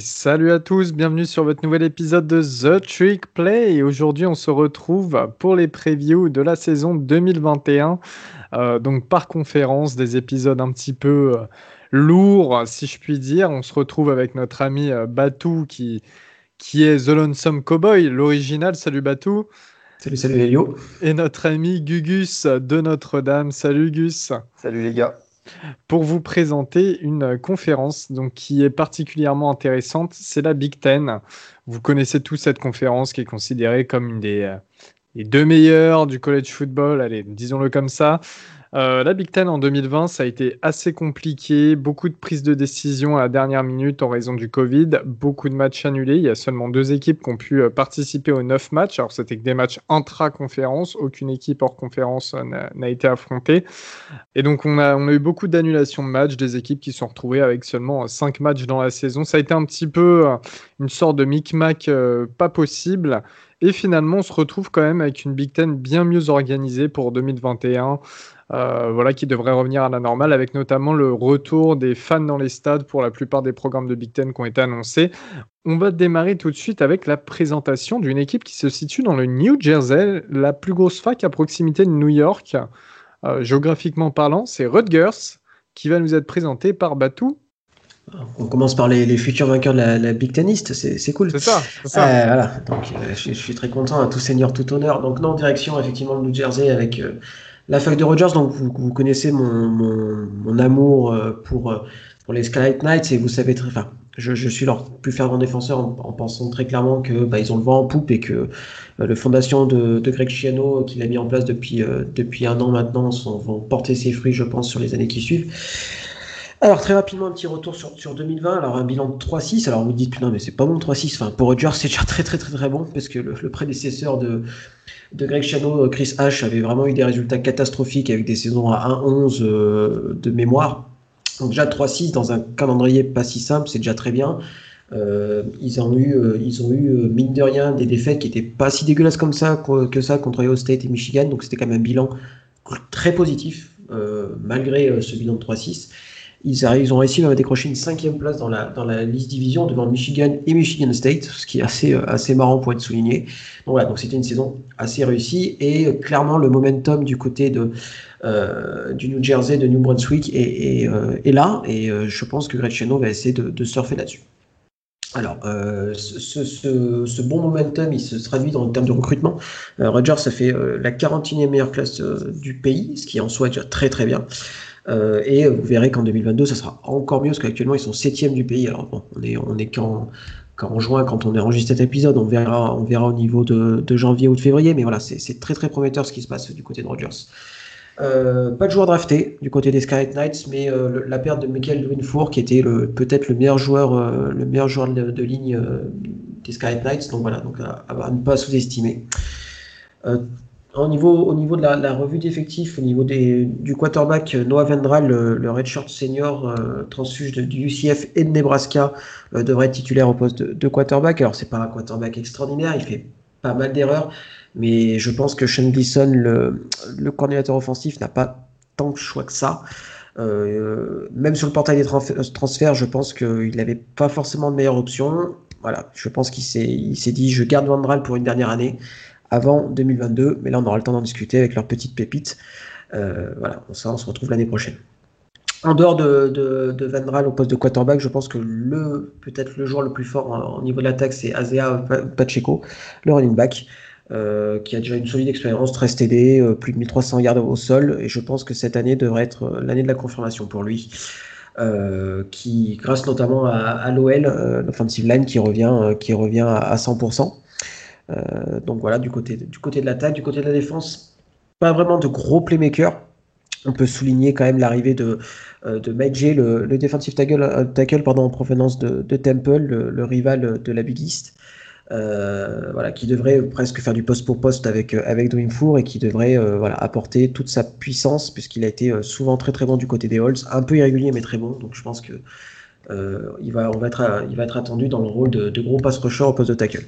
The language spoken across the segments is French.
Salut à tous, bienvenue sur votre nouvel épisode de The Trick Play. Et aujourd'hui, on se retrouve pour les previews de la saison 2021. Donc par conférence, des épisodes un petit peu lourds, si je puis dire. On se retrouve avec notre ami Batou qui est The Lonesome Cowboy, l'original. Salut Batou. Salut, salut Elio. Et notre ami Gugus de Notre-Dame. Salut Gus. Salut les gars. Pour vous présenter une conférence donc, qui est particulièrement intéressante, c'est la Big Ten. Vous connaissez tous cette conférence qui est considérée comme une des les deux meilleures du college football, allez, disons-le comme ça. La Big Ten en 2020, ça a été assez compliqué, beaucoup de prises de décision à la dernière minute en raison du Covid, beaucoup de matchs annulés. Il y a seulement 2 équipes qui ont pu participer aux 9 matchs. Alors, c'était que des matchs intra-conférence, aucune équipe hors conférence n'a été affrontée. Et donc, on a eu beaucoup d'annulations de matchs, des équipes qui se sont retrouvées avec seulement 5 matchs dans la saison. Ça a été un petit peu une sorte de micmac pas possible. Et finalement, on se retrouve quand même avec une Big Ten bien mieux organisée pour 2021, voilà, qui devrait revenir à la normale, avec notamment le retour des fans dans les stades pour la plupart des programmes de Big Ten qui ont été annoncés. On va démarrer tout de suite avec la présentation d'une équipe qui se situe dans le New Jersey, la plus grosse fac à proximité de New York. Géographiquement parlant, c'est Rutgers, qui va nous être présenté par Batou. On commence par les futurs vainqueurs de la Big Ten East, c'est cool. C'est ça, c'est ça. Voilà, donc je suis très content, tout seigneur, tout honneur. Donc non, direction effectivement le New Jersey avec la fac de Rutgers. Donc vous connaissez mon amour pour les Scarlet Knights et vous savez très, enfin, je suis leur plus fervent défenseur en pensant très clairement que ils ont le vent en poupe et que les fondations de Greg Schiano qu'il a mis en place depuis un an maintenant vont porter ses fruits, je pense, sur les années qui suivent. Alors très rapidement un petit retour sur 2020, alors un bilan de 3-6, alors vous me dites putain mais c'est pas bon 3-6, enfin pour Rutgers c'est déjà très très très très bon parce que le prédécesseur de Greg Schiano, Chris Ash, avait vraiment eu des résultats catastrophiques avec des saisons à 1-11 de mémoire, donc déjà 3-6 dans un calendrier pas si simple, c'est déjà très bien. Ils ont eu mine de rien des défaites qui étaient pas si dégueulasses comme ça que ça contre Ohio State et Michigan, donc c'était quand même un bilan très positif malgré ce bilan de 3-6. Ils ont réussi à décrocher une 5e place dans la liste division devant Michigan et Michigan State, ce qui est assez marrant pour être souligné. Donc voilà, donc c'était une saison assez réussie et clairement le momentum du côté du New Jersey, de New Brunswick est là et je pense que Greg Schiano va essayer de surfer là-dessus. Alors, ce bon momentum, il se traduit dans le terme de recrutement. Rutgers, ça fait la 41e meilleure classe du pays, ce qui en soi est déjà très très bien. Et vous verrez qu'en 2022, ça sera encore mieux, parce qu'actuellement, ils sont 7e du pays. Alors bon, on est qu'en juin, quand on enregistre cet épisode, on verra au niveau de janvier ou de février, mais voilà, c'est très très prometteur ce qui se passe du côté de Rutgers. Pas de joueur drafté du côté des Scarlet Knights, mais la perte de Michael Winfour, qui était peut-être le meilleur joueur de ligne des Scarlet Knights, donc voilà, donc à ne pas sous-estimer. Au niveau de la revue d'effectifs, au niveau du quarterback, Noah Vendral, le redshirt senior transfuge du UCF et de Nebraska, devrait être titulaire au poste de quarterback. Alors c'est pas un quarterback extraordinaire, il fait pas mal d'erreurs, mais je pense que Sean Gleason, le coordinateur offensif, n'a pas tant de choix que ça. Même sur le portail des transferts, je pense qu'il n'avait pas forcément de meilleure option. Voilà, je pense qu'il s'est dit je garde Vendral pour une dernière année avant 2022, mais là on aura le temps d'en discuter avec leurs petites pépites. Voilà, on se retrouve l'année prochaine. En dehors de Vendral au poste de quarterback, je pense que peut-être le joueur le plus fort au niveau de l'attaque, c'est Azea Pacheco, le running back, qui a déjà une solide expérience, 13 TD, plus de 1300 yards au sol, et je pense que cette année devrait être l'année de la confirmation pour lui. Qui, grâce notamment à l'OL, l'offensive line qui revient à 100%. Donc voilà, du côté de l'attaque, du côté de la défense, pas vraiment de gros playmakers. On peut souligner quand même l'arrivée de Mike J, le defensive tackle en provenance de Temple, le rival de la Big East, voilà, qui devrait presque faire du poste pour poste avec Winfour et qui devrait apporter toute sa puissance puisqu'il a été souvent très très bon du côté des Holds, un peu irrégulier mais très bon. Donc je pense que il va être attendu dans le rôle de gros pass rusher au poste de tackle.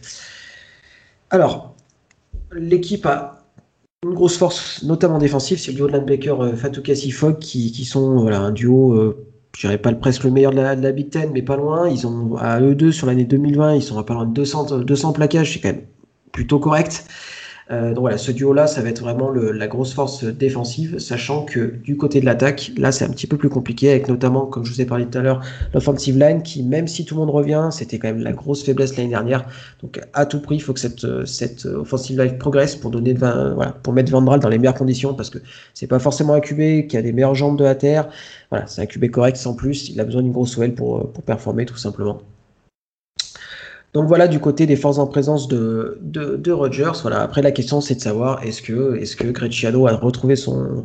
Alors, l'équipe a une grosse force, notamment défensive, c'est le duo de linebacker Fatou Kassi Fogg qui sont un duo je dirais pas presque le meilleur de la Big Ten, mais pas loin. Ils ont, à eux deux, sur l'année 2020, ils sont à pas loin de 200 plaquages, c'est quand même plutôt correct. Donc voilà, ce duo-là, ça va être vraiment la grosse force défensive, sachant que du côté de l'attaque, là, c'est un petit peu plus compliqué, avec notamment, comme je vous ai parlé tout à l'heure, l'offensive line, qui, même si tout le monde revient, c'était quand même la grosse faiblesse l'année dernière. Donc à tout prix, il faut que cette offensive line progresse pour pour mettre Van Dral dans les meilleures conditions, parce que c'est pas forcément un QB qui a des meilleures jambes de la terre. Voilà, c'est un QB correct sans plus. Il a besoin d'une grosse OL pour performer, tout simplement. Donc voilà, du côté des forces en présence de Rodgers, voilà. Après, la question, c'est de savoir est-ce que Greg Schiano a retrouvé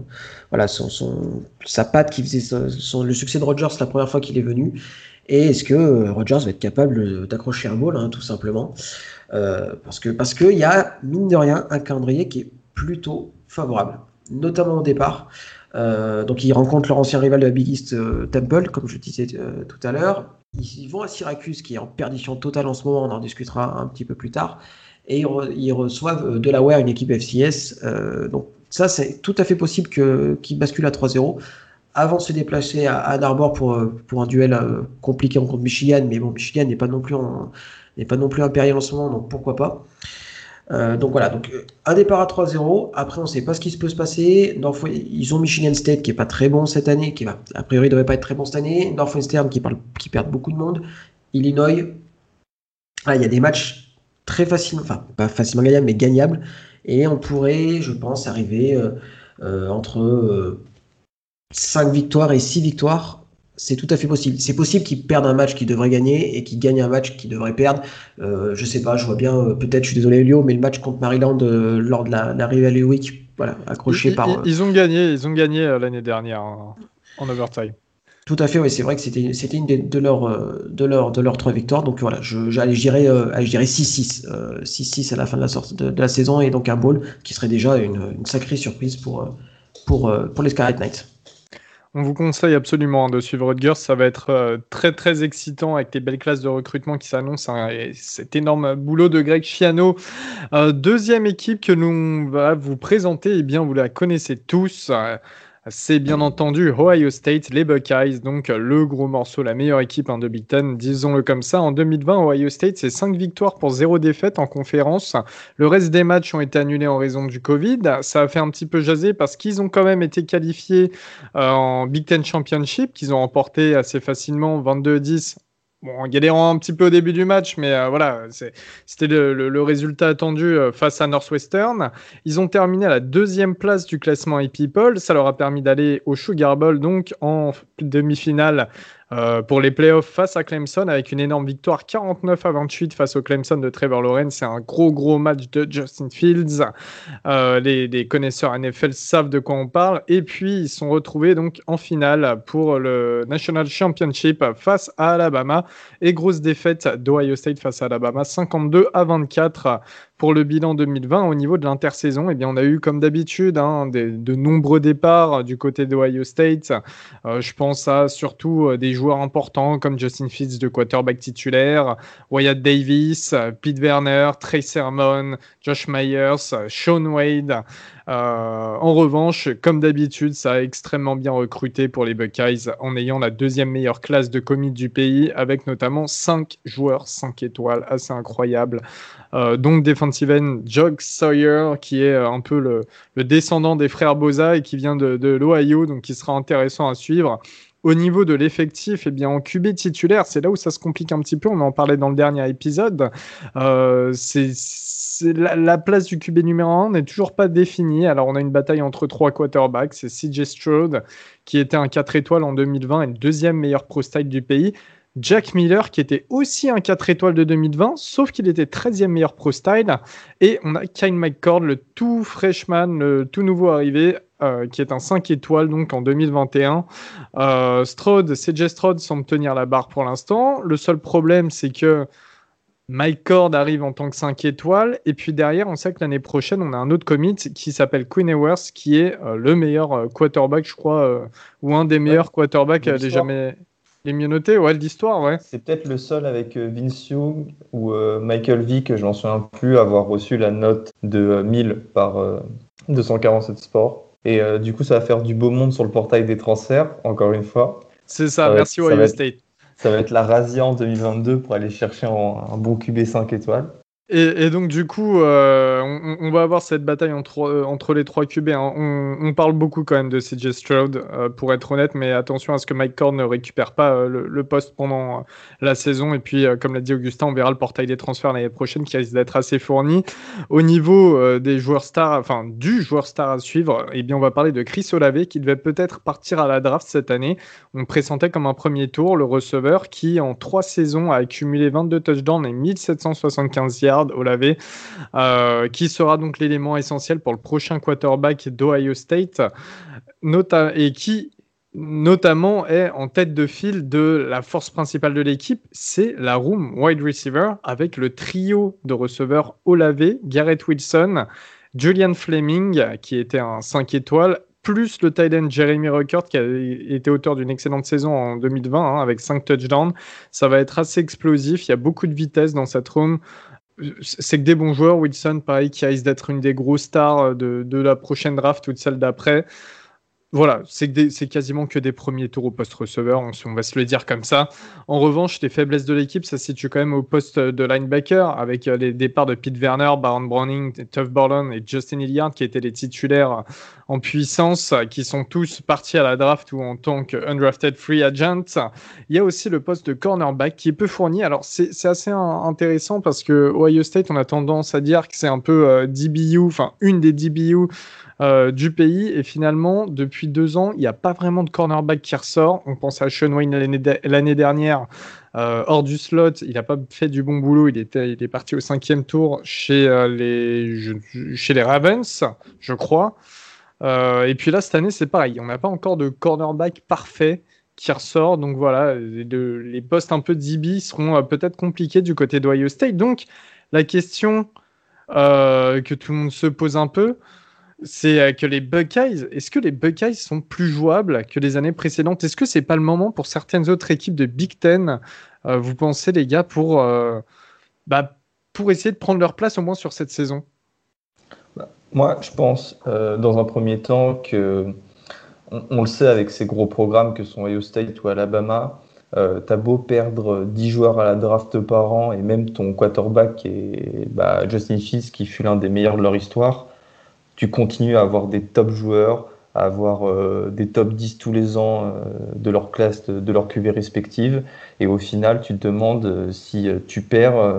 sa patte qui faisait le succès de Rodgers la première fois qu'il est venu, et est-ce que Rodgers va être capable d'accrocher un ball, hein, tout simplement, parce que il y a mine de rien un calendrier qui est plutôt favorable, notamment au départ. Donc ils rencontrent leur ancien rival de la Big East, Temple, comme je disais tout à l'heure. Ils vont à Syracuse, qui est en perdition totale en ce moment, on en discutera un petit peu plus tard, et ils reçoivent Delaware, une équipe FCS. Donc ça, c'est tout à fait possible qu'ils basculent à 3-0 avant de se déplacer à Ann Arbor pour un duel compliqué contre Michigan. Mais bon, Michigan n'est pas non plus impérial en ce moment, donc pourquoi pas. Donc voilà, un départ à 3-0. Après, on ne sait pas ce qui peut se passer. Ils ont Michigan State qui est pas très bon cette année, qui a priori devrait pas être très bon cette année. Northwestern qui perd beaucoup de monde. Illinois, il y a des matchs très facilement, enfin pas facilement gagnables, mais gagnables. Et on pourrait, je pense, arriver entre 5 victoires et 6 victoires. C'est tout à fait possible. C'est possible qu'ils perdent un match qu'ils devraient gagner et qu'ils gagnent un match qu'ils devraient perdre. Je sais pas, je vois bien, peut-être, je suis désolé Elio, mais le match contre Maryland lors de la Rivalry Week, voilà, accroché par... Ils ont gagné l'année dernière en overtime. Tout à fait, oui, c'est vrai que c'était une de leurs 3 victoires. Donc voilà, je dirais 6-6. 6-6 à la fin de la saison, et donc un bowl qui serait déjà une sacrée surprise pour les Scarlet Knights. On vous conseille absolument de suivre Rutgers. Ça va être très très excitant avec les belles classes de recrutement qui s'annoncent, hein, et cet énorme boulot de Greg Schiano. Deuxième équipe que nous va vous présenter, eh bien vous la connaissez tous. C'est bien entendu Ohio State, les Buckeyes, donc le gros morceau, la meilleure équipe de Big Ten, disons-le comme ça. En 2020, Ohio State, c'est 5 victoires pour 0 défaite en conférence. Le reste des matchs ont été annulés en raison du Covid. Ça a fait un petit peu jaser parce qu'ils ont quand même été qualifiés en Big Ten Championship, qu'ils ont remporté assez facilement 22-10. Bon, en galérant un petit peu au début du match, mais voilà, c'était le résultat attendu face à Northwestern. Ils ont terminé à la 2e place du classement AP-Poll. Ça leur a permis d'aller au Sugar Bowl, donc en demi-finale pour les playoffs face à Clemson, avec une énorme victoire 49-28 face au Clemson de Trevor Lawrence. C'est un gros match de Justin Fields. Les connaisseurs NFL savent de quoi on parle. Et puis, ils se sont retrouvés donc en finale pour le National Championship face à Alabama. Et grosse défaite d'Ohio State face à Alabama, 52-24 pour le bilan 2020. Au niveau de l'intersaison, eh bien, on a eu comme d'habitude de nombreux départs du côté d'Ohio State. Je pense à surtout des joueurs importants comme Justin Fields de quarterback titulaire, Wyatt Davis, Pete Werner, Trey Sermon, Josh Myers, Shaun Wade. En revanche, comme d'habitude, ça a extrêmement bien recruté pour les Buckeyes en ayant la 2e meilleure classe de commit du pays, avec notamment 5 joueurs 5 étoiles, assez incroyable. Donc defensive end Jock Sawyer, qui est un peu le descendant des frères Boza et qui vient de l'Ohio, donc qui sera intéressant à suivre. Au niveau de l'effectif, eh bien, en QB titulaire, c'est là où ça se complique un petit peu. On en parlait dans le dernier épisode. La place du QB numéro 1 n'est toujours pas définie. Alors, on a une bataille entre 3 quarterbacks. C'est CJ Stroud, qui était un 4 étoiles en 2020 et le 2e meilleur pro-style du pays. Jack Miller, qui était aussi un 4 étoiles de 2020, sauf qu'il était 13e meilleur pro-style. Et on a Kyle McCord, le tout freshman, le tout nouveau arrivé, qui est un 5 étoiles donc en 2021. CJ Stroud semble tenir la barre pour l'instant. Le seul problème, c'est que Mike Cord arrive en tant que 5 étoiles. Et puis derrière, on sait que l'année prochaine, on a un autre commit qui s'appelle Quinn Ewers, qui est le meilleur quarterback, je crois, ou un des meilleurs quarterbacks les mieux notés, ouais, de l'histoire, ouais. C'est peut-être le seul avec Vince Young ou Michael Vick, je n'en souviens plus, avoir reçu la note de 1000 par 247 Sports. Et du coup, ça va faire du beau monde sur le portail des transferts, encore une fois. C'est ça, merci Ohio State. Ça va être la razzia en 2022 pour aller chercher un bon QB 5 étoiles. Et donc, du coup, on va avoir cette bataille entre les 3 QB. Hein. On parle beaucoup quand même de CJ Stroud, pour être honnête, mais attention à ce que Mike Korn ne récupère pas le poste pendant la saison. Et puis, comme l'a dit Augustin, on verra le portail des transferts l'année prochaine qui risque d'être assez fourni. Au niveau des joueurs stars, enfin, du joueur star à suivre, eh bien, on va parler de Chris Olave qui devait peut-être partir à la draft cette année. On le pressentait comme un premier tour, le receveur qui, en 3 saisons, a accumulé 22 touchdowns et 1775 yards. Olave, qui sera donc l'élément essentiel pour le prochain quarterback d'Ohio State, et qui notamment est en tête de file de la force principale de l'équipe, c'est la room wide receiver avec le trio de receveurs Olave, Garrett Wilson, Julian Fleming, qui était un 5 étoiles, plus le tight end Jeremy Ruckert qui a été auteur d'une excellente saison en 2020 avec 5 touchdowns. Ça va être assez explosif, il y a beaucoup de vitesse dans cette room. C'est que des bons joueurs. Wilson, pareil, qui risque d'être une des grosses stars de la prochaine draft ou de celle d'après. Voilà, c'est quasiment que des premiers tours au poste receveur, on va se le dire comme ça. En revanche, les faiblesses de l'équipe, ça se situe quand même au poste de linebacker, avec les départs de Pete Werner, Baron Browning, Tuf Borland et Justin Hilliard, qui étaient les titulaires en puissance, qui sont tous partis à la draft ou en tant qu'undrafted free agent. Il y a aussi le poste de cornerback qui est peu fourni. Alors, c'est assez intéressant parce que Ohio State, on a tendance à dire que c'est un peu DBU, enfin, une des DBU du pays, et finalement depuis 2 ans il n'y a pas vraiment de cornerback qui ressort. On pense à Sean Wayne l'année dernière, hors du slot, il n'a pas fait du bon boulot, il est parti au 5e tour chez les Ravens, je crois, et puis là cette année c'est pareil, on n'a pas encore de cornerback parfait qui ressort, donc voilà, les postes un peu DB seront peut-être compliqués du côté d'Ohio State. Donc la question que tout le monde se pose un peu, c'est que les Buckeyes, est-ce que les Buckeyes sont plus jouables que les années précédentes? Est-ce que c'est pas le moment pour certaines autres équipes de Big Ten, vous pensez les gars, pour essayer de prendre leur place au moins sur cette saison? Moi, je pense dans un premier temps que on le sait avec ces gros programmes que sont Ohio State ou Alabama, t'as beau perdre 10 joueurs à la draft par an et même ton quarterback et Justin Fields qui fut l'un des meilleurs de leur histoire, tu continues à avoir des top joueurs, à avoir des top 10 tous les ans de leur classe, de leur QV respective. Et au final, tu te demandes si tu perds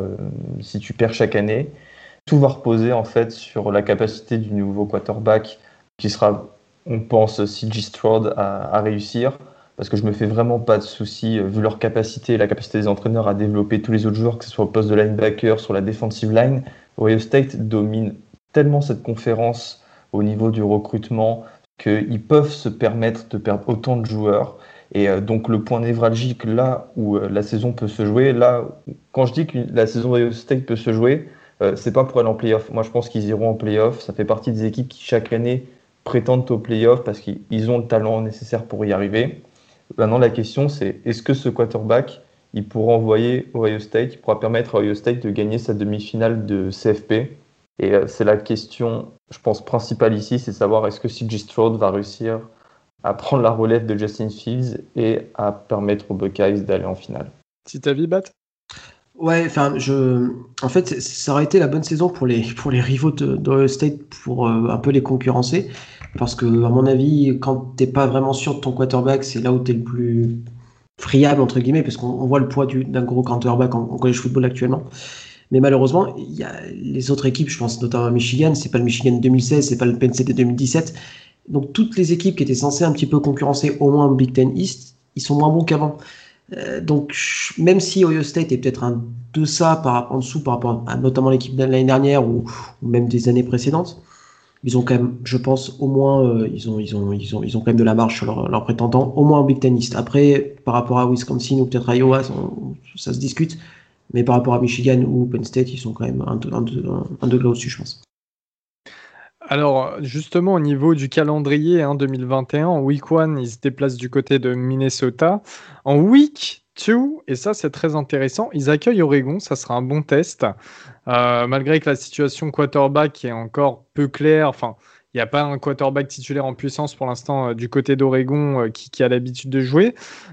chaque année. Tout va reposer en fait sur la capacité du nouveau quarterback qui sera, on pense, CJ Stroud à réussir. Parce que je me fais vraiment pas de soucis, vu leur capacité et la capacité des entraîneurs à développer tous les autres joueurs, que ce soit au poste de linebacker, sur la defensive line. Ohio State domine tellement cette conférence au niveau du recrutement qu'ils peuvent se permettre de perdre autant de joueurs. Et donc le point névralgique là où la saison peut se jouer, là quand je dis que la saison d'Ohio State peut se jouer, c'est pas pour aller en play-off. Moi je pense qu'ils iront en play-off. Ça fait partie des équipes qui chaque année prétendent au play-off parce qu'ils ont le talent nécessaire pour y arriver. Maintenant la question c'est, est-ce que ce quarterback il pourra envoyer Ohio State, il pourra permettre à Ohio State de gagner sa demi-finale de CFP? Et c'est la question, je pense, principale ici, c'est savoir est-ce que CJ Stroud va réussir à prendre la relève de Justin Fields et à permettre aux Buckeyes d'aller en finale. Petit avis, Bat? Ouais, enfin, en fait, ça aurait été la bonne saison pour les rivaux d'Ohio State pour un peu les concurrencer, parce que à mon avis, quand t'es pas vraiment sûr de ton quarterback, c'est là où t'es le plus friable entre guillemets, parce qu'on voit le poids d'un gros quarterback en college football actuellement. Mais malheureusement, il y a les autres équipes, je pense notamment à Michigan, c'est pas le Michigan de 2016, c'est pas le Penn State de 2017. Donc toutes les équipes qui étaient censées un petit peu concurrencer au moins Big Ten East, ils sont moins bons qu'avant. Donc même si Ohio State est peut-être un deçà en dessous par rapport à notamment l'équipe de l'année dernière ou même des années précédentes, ils ont quand même, je pense, au moins ils ont quand même de la marge sur leurs prétendants, au moins en Big Ten East. Après, par rapport à Wisconsin ou peut-être à Iowa, ça se discute. Mais par rapport à Michigan ou Penn State, ils sont quand même un degré au-dessus, je pense. Alors, justement, au niveau du calendrier 2021, en Week 1, ils se déplacent du côté de Minnesota. En Week 2, et ça, c'est très intéressant, ils accueillent Oregon. Ça sera un bon test. Malgré que la situation quarterback est encore peu claire, enfin, Il n'y a pas un quarterback titulaire en puissance pour l'instant du côté d'Oregon qui a l'habitude de jouer.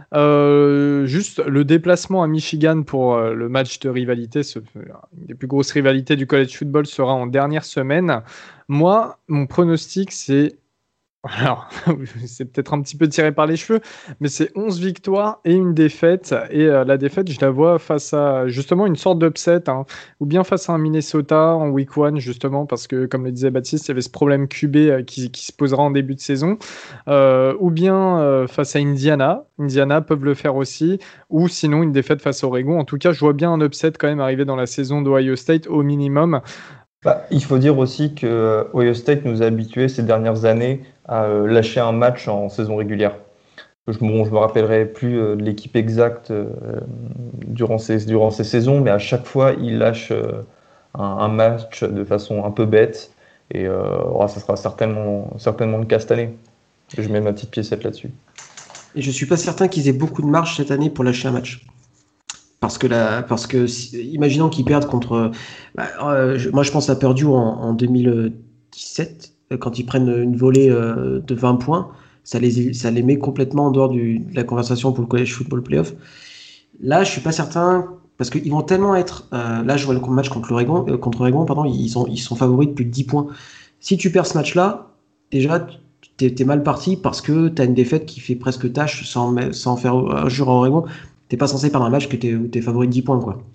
Juste le déplacement à Michigan pour le match de rivalité, une des plus grosses rivalités du college football, sera en dernière semaine. Moi, mon pronostic, c'est... Alors, c'est peut-être un petit peu tiré par les cheveux, mais c'est 11 victoires et une défaite. Et la défaite, je la vois face à justement une sorte d'upset, hein, ou bien face à un Minnesota en week 1, justement, parce que, comme le disait Baptiste, il y avait ce problème QB qui se posera en début de saison, ou bien face à Indiana. Indiana peuvent le faire aussi, ou sinon une défaite face à Oregon. En tout cas, je vois bien un upset quand même arriver dans la saison d'Ohio State au minimum. Il faut dire aussi que Ohio State nous a habitués ces dernières années à lâcher un match en saison régulière. Je me rappellerai plus de l'équipe exacte durant ces saisons, mais à chaque fois, ils lâchent un match de façon un peu bête. Et ça sera certainement le cas cette année. Je mets ma petite piécette là-dessus. Et je suis pas certain qu'ils aient beaucoup de marge cette année pour lâcher un match. Parce que imaginons qu'ils perdent contre... moi, je pense à Purdue en 2017, quand ils prennent une volée de 20 points, ça les met complètement en dehors de la conversation pour le College Football Playoff. Là, je suis pas certain, parce qu'ils vont tellement être... là, je vois le match contre Oregon, pardon, ils sont favoris depuis 10 points. Si tu perds ce match-là, déjà, t'es mal parti parce que t'as une défaite qui fait presque tâche sans faire injure à Oregon. T'es pas censé perdre un match où t'es favori de 10 points, quoi.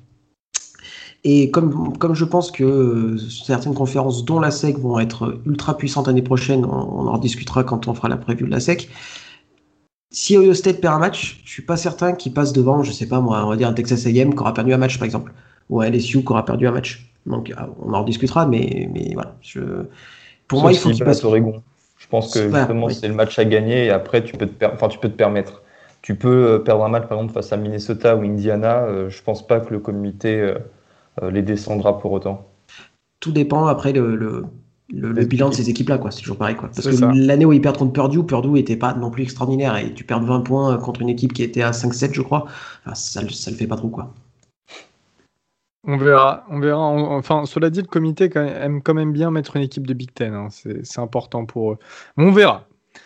Et comme je pense que certaines conférences, dont la SEC, vont être ultra puissantes l'année prochaine, on en rediscutera quand on fera la preview de la SEC. Si Ohio State perd un match, je suis pas certain qu'il passe devant, je sais pas moi, on va dire un Texas A&M qui aura perdu un match, par exemple, ou un LSU qui aura perdu un match. Donc on en rediscutera, mais voilà. Pour Sauf moi, il faut qu'il passe. Oregon. Je pense que justement, c'est le match à gagner et après, tu peux te permettre. Tu peux perdre un match, par exemple, face à Minnesota ou Indiana. Je pense pas que le comité les descendra pour autant. Tout dépend après le bilan de ces équipes-là, quoi. C'est toujours pareil, quoi. Parce que ça. l'année où ils perdent contre Purdue était pas non plus extraordinaire et tu perds 20 points contre une équipe qui était à 5-7, je crois. Enfin, ça le fait pas trop, quoi. On verra. Enfin, cela dit, le comité aime quand même bien mettre une équipe de Big Ten, hein. C'est important pour eux. On verra.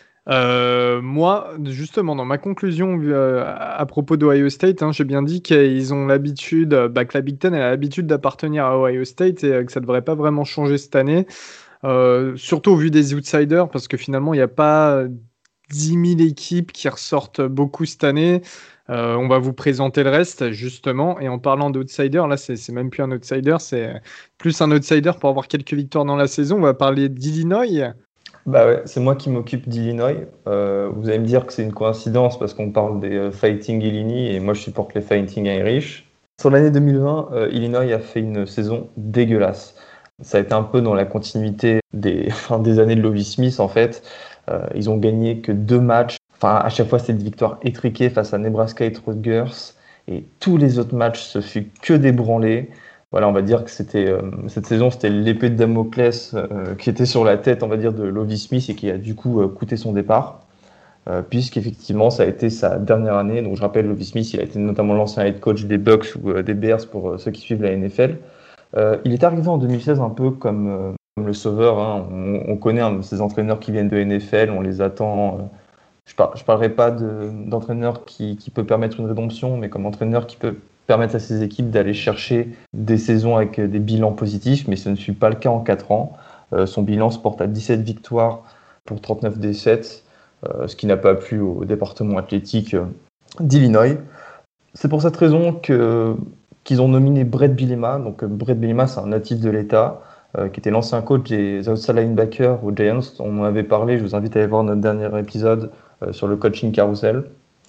Moi, justement, dans ma conclusion à propos d'Ohio State, hein, j'ai bien dit qu'ils ont l'habitude, que la Big Ten a l'habitude d'appartenir à Ohio State et que ça ne devrait pas vraiment changer cette année. Surtout au vu des outsiders, parce que finalement, il n'y a pas 10 000 équipes qui ressortent beaucoup cette année. On va vous présenter le reste, justement. Et en parlant d'outsiders, là, c'est même plus un outsider, c'est plus un outsider pour avoir quelques victoires dans la saison. On va parler d'Illinois. Bah ouais, c'est moi qui m'occupe d'Illinois. Vous allez me dire que c'est une coïncidence parce qu'on parle des Fighting Illini et moi je supporte les Fighting Irish. Sur l'année 2020, Illinois a fait une saison dégueulasse. Ça a été un peu dans la continuité des années de Lovie Smith en fait. Ils ont gagné que 2 matchs. Enfin, à chaque fois, c'était des victoires étriquées face à Nebraska et Rutgers. Et tous les autres matchs, ce fut que des branlés. Voilà, on va dire que cette saison, c'était l'épée de Damoclès qui était sur la tête, on va dire, de Lovie Smith et qui a du coup coûté son départ. Puisqu'effectivement, ça a été sa dernière année. Donc, je rappelle, Lovie Smith, il a été notamment l'ancien head coach des Bucks ou des Bears pour ceux qui suivent la NFL. Il est arrivé en 2016 un peu comme le sauveur, hein. On connaît ces entraîneurs qui viennent de NFL, on les attend. Je ne parlerai pas d'entraîneur qui peut permettre une rédemption, mais comme entraîneur qui peut permettre à ses équipes d'aller chercher des saisons avec des bilans positifs, mais ce ne fut pas le cas en 4 ans. Son bilan se porte à 17 victoires pour 39 défaites, ce qui n'a pas plu au département athlétique d'Illinois. C'est pour cette raison qu'ils ont nominé Bret Bielema. Donc Bret Bielema, c'est un natif de l'État, qui était l'ancien coach des outside linebackers aux Giants. On en avait parlé, je vous invite à aller voir notre dernier épisode sur le coaching carousel.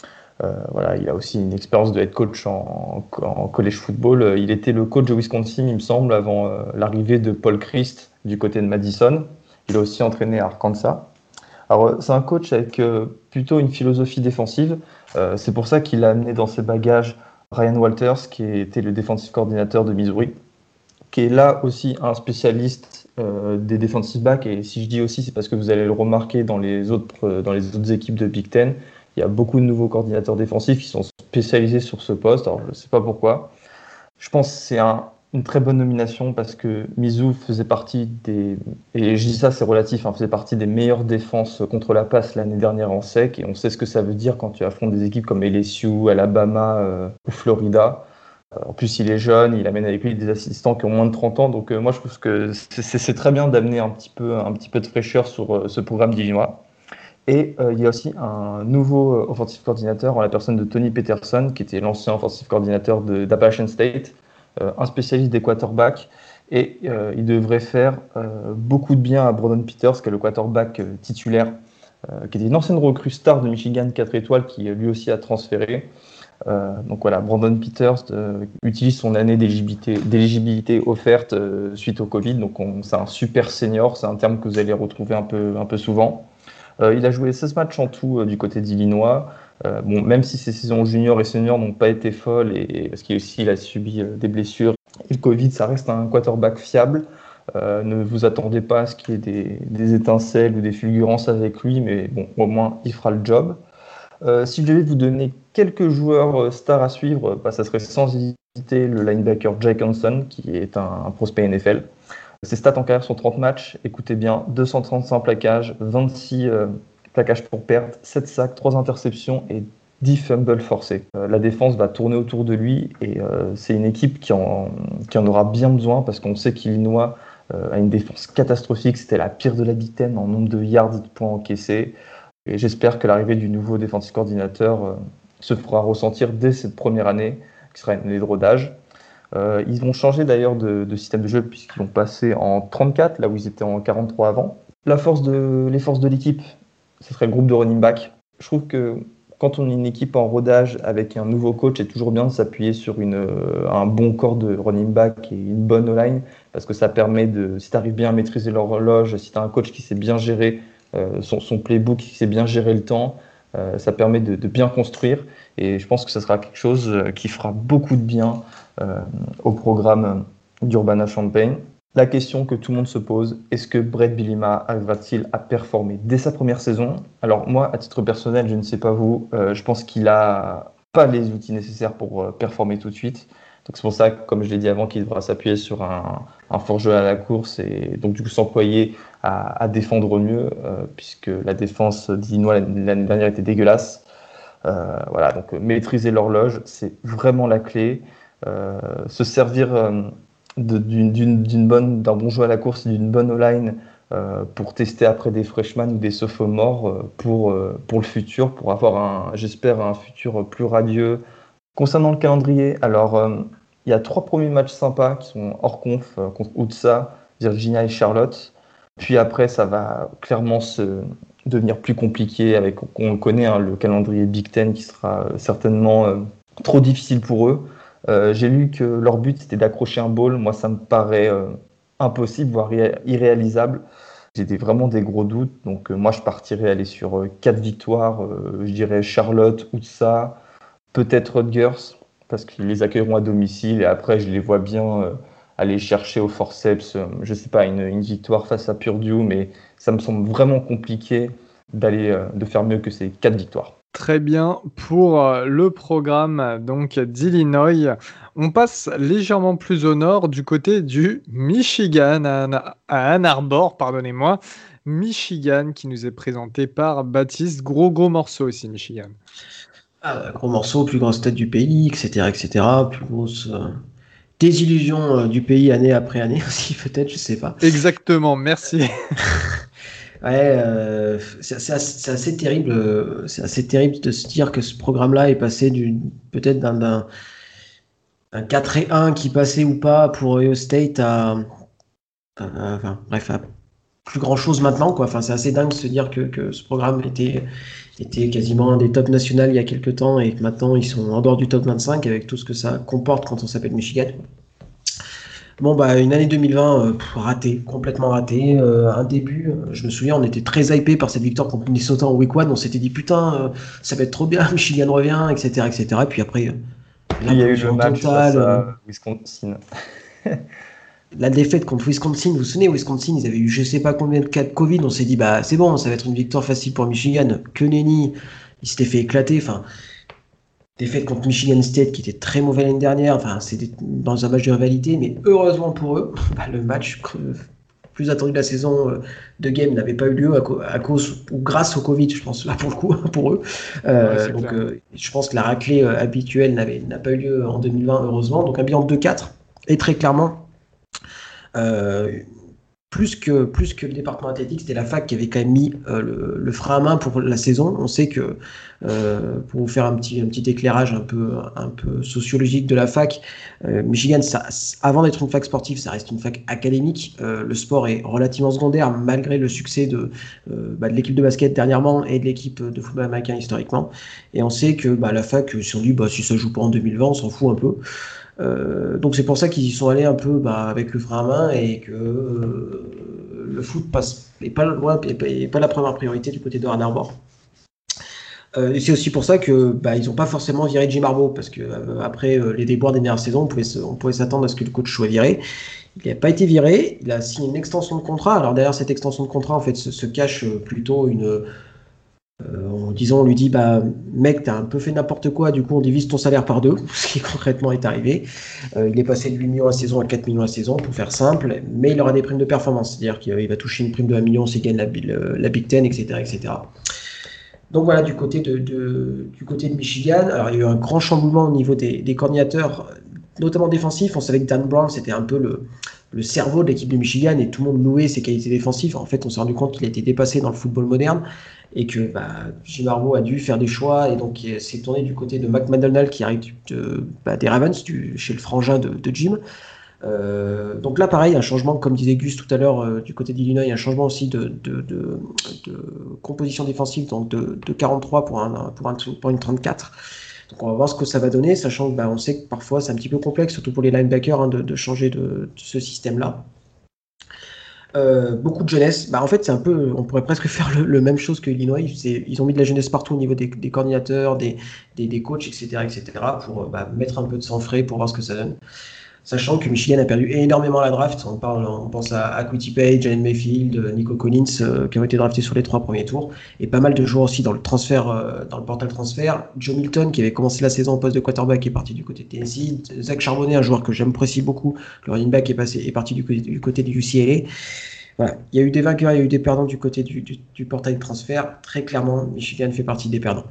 Voilà, il a aussi une expérience de head coach en college football. Il était le coach de Wisconsin, il me semble, avant l'arrivée de Paul Chryst du côté de Madison. Il a aussi entraîné à Arkansas. Alors, c'est un coach avec plutôt une philosophie défensive. C'est pour ça qu'il a amené dans ses bagages Ryan Walters, qui était le defensive coordinateur de Missouri, qui est là aussi un spécialiste des defensive backs. Et si je dis aussi, c'est parce que vous allez le remarquer dans les autres équipes de Big Ten. Il y a beaucoup de nouveaux coordinateurs défensifs qui sont spécialisés sur ce poste. Alors, je ne sais pas pourquoi. Je pense que c'est une très bonne nomination parce que Mizzou faisait partie des, et je dis ça c'est relatif, faisait partie des meilleures défenses contre la passe l'année dernière en SEC, et on sait ce que ça veut dire quand tu affrontes des équipes comme LSU, Alabama ou Florida. En plus, il est jeune, il amène avec lui des assistants qui ont moins de 30 ans, donc moi je trouve que c'est très bien d'amener un petit peu de fraîcheur sur ce programme d'Illinois. Et il y a aussi un nouveau offensive coordinateur en la personne de Tony Peterson, qui était l'ancien offensive coordinateur d'Appalachian State, un spécialiste des quarterbacks. Et il devrait faire beaucoup de bien à Brandon Peters, qui est le quarterback titulaire, qui était une ancienne recrue star de Michigan 4 étoiles, qui lui aussi a transféré. Donc voilà, Brandon Peters utilise son année d'éligibilité offerte suite au Covid. Donc c'est un super senior, c'est un terme que vous allez retrouver un peu souvent. Il a joué 16 matchs en tout du côté d'Illinois. Même si ses saisons juniors et seniors n'ont pas été folles, parce qu'il a subi des blessures et le Covid, ça reste un quarterback fiable. Ne vous attendez pas à ce qu'il y ait des étincelles ou des fulgurances avec lui, mais bon, au moins il fera le job. Si je devais vous donner quelques joueurs stars à suivre, ça serait sans hésiter le linebacker Jake Hanson, qui est un prospect NFL. Ses stats en carrière sont 30 matchs, écoutez bien, 235 plaquages, 26 plaquages pour perte, 7 sacs, 3 interceptions et 10 fumbles forcés. La défense va tourner autour de lui et c'est une équipe qui en aura bien besoin parce qu'on sait qu'Illinois a une défense catastrophique. C'était la pire de la Big Ten en nombre de yards et de points encaissés. Et j'espère que l'arrivée du nouveau defensive coordinateur se fera ressentir dès cette première année, qui sera une année de rodage. Ils vont changer d'ailleurs de système de jeu puisqu'ils vont passer en 34, là où ils étaient en 43 avant. Les forces de l'équipe, ce serait le groupe de running back. Je trouve que quand on est une équipe en rodage avec un nouveau coach, c'est toujours bien de s'appuyer sur un bon corps de running back et une bonne O-line parce que ça permet si tu arrives bien à maîtriser l'horloge, si tu as un coach qui sait bien gérer son playbook, qui sait bien gérer le temps, ça permet de bien construire et je pense que ce sera quelque chose qui fera beaucoup de bien au programme d'Urbana-Champaign. La question que tout le monde se pose, est-ce que Bret Bielema arrivera-t-il à performer dès sa première saison? Alors moi, à titre personnel, je ne sais pas vous, je pense qu'il n'a pas les outils nécessaires pour performer tout de suite. Donc c'est pour ça, comme je l'ai dit avant, qu'il devra s'appuyer sur un fort jeu à la course et donc du coup s'employer à défendre mieux, puisque la défense d'Illinois l'année dernière était dégueulasse. Voilà, donc maîtriser l'horloge, c'est vraiment la clé. Se servir d'un bon jeu à la course et d'une bonne O-line pour tester après des freshmen ou des sophomores pour le futur, pour avoir j'espère un futur plus radieux. Concernant le calendrier, alors il y a 3 premiers matchs sympas qui sont hors conf contre UTSA, Virginia et Charlotte. Puis après, ça va clairement devenir plus compliqué on le connaît, le calendrier Big Ten qui sera certainement trop difficile pour eux. J'ai lu que leur but c'était d'accrocher un bowl. Moi, ça me paraît impossible, voire irréalisable. J'ai vraiment des gros doutes. Donc, moi, je partirais aller sur 4 victoires. Je dirais Charlotte, UTSA, peut-être Rutgers, parce qu'ils les accueilleront à domicile. Et après, je les vois bien aller chercher au forceps, je sais pas, une victoire face à Purdue. Mais ça me semble vraiment compliqué de faire mieux que ces 4 victoires. Très bien pour le programme donc d'Illinois. On passe légèrement plus au nord du côté du Michigan, à Ann Arbor, pardonnez-moi. Michigan qui nous est présenté par Baptiste. Gros morceau aussi, Michigan. Gros morceau, plus grosse tête du pays, etc. Plus grosse désillusion du pays année après année aussi, peut-être, je sais pas. Exactement, merci. Ouais, c'est assez terrible. C'est assez terrible de se dire que ce programme-là est passé peut-être d'un 4-1 qui passait ou pas pour Ohio State à plus grand chose maintenant, quoi. Enfin, c'est assez dingue de se dire que ce programme était quasiment un des top nationaux il y a quelques temps et que maintenant ils sont en dehors du top 25 avec tout ce que ça comporte quand on s'appelle Michigan. Bon, une année 2020 ratée, complètement ratée. Un début, je me souviens, on était très hypé par cette victoire contre Minnesota en week 1. On s'était dit, putain, ça va être trop bien, Michigan revient, etc. Et puis après, il y a eu le match face à Wisconsin. La défaite contre Wisconsin, vous vous souvenez, Wisconsin, ils avaient eu je sais pas combien de cas de Covid. On s'est dit, c'est bon, ça va être une victoire facile pour Michigan. Que nenni, ils s'étaient fait éclater. Enfin, défaite contre Michigan State qui était très mauvais l'année dernière. Enfin, c'était dans un match de rivalité, mais heureusement pour eux, le match plus attendu de la saison de game n'avait pas eu lieu à cause ou grâce au Covid, je pense, là pour le coup, pour eux. Donc, je pense que la raclée habituelle n'a pas eu lieu en 2020, heureusement. Donc, un bilan de 2-4. Et très clairement, plus que le département athlétique, c'était la fac qui avait quand même mis le frein à main pour la saison. On sait que, pour vous faire un petit éclairage un peu sociologique de la fac, Michigan, avant d'être une fac sportive, ça reste une fac académique. Le sport est relativement secondaire, malgré le succès de l'équipe de basket dernièrement et de l'équipe de football américain historiquement. Et on sait que la fac, si on dit si ça joue pas en 2020, on s'en fout un peu. Donc c'est pour ça qu'ils y sont allés un peu avec le frein à main et que le foot n'est pas la première priorité du côté de Ann Arbor. Et c'est aussi pour ça que ils n'ont pas forcément viré Jim Harbaugh, parce que après les déboires des dernières saisons, on pouvait s'attendre à ce que le coach soit viré. Il n'a pas été viré, il a signé une extension de contrat. Alors derrière cette extension de contrat, en fait, se cache plutôt en disant, on lui dit, mec, t'as un peu fait n'importe quoi, du coup on divise ton salaire par 2, ce qui concrètement est arrivé. Il est passé de 8 millions à saison à 4 millions à saison, pour faire simple, mais il aura des primes de performance, c'est-à-dire qu'il va toucher une prime de 1 million s'il gagne la Big Ten, etc., etc. Donc voilà, du côté de Michigan, alors il y a eu un grand chamboulement au niveau des coordinateurs, notamment défensifs. On savait que Dan Brown, c'était un peu le cerveau de l'équipe de Michigan et tout le monde louait ses qualités défensives. En fait, on s'est rendu compte qu'il a été dépassé dans le football moderne et que Jim Harbaugh a dû faire des choix, et donc il s'est tourné du côté de McDonald qui arrive des Ravens, chez le frangin de Jim. Donc là, pareil, un changement, comme disait Gus tout à l'heure, du côté d'Illinois, un changement aussi de composition défensive, donc de 43 pour une 34. Donc on va voir ce que ça va donner, sachant que on sait que parfois c'est un petit peu complexe, surtout pour les linebackers, de changer de ce système-là. Beaucoup de jeunesse. En fait, c'est un peu, on pourrait presque faire le même chose que Illinois. Ils ont mis de la jeunesse partout au niveau des coordinateurs, des coachs, etc., pour mettre un peu de sang frais pour voir ce que ça donne. Sachant que Michigan a perdu énormément la draft. On pense à Quitty Page, Jalen Mayfield, Nico Collins, qui ont été draftés sur les 3 premiers tours. Et pas mal de joueurs aussi dans le transfert, dans le portal transfert. Joe Milton, qui avait commencé la saison au poste de quarterback, est parti du côté de Tennessee. Zach Charbonnet, un joueur que j'apprécie beaucoup, le running back, est parti du côté du UCLA. Voilà. Il y a eu des vainqueurs, il y a eu des perdants du côté du portail de transfert. Très clairement, Michigan fait partie des perdants.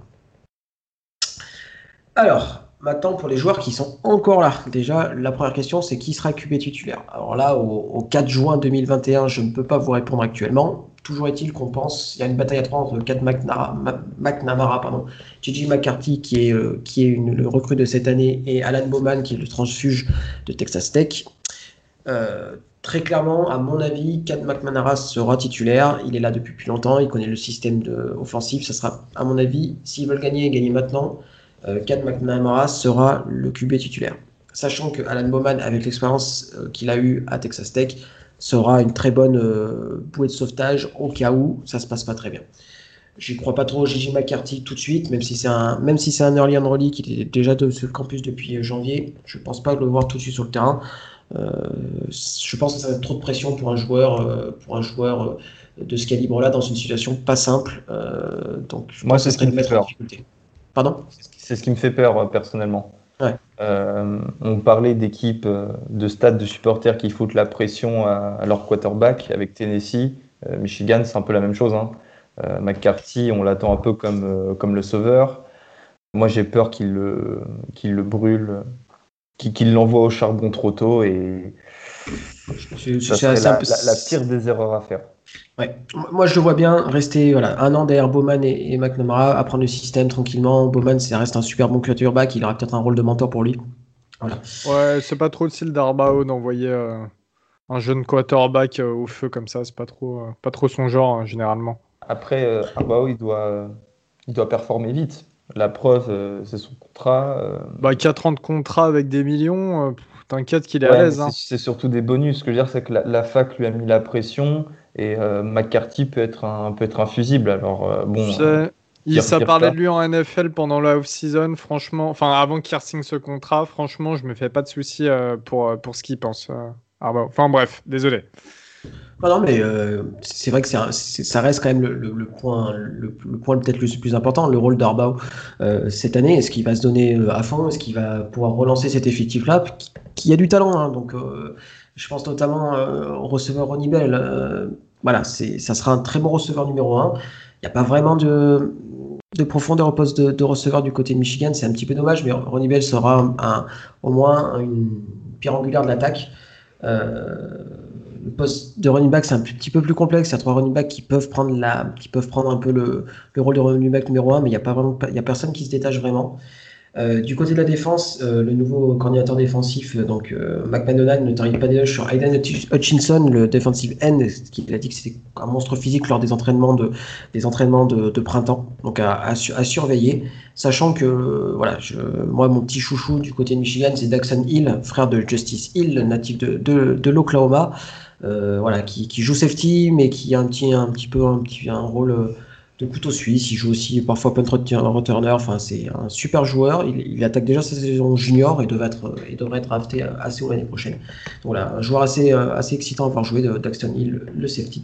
Alors, maintenant, pour les joueurs qui sont encore là, déjà, la première question, c'est qui sera QB titulaire? Alors là, au 4 juin 2021, je ne peux pas vous répondre actuellement. Toujours est-il qu'on pense, il y a une bataille à 3 entre Kat McNamara, J.J. McCarthy, qui est le recrue de cette année, et Alan Bowman, qui est le transfuge de Texas Tech. Très clairement, à mon avis, Kat McNamara sera titulaire. Il est là depuis plus longtemps, il connaît le système offensif. Ça sera, à mon avis, s'ils veulent gagner maintenant, Kat McNamara sera le QB titulaire. Sachant que Alan Bowman, avec l'expérience qu'il a eue à Texas Tech, sera une très bonne bouée de sauvetage au cas où ça se passe pas très bien. Je ne crois pas trop J.J. McCarthy tout de suite, même si c'est un early enrollee qui est déjà sur le campus depuis janvier. Je ne pense pas le voir tout de suite sur le terrain. Je pense que ça va être trop de pression pour un joueur de ce calibre-là dans une situation pas simple. Donc, moi, c'est ce qui me fait peur. Pardon ? C'est ce qui me fait peur personnellement. Ouais. On parlait d'équipes de stades de supporters qui foutent la pression à leur quarterback avec Tennessee. Michigan, c'est un peu la même chose. McCarthy, on l'attend un peu comme le sauveur. Moi, j'ai peur qu'il le brûle, qu'il l'envoie au charbon trop tôt, et ça serait la pire des erreurs à faire. Ouais. Moi, je le vois bien rester un an derrière Bowman et McNamara, apprendre le système tranquillement. Bowman, ça reste un super bon quarterback, il aura peut-être un rôle de mentor pour lui. Voilà. Ouais, c'est pas trop le style d'Harbaugh d'envoyer un jeune quarterback au feu comme ça, c'est pas trop son genre généralement. Après, Harbaugh, il doit performer vite. La preuve, c'est son contrat. 4 ans de contrat avec des millions, t'inquiète qu'il est à l'aise. C'est surtout des bonus. Ce que je veux dire, c'est que la fac lui a mis la pression, et McCarthy peut être un fusible. Alors, ça parlait de lui en NFL pendant la off-season, franchement. Enfin, avant qu'il signe ce contrat, franchement, je me fais pas de soucis pour ce qu'il pense. Enfin bref, désolé. Non, mais c'est vrai que ça reste quand même le point peut-être le plus important, le rôle d'Arbau cette année. Est-ce qu'il va se donner à fond? Est-ce qu'il va pouvoir relancer cet effectif-là qui a du talent, hein. Donc, je pense notamment au receveur Ronnie Bell. Voilà, ça sera un très bon receveur numéro un. Il n'y a pas vraiment de profondeur au poste de receveur du côté de Michigan. C'est un petit peu dommage, mais Ronnie Bell sera au moins une pierre angulaire de l'attaque. Euh, le poste de running back, c'est un petit peu plus complexe. Il y a trois running backs qui peuvent prendre un peu le rôle de running back numéro un, mais il y a personne qui se détache vraiment. Du côté de la défense, le nouveau coordinateur défensif, donc McMahon, ne tarie pas d'éloge sur Aiden Hutchinson, le defensive end, qui a dit que c'était un monstre physique lors des entraînements de printemps, donc à surveiller, sachant que voilà, moi mon petit chouchou du côté de Michigan, c'est Daxon Hill, frère de Justice Hill, natif de l'Oklahoma, voilà, qui joue safety, mais qui a un rôle de couteau suisse. Il joue aussi parfois punt returner. Enfin, c'est un super joueur. Il attaque déjà sa saison junior et devrait être drafté assez haut l'année prochaine. Donc, voilà, un joueur assez excitant à voir jouer Daxton Hill, le safety.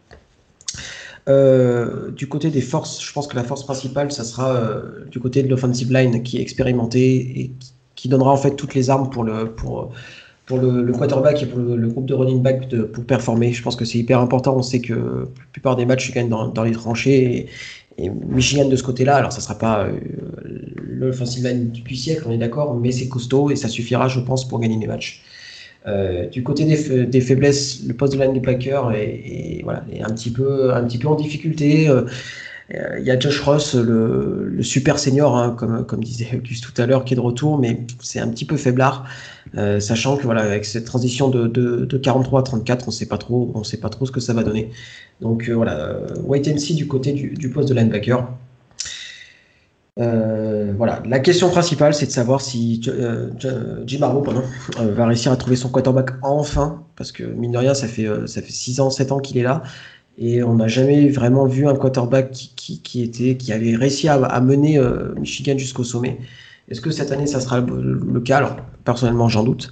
Du côté des forces, je pense que la force principale, ça sera du côté de l'offensive line qui est expérimenté et qui donnera en fait toutes les armes pour le quarterback et pour le groupe de running back pour performer. Je pense que c'est hyper important. On sait que la plupart des matchs se gagnent dans les tranchées. Et Michigan de ce côté-là, alors ça ne sera pas l'offensive line du siècle, on est d'accord, mais c'est costaud et ça suffira, je pense, pour gagner les matchs. Du côté des faiblesses, le poste de linebacker est un petit peu en difficulté. Il y a Josh Ross, le super senior, hein, comme disait Gus tout à l'heure, qui est de retour, mais c'est un petit peu faiblard, sachant que voilà, avec cette transition de 43 à 34, on sait pas trop ce que ça va donner. Donc voilà, wait and see du côté du poste de linebacker. Voilà, la question principale, c'est de savoir si Jim Harbaugh va réussir à trouver son quarterback enfin, parce que mine de rien, ça fait 6 ans, 7 ans qu'il est là. Et on n'a jamais vraiment vu un quarterback qui avait réussi à mener Michigan jusqu'au sommet. Est-ce que cette année, ça sera le cas? Alors, personnellement, j'en doute.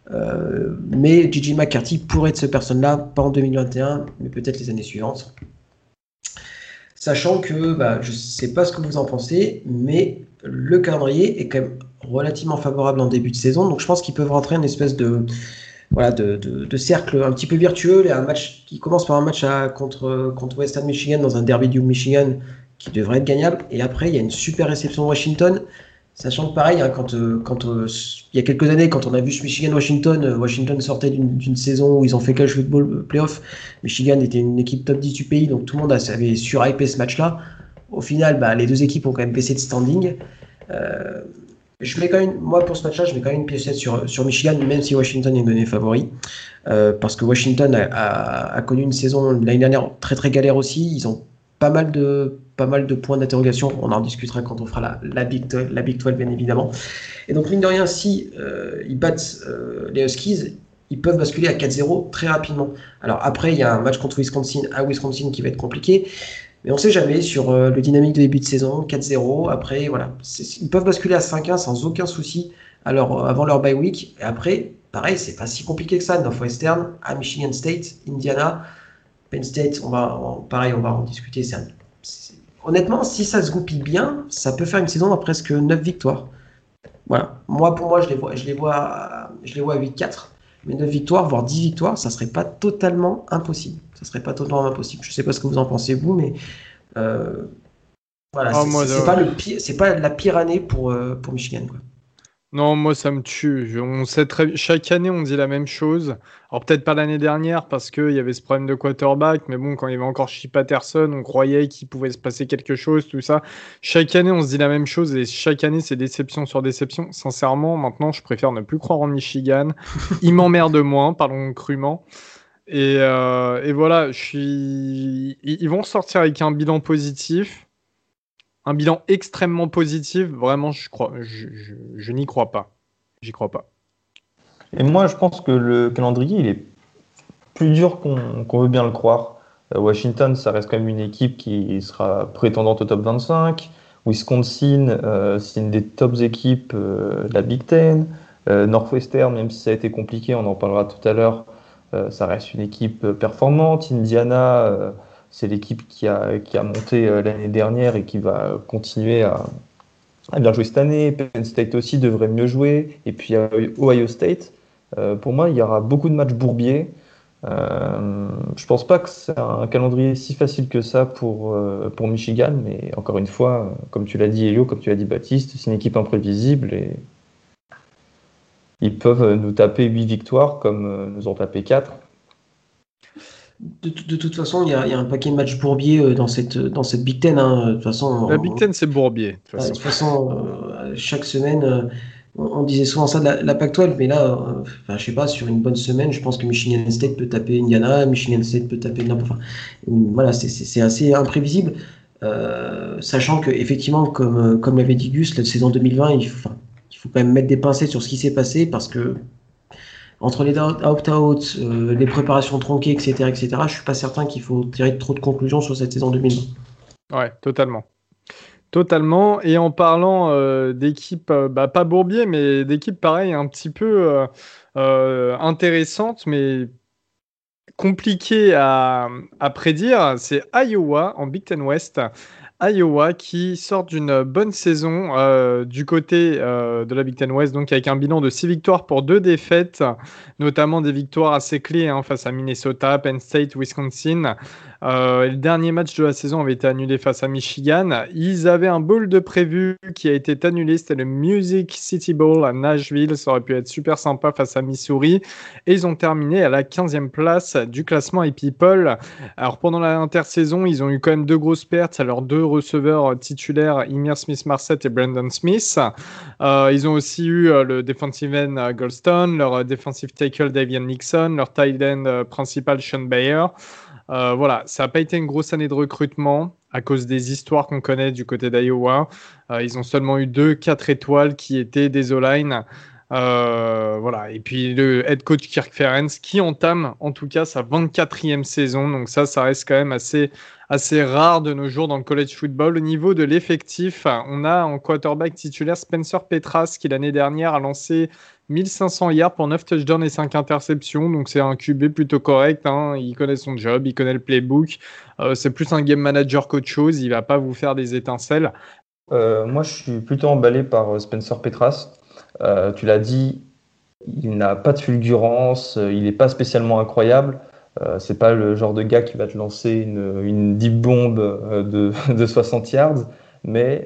Mais J.J. McCarthy pourrait être cette personne-là, pas en 2021, mais peut-être les années suivantes. Sachant que je ne sais pas ce que vous en pensez, mais le calendrier est quand même relativement favorable en début de saison. Donc, je pense qu'ils peuvent rentrer une espèce de cercle un petit peu virtueux. Il y a un match qui commence par un match contre Western Michigan dans un derby du Michigan qui devrait être gagnable. Et après, il y a une super réception de Washington. Sachant que pareil, hein, quand il y a quelques années, quand on a vu ce Michigan-Washington, Washington sortait d'une saison où ils ont fait college football playoff. Michigan était une équipe top 10 du pays, donc tout le monde avait surhypé ce match-là. Au final, les deux équipes ont quand même baissé de standing. Je mets quand même, moi pour ce match-là, je mets quand même une piécette sur Michigan, même si Washington est donné favori. Parce que Washington a connu une saison l'année dernière très très galère aussi. Ils ont pas mal de points d'interrogation. On en discutera quand on fera la Big 12, bien évidemment. Et donc, mine de rien, si ils battent les Huskies, ils peuvent basculer à 4-0 très rapidement. Alors après, il y a un match contre Wisconsin à Wisconsin qui va être compliqué. Mais on ne sait jamais sur le dynamique de début de saison, 4-0. Après, voilà, ils peuvent basculer à 5-1 sans aucun souci avant leur bye week. Et après, pareil, c'est pas si compliqué que ça. Northwestern, à Michigan State, Indiana, Penn State, on va en discuter. Honnêtement, si ça se goupille bien, ça peut faire une saison à presque 9 victoires. Voilà. Pour moi, je les vois à 8-4. Mais 9 victoires, voire 10 victoires, ça serait pas totalement impossible. Ça serait pas totalement impossible. Je sais pas ce que vous en pensez, vous, mais voilà, c'est pas la pire année pour Michigan, quoi. Non, moi ça me tue. On sait chaque année on dit la même chose. Alors peut-être pas l'année dernière parce qu'il y avait ce problème de quarterback, mais bon, quand il y avait encore Shea Patterson, on croyait qu'il pouvait se passer quelque chose, tout ça. Chaque année on se dit la même chose et chaque année c'est déception sur déception. Sincèrement, maintenant je préfère ne plus croire en Michigan. Ils m'emmerdent moins, parlons crûment. Et voilà, ils vont ressortir avec un bilan positif. Un bilan extrêmement positif, vraiment, je n'y crois pas. J'y crois pas. Et moi, je pense que le calendrier, il est plus dur qu'on veut bien le croire. Washington, ça reste quand même une équipe qui sera prétendante au top 25. Wisconsin, c'est une des tops équipes de la Big Ten. Northwestern, même si ça a été compliqué, on en parlera tout à l'heure, ça reste une équipe performante. Indiana, c'est l'équipe qui a monté l'année dernière et qui va continuer à bien jouer cette année. Penn State aussi devrait mieux jouer. Et puis Ohio State. Pour moi, il y aura beaucoup de matchs bourbiers. Je pense pas que c'est un calendrier si facile que ça pour Michigan, mais encore une fois, comme tu l'as dit Elio, comme tu l'as dit Baptiste, c'est une équipe imprévisible et ils peuvent nous taper 8 victoires comme nous ont tapé 4. De toute façon, il y a un paquet de matchs bourbiers dans cette Big Ten. Hein. De toute façon, La Big Ten, c'est bourbier. De toute façon, chaque semaine, on disait souvent ça de la Pac-12, mais là, je sais pas, sur une bonne semaine, je pense que Michigan State peut taper Indiana, Michigan State peut taper n'importe. Enfin, voilà, c'est assez imprévisible, sachant que effectivement, comme l'avait dit Gus, la saison 2020, il faut quand même mettre des pincettes sur ce qui s'est passé parce que entre les opt-out, les préparations tronquées, etc., je suis pas certain qu'il faut tirer trop de conclusions sur cette saison 2020. Ouais, totalement. Totalement. Et en parlant d'équipes, pas bourbier, mais d'équipes pareil, un petit peu intéressantes, mais compliquées à prédire, c'est Iowa en Big Ten West. Iowa qui sort d'une bonne saison du côté de la Big Ten West, donc avec un bilan de 6 victoires pour 2 défaites, notamment des victoires assez clés face à Minnesota, Penn State, Wisconsin. Le dernier match de la saison avait été annulé face à Michigan. Ils avaient un bowl de prévu qui a été annulé, c'était le Music City Bowl à Nashville. Ça aurait pu être super sympa face à Missouri. Et ils ont terminé à la 15e place du classement AP Poll. Alors pendant l'intersaison, ils ont eu quand même 2 grosses pertes à leurs 2 receveurs titulaires, Ihmir Smith-Marsette et Brandon Smith. Ils ont aussi eu le defensive end Goldstone, leur defensive tackle Davian Nixon, leur tight end principal Sean Bayer. Voilà, ça n'a pas été une grosse année de recrutement à cause des histoires qu'on connaît du côté d'Iowa. Ils ont seulement eu 2 4 étoiles qui étaient des O-line. Voilà. Et puis le head coach Kirk Ferentz qui entame en tout cas sa 24e saison. Donc ça reste quand même assez rare de nos jours dans le college football. Au niveau de l'effectif, on a en quarterback titulaire Spencer Petras qui l'année dernière a lancé 1500 yards pour 9 touchdowns et 5 interceptions. Donc c'est un QB plutôt correct. Il connaît son job, il connaît le playbook. C'est plus un game manager qu'autre chose. Il va pas vous faire des étincelles. Moi, je suis plutôt emballé par Spencer Petras. Tu l'as dit, il n'a pas de fulgurance, il n'est pas spécialement incroyable. C'est pas le genre de gars qui va te lancer une deep bombe de 60 yards, mais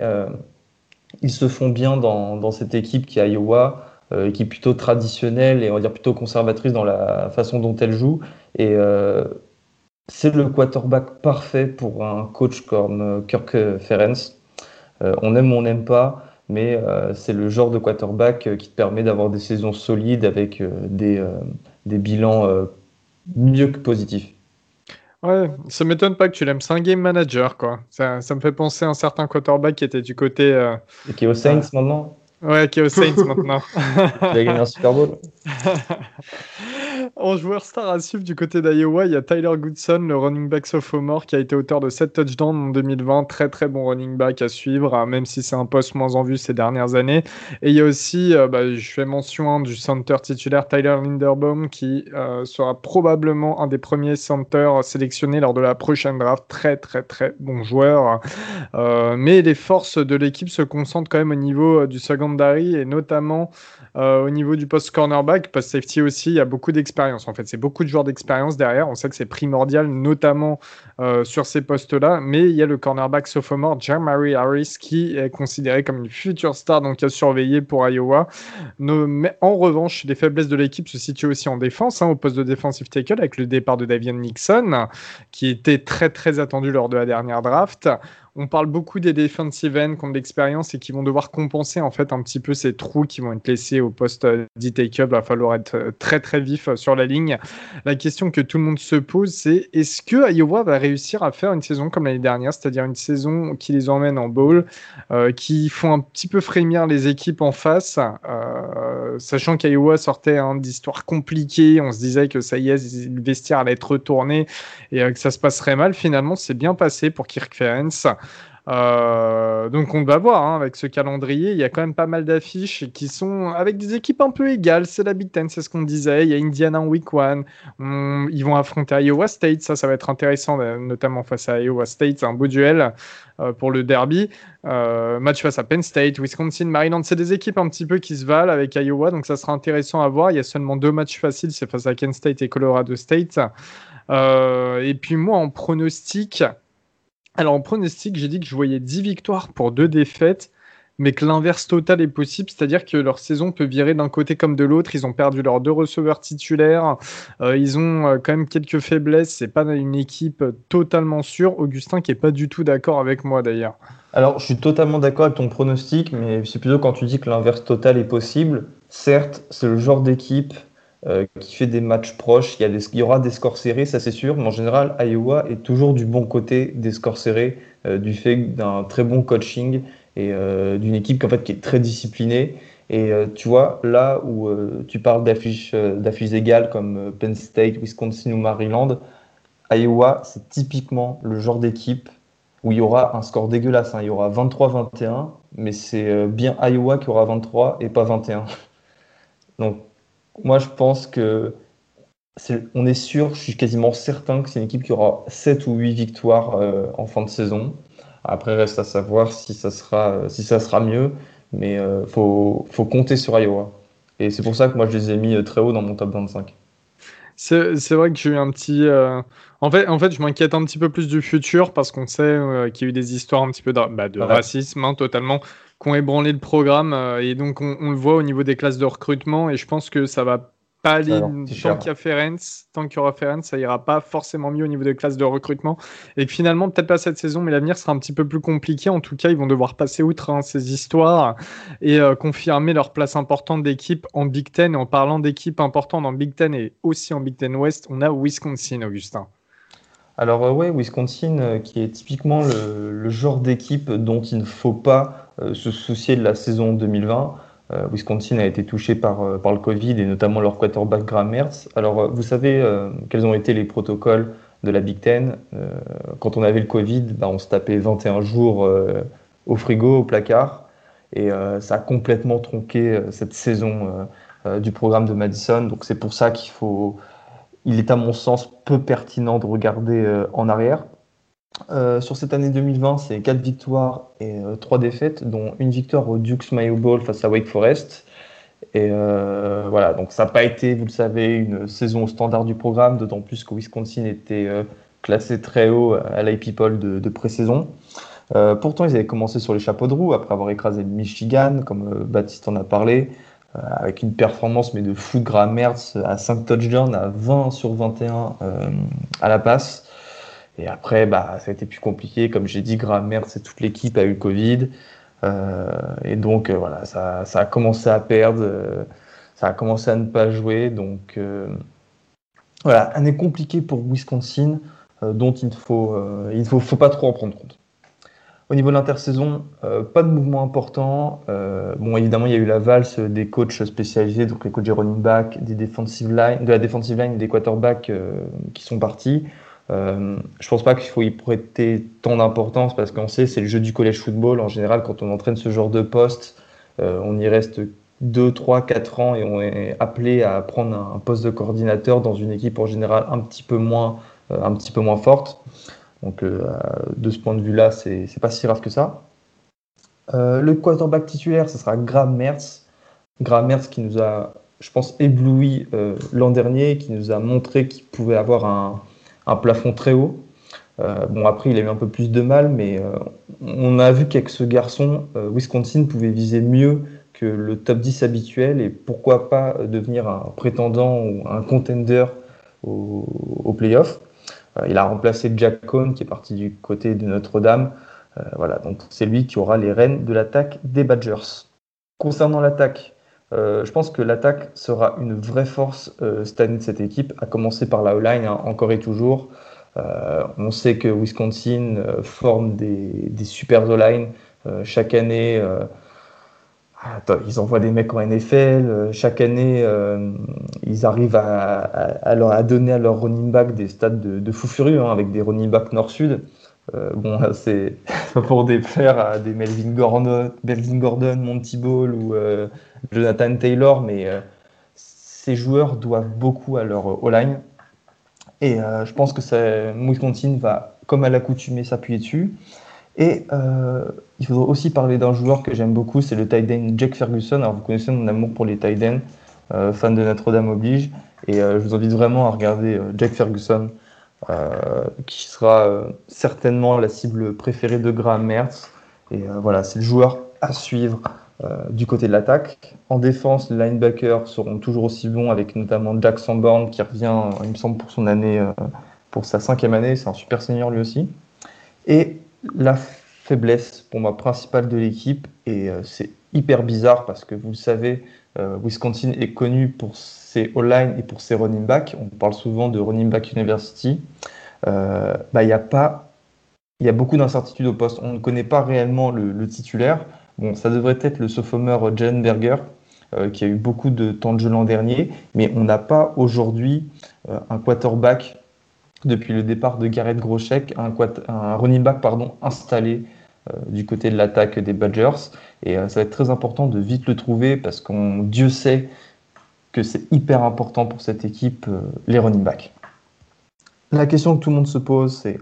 ils se font bien dans cette équipe qui est Iowa, qui est plutôt traditionnelle et on va dire plutôt conservatrice dans la façon dont elle joue. Et c'est le quarterback parfait pour un coach comme Kirk Ferentz. On aime ou on n'aime pas, mais c'est le genre de quarterback qui te permet d'avoir des saisons solides avec des bilans mieux que positifs. Ouais, ça m'étonne pas que tu l'aimes. C'est un game manager, quoi. Ça me fait penser à un certain quarterback qui était du côté. Et qui est aux Saints maintenant. Ouais, qui est aux Saints maintenant. Il a gagné un Super Bowl. En joueur star à suivre du côté d'Iowa, il y a Tyler Goodson, le running back sophomore, qui a été auteur de 7 touchdowns en 2020. Très très bon running back à suivre, même si c'est un poste moins en vue ces dernières années. Et il y a aussi, je fais mention du center titulaire Tyler Linderbaum, qui sera probablement un des premiers centers sélectionnés lors de la prochaine draft. Très très très bon joueur. Mais les forces de l'équipe se concentrent quand même au niveau du secondary et notamment au niveau du post cornerback, post safety aussi. Il y a beaucoup d'expérience. En fait, c'est beaucoup de joueurs d'expérience derrière. On sait que c'est primordial, notamment sur ces postes-là. Mais il y a le cornerback sophomore Jermary Harris qui est considéré comme une future star, donc à surveiller pour Iowa. Mais en revanche, les faiblesses de l'équipe se situent aussi en défense, au poste de defensive tackle avec le départ de Davian Nixon, qui était très très attendu lors de la dernière draft. On parle beaucoup des defensive ends qui ont de l'expérience et qui vont devoir compenser en fait un petit peu ces trous qui vont être laissés au poste d'e-tackle. Il va falloir être très très vif sur la ligne. La question que tout le monde se pose, c'est est-ce que Iowa va réussir à faire une saison comme l'année dernière, c'est-à-dire une saison qui les emmène en bowl, qui font un petit peu frémir les équipes en face, sachant qu'Iowa sortait d'histoires compliquées, on se disait que ça y est, le vestiaire allait être retourné et que ça se passerait mal. Finalement, c'est bien passé pour Kirk Ferentz. Donc on va voir, hein, avec ce calendrier, il y a quand même pas mal d'affiches qui sont avec des équipes un peu égales. C'est la Big Ten, c'est ce qu'on disait. Il y a Indiana en Week 1. Ils vont affronter Iowa State. Ça va être intéressant, notamment face à Iowa State. C'est un beau duel pour le derby. Match face à Penn State, Wisconsin, Maryland. C'est des équipes un petit peu qui se valent avec Iowa. Donc ça sera intéressant à voir. Il y a seulement 2 matchs faciles. C'est face à Kent State et Colorado State. Et puis moi, en pronostic... Alors, en pronostic, j'ai dit que je voyais 10 victoires pour 2 défaites, mais que l'inverse total est possible, c'est-à-dire que leur saison peut virer d'un côté comme de l'autre. Ils ont perdu leurs 2 receveurs titulaires, ils ont quand même quelques faiblesses, c'est pas une équipe totalement sûre. Augustin qui est pas du tout d'accord avec moi d'ailleurs. Alors, je suis totalement d'accord avec ton pronostic, mais c'est plutôt quand tu dis que l'inverse total est possible. Certes, c'est le genre d'équipe qui fait des matchs proches. Il y aura des scores serrés, ça c'est sûr, mais en général, Iowa est toujours du bon côté des scores serrés, du fait d'un très bon coaching et d'une équipe qui est très disciplinée. Et tu vois, là où tu parles d'affiches égales comme Penn State, Wisconsin ou Maryland, Iowa, c'est typiquement le genre d'équipe où il y aura un score dégueulasse, hein. Il y aura 23-21, mais c'est bien Iowa qui aura 23 et pas 21. Donc, moi, je pense que on est sûr, je suis quasiment certain que c'est une équipe qui aura 7 ou 8 victoires en fin de saison. Après, reste à savoir si ça sera mieux, mais faut compter sur Iowa. Et c'est pour ça que moi, je les ai mis très haut dans mon top 25. C'est vrai que j'ai eu un petit. En fait, je m'inquiète un petit peu plus du futur parce qu'on sait qu'il y a eu des histoires un petit peu de Voilà. racisme, hein, totalement, qui ont ébranlé le programme. Et donc, on le voit au niveau des classes de recrutement. Et je pense que ça va pas aller. Alors, c'est cher. Tant qu'il y aura Ferenc, ça ira pas forcément mieux au niveau des classes de recrutement. Et que finalement, peut-être pas cette saison, mais l'avenir sera un petit peu plus compliqué. En tout cas, ils vont devoir passer outre ces histoires et confirmer leur place importante d'équipe en Big Ten. Et en parlant d'équipe importante en Big Ten et aussi en Big Ten West, on a Wisconsin, Augustin. Alors ouais, Wisconsin, qui est typiquement le genre d'équipe dont il ne faut pas se soucier de la saison 2020. Wisconsin a été touché par le Covid et notamment leur quarterback Graham Mertz. Alors vous savez quels ont été les protocoles de la Big Ten. Quand on avait le Covid, on se tapait 21 jours au frigo, au placard. Et ça a complètement tronqué cette saison du programme de Madison. Donc c'est pour ça il est à mon sens peu pertinent de regarder en arrière. Sur cette année 2020, c'est 4 victoires et 3 défaites, dont une victoire au Duke's Mayo Bowl face à Wake Forest. Et voilà, donc ça n'a pas été, vous le savez, une saison au standard du programme, d'autant plus que Wisconsin était classé très haut à l'IP Poll de pré-saison. Pourtant, ils avaient commencé sur les chapeaux de roue après avoir écrasé le Michigan, comme Baptiste en a parlé, avec une performance mais de fou de Graham Mertz à 5 touchdowns, à 20 sur 21 à la passe. Et après, ça a été plus compliqué. Comme j'ai dit, Graham Mertz et toute l'équipe a eu le Covid. Et donc, voilà, ça a commencé à perdre. Ça a commencé à ne pas jouer. Donc, voilà, année compliquée pour Wisconsin, dont il ne faut pas trop en prendre compte. Au niveau de l'intersaison, pas de mouvement important. Bon, évidemment, il y a eu la valse des coachs spécialisés, donc les coachs des running back, de la defensive line et des quarterbacks qui sont partis. Je pense pas qu'il faut y prêter tant d'importance parce qu'on sait c'est le jeu du college football. En général, quand on entraîne ce genre de poste, on y reste 2, 3, 4 ans et on est appelé à prendre un poste de coordinateur dans une équipe en général un petit peu moins forte. Donc de ce point de vue-là, c'est pas si grave que ça. Le quarterback titulaire, ce sera Graham Mertz. Graham Mertz qui nous a, je pense, ébloui l'an dernier, qui nous a montré qu'il pouvait avoir un plafond très haut. Bon, après, il a eu un peu plus de mal, mais on a vu qu'avec ce garçon, Wisconsin pouvait viser mieux que le top 10 habituel et pourquoi pas devenir un prétendant ou un contender au playoff. Il a remplacé Jack Cohn qui est parti du côté de Notre-Dame. Voilà, donc c'est lui qui aura les rênes de l'attaque des Badgers. Concernant l'attaque, je pense que l'attaque sera une vraie force cette année de cette équipe, à commencer par la O-line, hein, encore et toujours. On sait que Wisconsin forme des super O-line. Chaque année, ils envoient des mecs en NFL. Chaque année, ils arrivent à donner à leurs running back des stats de fou furieux, hein, avec des running back nord-sud. Bon, c'est pas pour déplaire à des Melvin Gordon, Monty Ball ou Jonathan Taylor, mais ces joueurs doivent beaucoup à leur O-line. Et je pense que Wisconsin va, comme à l'accoutumée, s'appuyer dessus. Et il faudrait aussi parler d'un joueur que j'aime beaucoup, c'est le tight end Jake Ferguson. Alors vous connaissez mon amour pour les tight ends, fan de Notre-Dame oblige. Et je vous invite vraiment à regarder Jake Ferguson, qui sera certainement la cible préférée de Graham Mertz. Et voilà, c'est le joueur à suivre du côté de l'attaque. En défense, les linebackers seront toujours aussi bons, avec notamment Jack Sanborn qui revient, il me semble, pour sa 5e année. C'est un super senior lui aussi. Et la faiblesse pour moi principale de l'équipe, et c'est hyper bizarre parce que vous le savez, Wisconsin est connu pour ses O-line et pour ses running back. On parle souvent de running back university. Il y a beaucoup d'incertitudes au poste. On ne connaît pas réellement le titulaire. Bon, ça devrait être le sophomore Jalen Berger, qui a eu beaucoup de temps de jeu l'an dernier, mais on n'a pas aujourd'hui un quarterback depuis le départ de Garrett Groshek, un running back installé du côté de l'attaque des Badgers. Et ça va être très important de vite le trouver parce Dieu sait que c'est hyper important pour cette équipe, les running backs. La question que tout le monde se pose, c'est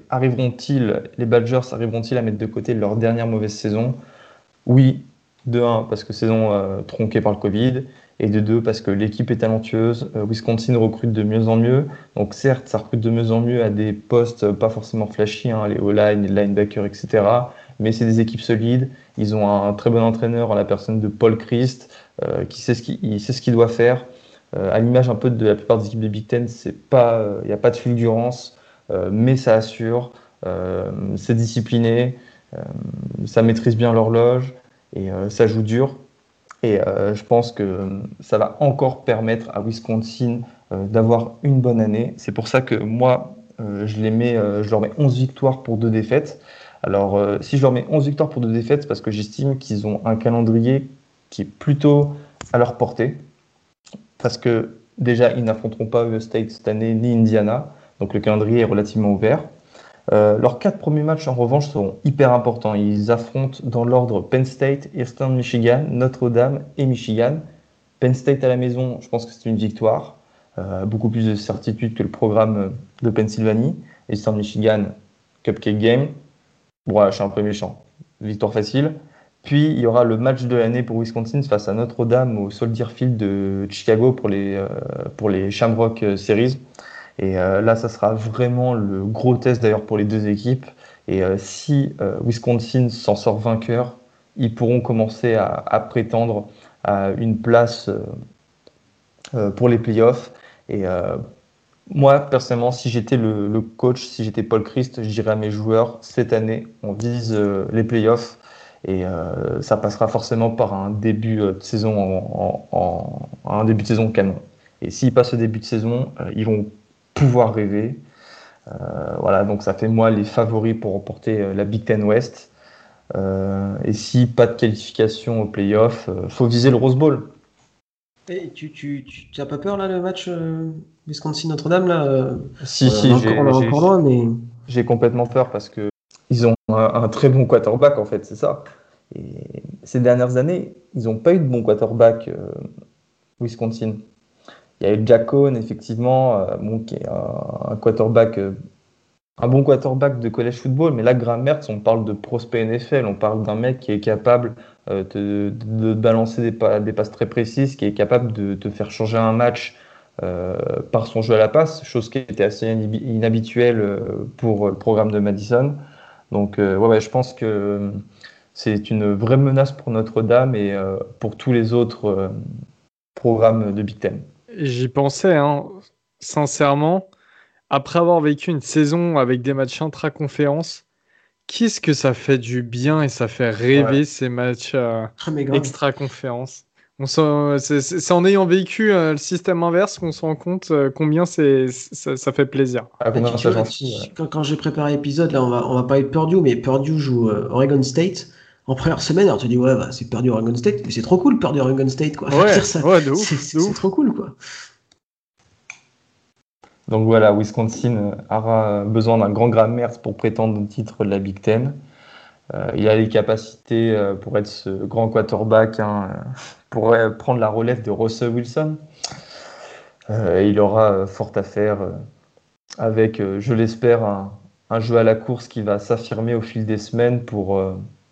les Badgers arriveront-ils à mettre de côté leur dernière mauvaise saison ? Oui, de 1, parce que saison tronquée par le Covid, et de 2, parce que l'équipe est talentueuse. Wisconsin recrute de mieux en mieux. Donc certes, ça recrute de mieux en mieux à des postes pas forcément flashy, les O-line, les linebackers, etc. Mais c'est des équipes solides. Ils ont un très bon entraîneur en la personne de Paul Christ, qui sait ce qu'il doit faire. À l'image un peu de la plupart des équipes de Big Ten, il n'y a pas de fulgurance, mais ça assure, c'est discipliné, ça maîtrise bien l'horloge et ça joue dur. Et je pense que ça va encore permettre à Wisconsin d'avoir une bonne année. C'est pour ça que moi, je leur mets 11 victoires pour 2 défaites. Alors, si je leur mets 11 victoires pour 2 défaites, c'est parce que j'estime qu'ils ont un calendrier qui est plutôt à leur portée. Parce que déjà, ils n'affronteront pas Ohio State cette année, ni Indiana. Donc le calendrier est relativement ouvert. Leurs 4 premiers matchs, en revanche, seront hyper importants. Ils affrontent dans l'ordre Penn State, Eastern Michigan, Notre-Dame et Michigan. Penn State à la maison, je pense que c'est une victoire. Beaucoup plus de certitude que le programme de Pennsylvanie. Eastern Michigan, Cupcake Game. Bon, je suis un peu méchant. Victoire facile. Puis, il y aura le match de l'année pour Wisconsin face à Notre-Dame au Soldier Field de Chicago pour les Shamrock Series. Et là, ça sera vraiment le gros test d'ailleurs pour les 2 équipes. Et si Wisconsin s'en sort vainqueur, ils pourront commencer à prétendre à une place pour les playoffs. Et moi, personnellement, si j'étais le coach, si j'étais Paul Christ, je dirais à mes joueurs, cette année, on vise les playoffs. Et ça passera forcément par un début de saison un début de saison canon. Et s'ils passent au début de saison, ils vont pouvoir rêver. Voilà, donc ça fait moi les favoris pour remporter la Big Ten West. Et si pas de qualification au playoff, faut viser le Rose Bowl. Et tu n'as pas peur là le match Wisconsin-Notre-Dame là Si, on est encore loin, mais j'ai complètement peur parce que ils ont un très bon quarterback en fait, c'est ça. Et ces dernières années, ils n'ont pas eu de bon quarterback Wisconsin. Il y a eu Jack Cohn, effectivement, qui est un quarterback, un bon quarterback de college football. Mais là, Graham Mertz, on parle de prospect NFL. On parle d'un mec qui est capable de balancer des passes très précises, qui est capable de te faire changer un match par son jeu à la passe, chose qui était assez inhabituelle pour le programme de Madison. Donc, je pense que c'est une vraie menace pour Notre-Dame et pour tous les autres programmes de Big Ten. J'y pensais, sincèrement, après avoir vécu une saison avec des matchs intra-conférences, qu'est-ce que ça fait du bien et ça fait rêver ces matchs extra-conférences. C'est en ayant vécu le système inverse qu'on se rend compte combien ça fait plaisir. Quand j'ai préparé l'épisode, là, on va parler de Purdue, mais Purdue joue Oregon State. En première semaine, alors tu te dis, c'est Purdue Oregon State, mais c'est trop cool, Purdue Oregon State, quoi. De ouf. C'est trop cool, quoi. Donc voilà, Wisconsin aura besoin d'un grand Graham Mertz pour prétendre au titre de la Big Ten. Il a les capacités pour être ce grand quarterback, pour prendre la relève de Russell Wilson. Il aura fort à faire avec, je l'espère, un jeu à la course qui va s'affirmer au fil des semaines pour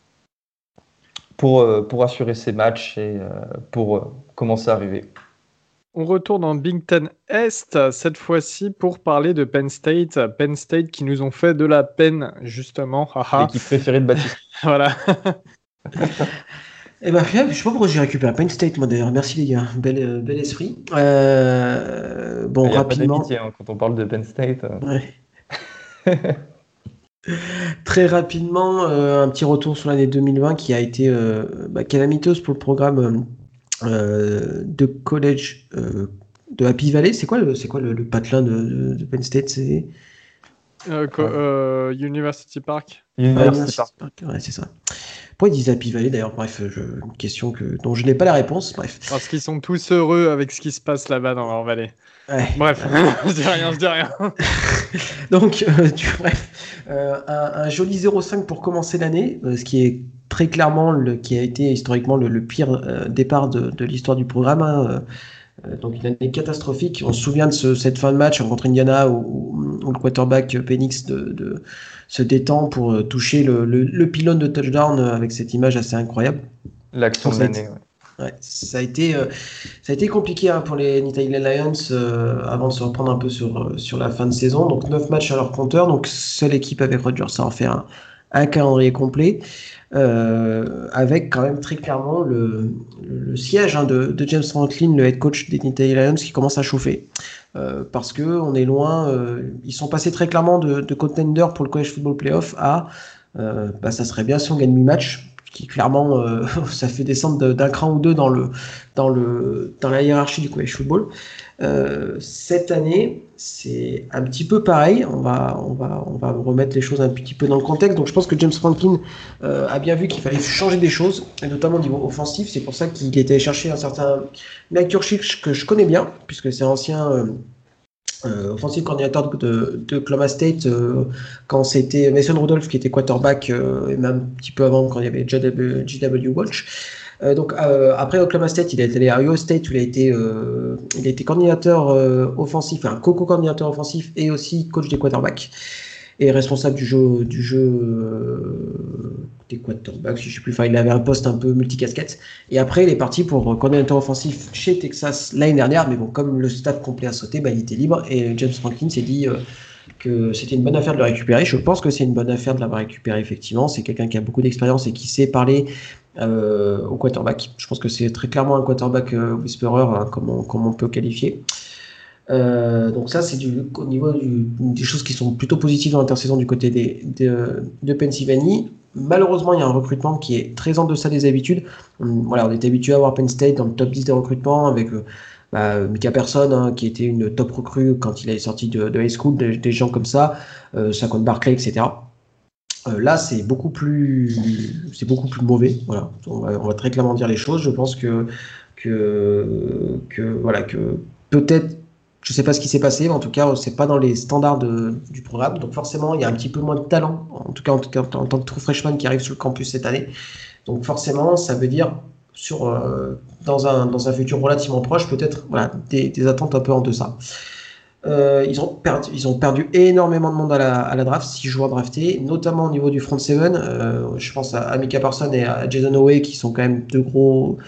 assurer ses matchs et pour commencer à arriver. On retourne en Big Ten Est, cette fois-ci pour parler de Penn State. Penn State qui nous ont fait de la peine, justement. L'équipe préférée de Baptiste. Voilà. Eh ben, je sais pas pourquoi j'ai récupéré Penn State, moi d'ailleurs. Merci les gars, bel esprit. Bon, Il n'y a rapidement. pas d'amitié quand on parle de Penn State. Ouais. Très rapidement, un petit retour sur l'année 2020 qui a été calamiteuse pour le programme de college de Happy Valley. C'est quoi le patelin de Penn State? C'est University Park. University Park. Ouais, c'est ça. Pourquoi ils disent Happy Valley d'ailleurs? Bref, une question dont je n'ai pas la réponse. Bref. Parce qu'ils sont tous heureux avec ce qui se passe là-bas dans leur vallée. Ouais. Bref, je dis rien. Donc, un joli 0,5 pour commencer l'année, ce qui est très clairement qui a été historiquement le pire départ de l'histoire du programme. Donc une année catastrophique. On se souvient de cette fin de match contre Indiana où le quarterback Penix se détend pour toucher le pylône de touchdown avec cette image assez incroyable. L'action de l'année, ouais, ça a été compliqué pour les Nittany Lions avant de se reprendre un peu sur la fin de saison. Donc 9 matchs à leur compteur, donc seule équipe avec Rodgers à en faire un calendrier complet. Avec quand même très clairement le siège de James Franklin, le head coach des Nittany Lions, qui commence à chauffer. Parce que on est loin, ils sont passés très clairement de contender pour le college football playoff à ça serait bien si on gagne 8 matchs, qui clairement ça fait descendre d'un cran ou deux dans la hiérarchie du college football. Cette année, c'est un petit peu pareil. On va remettre les choses un petit peu dans le contexte. Donc, je pense que James Franklin a bien vu qu'il fallait changer des choses, et notamment au niveau offensif. C'est pour ça qu'il était chercher un certain Mike Yurcich que je connais bien, puisque c'est ancien offensive coordinateur de Oklahoma State quand c'était Mason Rudolph qui était quarterback, et même un petit peu avant quand il y avait J.W. Walsh. Donc après Oklahoma State, il est allé à Iowa State où il a été coordinateur offensif, co-coordinateur offensif et aussi coach des quarterbacks et responsable du jeu des quarterbacks, je sais plus. Enfin, il avait un poste un peu multicasquette. Et après, il est parti pour coordinateur offensif chez Texas l'année dernière. Mais bon, comme le staff complet a sauté, il était libre et James Franklin s'est dit que c'était une bonne affaire de le récupérer. Je pense que c'est une bonne affaire de l'avoir récupéré, effectivement. C'est quelqu'un qui a beaucoup d'expérience et qui sait parler au quarterback. Je pense que c'est très clairement un quarterback whisperer, comme on peut qualifier. Donc ça, c'est au niveau des choses qui sont plutôt positives dans l'intersaison du côté de Pennsylvanie. Malheureusement, il y a un recrutement qui est très en deçà des habitudes. On était habitué à voir Penn State dans le top 10 des recrutements avec Micah Parsons, qui était une top recrue quand il est sorti de high school, des gens comme ça, Saquon Barkley, etc. Là, c'est beaucoup plus mauvais. Voilà, on va très clairement dire les choses. Je pense que peut-être, je ne sais pas ce qui s'est passé, mais en tout cas, c'est pas dans les standards du programme. Donc forcément, il y a un petit peu moins de talent, en tout cas en tant que true freshman qui arrive sur le campus cette année. Donc forcément, ça veut dire dans un futur relativement proche, peut-être des attentes un peu en deçà. Ils ont perdu énormément de monde à la draft, 6 joueurs draftés, notamment au niveau du front seven. Je pense à Micah Parsons et à Jason Howe, qui sont quand même de gros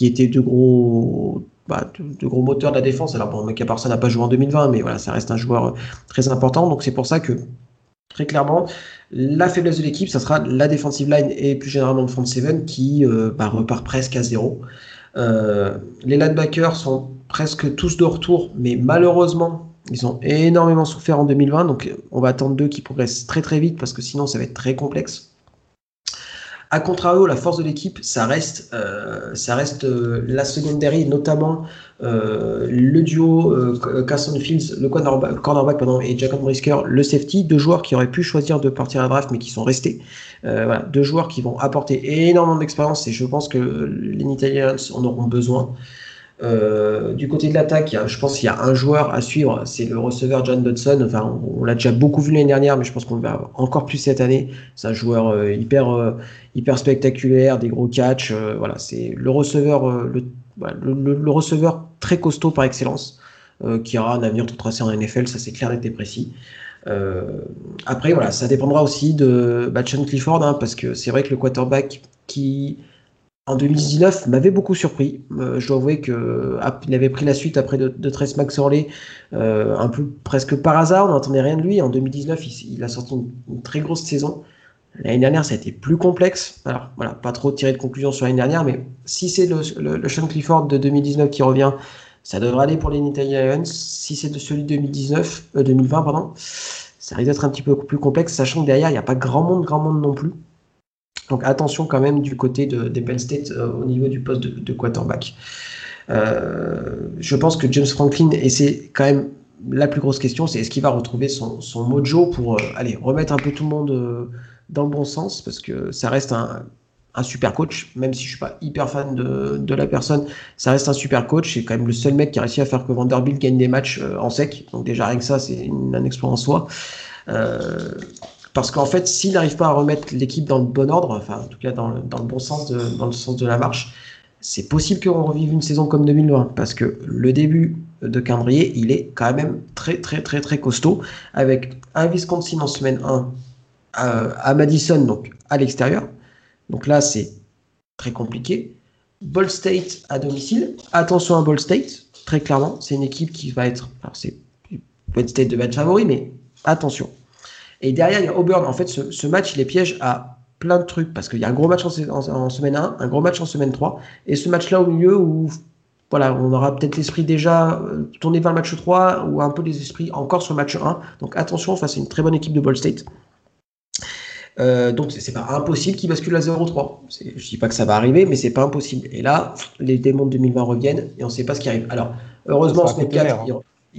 moteurs de la défense. Alors bon, Micah Parsons n'a pas joué en 2020, mais voilà, ça reste un joueur très important. Donc c'est pour ça que très clairement, la faiblesse de l'équipe, ça sera la defensive line et plus généralement le front seven qui repart presque à zéro. Les linebackers sont presque tous de retour, mais malheureusement, ils ont énormément souffert en 2020, donc on va attendre d'eux qui progressent très très vite parce que sinon ça va être très complexe. A contrario, la force de l'équipe, ça reste la secondary, notamment le duo Carson Fields, le cornerback et Jacob Brisker, le safety, 2 joueurs qui auraient pu choisir de partir à la draft mais qui sont restés. 2 joueurs qui vont apporter énormément d'expérience et je pense que les Nittany Lions en auront besoin. Du côté de l'attaque, je pense qu'il y a un joueur à suivre, c'est le receveur John Dodson. Enfin, on l'a déjà beaucoup vu l'année dernière, mais je pense qu'on le verra encore plus cette année. C'est un joueur hyper spectaculaire, des gros catchs. Voilà, c'est le receveur, le receveur très costaud par excellence, qui aura un avenir tout tracé en NFL, ça c'est clair, net et précis. Après, voilà, ça dépendra aussi de Sean Clifford, hein, parce que c'est vrai que le quarterback qui en 2019 m'avait beaucoup surpris. Je dois avouer qu'il avait pris la suite après de Trace McSorley, un peu presque par hasard, on n'entendait rien de lui. En 2019, il a sorti une très grosse saison. L'année dernière, ça a été plus complexe. Alors voilà, pas trop tirer de conclusion sur l'année dernière, mais si c'est le Sean Clifford de 2019 qui revient, ça devrait aller pour les Nittany Lions. Si c'est de celui de 2020, pardon, ça risque d'être un petit peu plus complexe, sachant que derrière, il n'y a pas grand monde non plus. Donc attention quand même du côté des Penn State au niveau du poste de quarterback. Je pense que James Franklin, et c'est quand même la plus grosse question, c'est est-ce qu'il va retrouver son mojo pour remettre un peu tout le monde dans le bon sens, parce que ça reste un super coach, même si je suis pas hyper fan de la personne, ça reste un super coach. C'est quand même le seul mec qui a réussi à faire que Vanderbilt gagne des matchs en sec, donc déjà rien que ça c'est un exploit en soi. Parce qu'en fait, s'il n'arrive pas à remettre l'équipe dans le bon ordre, enfin en tout cas dans le bon sens, dans le sens de la marche, c'est possible qu'on revive une saison comme 2020, parce que le début de calendrier, il est quand même très costaud, avec un Wisconsin en semaine 1 à Madison, donc à l'extérieur. Donc là, c'est très compliqué. Ball State à domicile. Attention à Ball State, très clairement, c'est une équipe qui va être... Alors Ball State devait être favori, mais attention. Et derrière, il y a Auburn. En fait, ce match, il est piège à plein de trucs, parce qu'il y a un gros match en semaine 1, un gros match en semaine 3, et ce match-là au milieu où voilà, on aura peut-être l'esprit déjà tourné vers le match 3, ou un peu les esprits encore sur le match 1. Donc attention, face à une très bonne équipe de Ball State. Donc c'est pas impossible qu'il bascule à 0-3. Je dis pas que ça va arriver, mais c'est pas impossible. Et là, les démons de 2020 reviennent, et on sait pas ce qui arrive. Alors, heureusement, en semaine 4... Pardon ?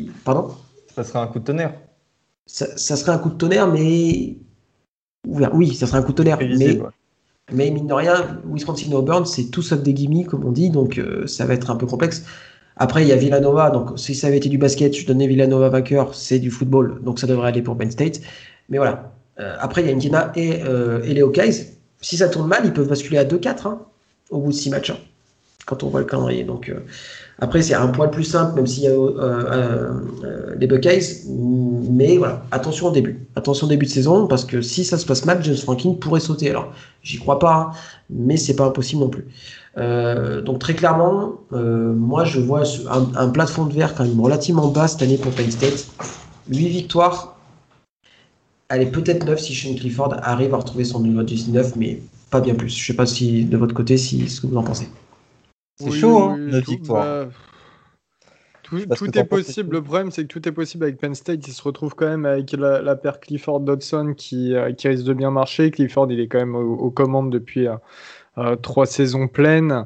Ça serait un coup de tonnerre. Ça serait un coup de tonnerre, mais... Oui, ça serait un coup de tonnerre, mais mine de rien, Wisconsin et Auburn, c'est tout sauf des gimmicks, comme on dit, donc ça va être un peu complexe. Après, il y a Villanova, donc si ça avait été du basket, je donnais Villanova vainqueur, c'est du football, donc ça devrait aller pour Penn State. Mais voilà. Après, il y a Indiana et les Hawkeyes. Si ça tourne mal, ils peuvent basculer à 2-4 au bout de 6 matchs, quand on voit le calendrier. Donc, après, c'est un poil plus simple, même s'il y a les Buckeyes. Mais voilà, attention au début de saison, parce que si ça se passe mal, James Franklin pourrait sauter. Alors, j'y crois pas, mais c'est pas impossible non plus. Donc très clairement, moi je vois un plafond de verre quand même relativement bas cette année pour Penn State. 8 victoires. Elle est peut-être 9 si Sean Clifford arrive à retrouver son niveau de 19, mais pas bien plus. Je sais pas si de votre côté, ce que vous en pensez. C'est chaud, hein, 9 victoires. Tout est possible. Le problème, c'est que tout est possible avec Penn State. Il se retrouve quand même avec la paire Clifford-Dodson qui risque de bien marcher. Clifford, il est quand même aux commandes depuis 3 saisons pleines.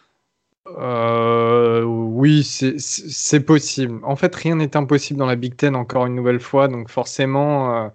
Oui, c'est possible. En fait, rien n'est impossible dans la Big Ten, encore une nouvelle fois. Donc forcément,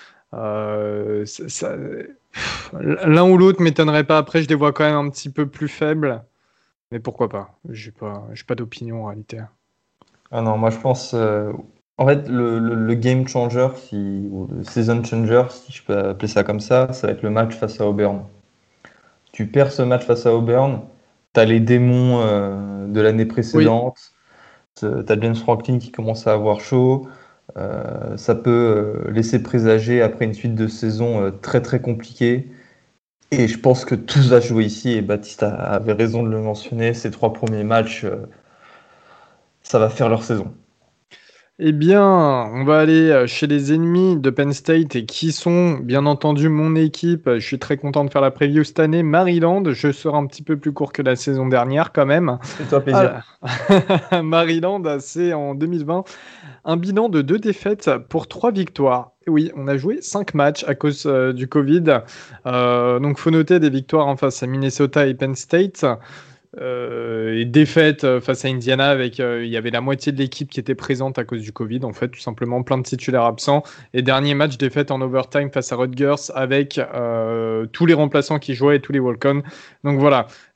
l'un ou l'autre m'étonnerait pas. Après, je les vois quand même un petit peu plus faibles. Mais pourquoi pas? J'ai pas d'opinion en réalité. Ah non, moi je pense... En fait, le game changer, ou le season changer, si je peux appeler ça comme ça va être le match face à Auburn. Tu perds ce match face à Auburn, tu as les démons de l'année précédente, tu as James Franklin qui commence à avoir chaud, ça peut laisser présager après une suite de saisons très très compliquée. Et je pense que tout va jouer ici, et Baptiste avait raison de le mentionner, ces 3 premiers matchs, ça va faire leur saison. Eh bien, on va aller chez les ennemis de Penn State et qui sont, bien entendu, mon équipe. Je suis très content de faire la preview cette année. Maryland, je serai un petit peu plus court que la saison dernière quand même. Fais-toi plaisir. Maryland, c'est en 2020 un bilan de 2 défaites pour 3 victoires. Oui, on a joué 5 matchs à cause du Covid. Donc, faut noter des victoires en face à Minnesota et Penn State. Et défaite face à Indiana avec il y avait la moitié de l'équipe qui était présente à cause du Covid, en fait, tout simplement plein de titulaires absents. Et dernier match, défaite en overtime face à Rutgers avec tous les remplaçants qui jouaient et tous les walk-on. Donc voilà,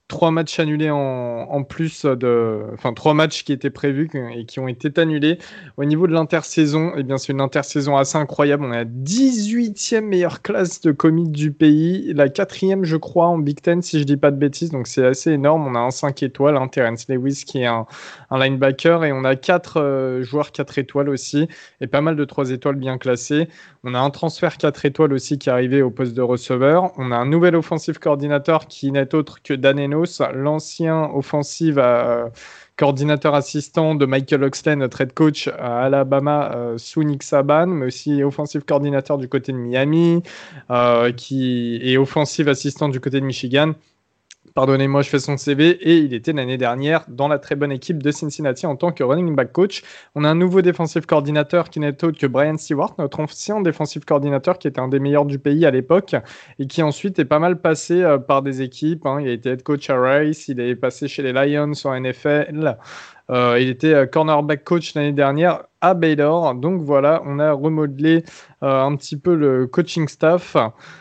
3 matchs annulés en plus enfin 3 matchs qui étaient prévus et qui ont été annulés. Au niveau de l'intersaison, eh bien c'est une intersaison assez incroyable. On est à 18e meilleure classe de commit du pays, la 4e je crois en Big Ten si je dis pas de bêtises, donc c'est assez énorme. On a un 5 étoiles, Terrence Lewis qui est un linebacker, et on a 4 joueurs 4 étoiles aussi, et pas mal de 3 étoiles bien classés. On a un transfert 4 étoiles aussi qui est arrivé au poste de receveur. On a un nouvel offensive coordinateur qui n'est autre que Dan Enos, l'ancien offensive coordinateur assistant de Michael Oxley, notre head coach à Alabama sous Nick Saban, mais aussi offensive coordinateur du côté de Miami, qui est offensive assistant du côté de Michigan. Pardonnez-moi, je fais son CV, et il était l'année dernière dans la très bonne équipe de Cincinnati en tant que running back coach. On a un nouveau défensif coordinateur qui n'est autre que Brian Stewart, notre ancien défensif coordinateur qui était un des meilleurs du pays à l'époque et qui ensuite est pas mal passé par des équipes. Il a été head coach à Rice, il est passé chez les Lions en NFL. Il était cornerback coach l'année dernière à Baylor. Donc voilà, on a remodelé un petit peu le coaching staff.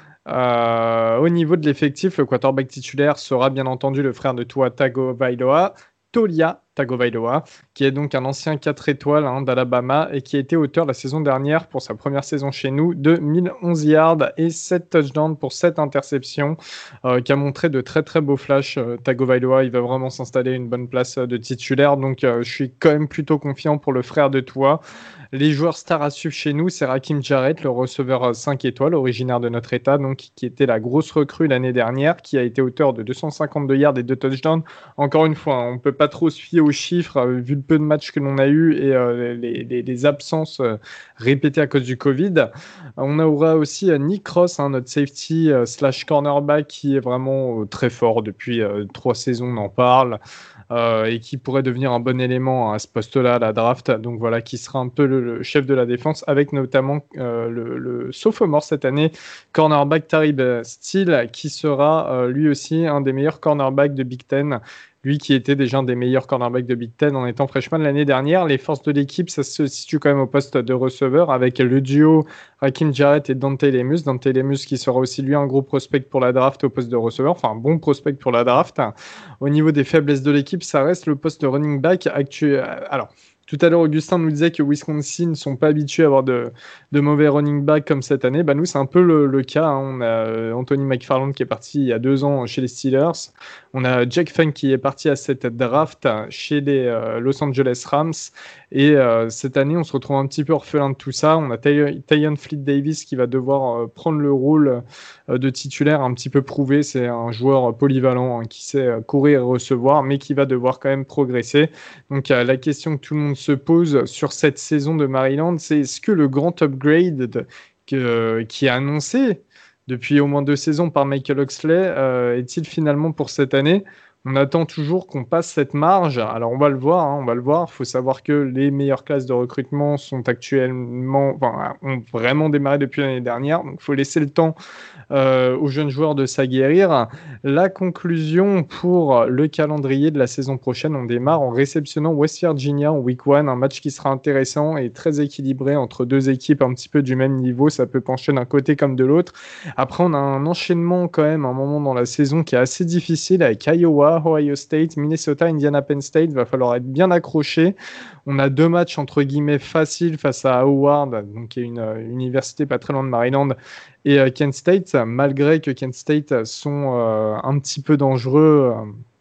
Au niveau de l'effectif, le quarterback titulaire sera bien entendu le frère de Tua Tagovailoa, Tolia Tagovailoa, qui est donc un ancien 4 étoiles d'Alabama et qui a été auteur la saison dernière pour sa première saison chez nous de 1011 yards et 7 touchdowns pour 7 interceptions, qui a montré de très très beaux flashs. Tagovailoa, il va vraiment s'installer une bonne place de titulaire, donc je suis quand même plutôt confiant pour le frère de Tua. Les joueurs stars à suivre chez nous, c'est Rakim Jarrett, le receveur 5 étoiles, originaire de notre état, donc qui était la grosse recrue l'année dernière, qui a été auteur de 252 yards et 2 touchdowns. Encore une fois, on ne peut pas trop se fier aux chiffres, vu le peu de matchs que l'on a eu et les absences répétées à cause du Covid. On aura aussi Nick Ross, notre safety slash cornerback, qui est vraiment très fort depuis 3 saisons, on en parle. Et qui pourrait devenir un bon élément à ce poste-là à la draft. Donc voilà, qui sera un peu le chef de la défense, avec notamment le sophomore cette année, cornerback Tarib Steele, qui sera lui aussi un des meilleurs cornerbacks de Big Ten. Lui qui était déjà un des meilleurs cornerbacks de Big Ten en étant freshman l'année dernière. Les forces de l'équipe, ça se situe quand même au poste de receveur avec le duo Rakim Jarrett et Dante Lemus. Dante Lemus qui sera aussi lui un gros prospect pour la draft au poste de receveur, enfin un bon prospect pour la draft. Au niveau des faiblesses de l'équipe, ça reste le poste de running back actuel. Alors, tout à l'heure, Augustin nous disait que Wisconsin ne sont pas habitués à avoir de mauvais running back comme cette année. Nous, c'est un peu le cas. On a Anthony McFarland qui est parti il y a 2 ans chez les Steelers. On a Jack Funk qui est parti à cette draft chez les Los Angeles Rams. Et cette année, on se retrouve un petit peu orphelin de tout ça. On a Tyon Fleet-Davis qui va devoir prendre le rôle de titulaire un petit peu prouvé. C'est un joueur polyvalent qui sait courir et recevoir, mais qui va devoir quand même progresser. Donc la question que tout le monde se pose sur cette saison de Maryland, c'est est-ce que le grand upgrade qui est annoncé depuis au moins 2 saisons par Michael Oxley est-il finalement pour cette année? On attend toujours qu'on passe cette marge. Alors on va le voir, on va le voir. Il faut savoir que les meilleures classes de recrutement sont ont vraiment démarré depuis l'année dernière. Donc il faut laisser le temps aux jeunes joueurs de s'aguerrir. La conclusion pour le calendrier de la saison prochaine, on démarre en réceptionnant West Virginia en week 1, un match qui sera intéressant et très équilibré entre 2 équipes un petit peu du même niveau. Ça peut pencher d'un côté comme de l'autre. Après, on a un enchaînement quand même, un moment dans la saison qui est assez difficile avec Iowa, Ohio State, Minnesota, Indiana, Penn State. Il va falloir être bien accroché. On a 2 matchs entre guillemets faciles face à Howard, donc qui est une université pas très loin de Maryland, et Kent State, malgré que Kent State sont un petit peu dangereux,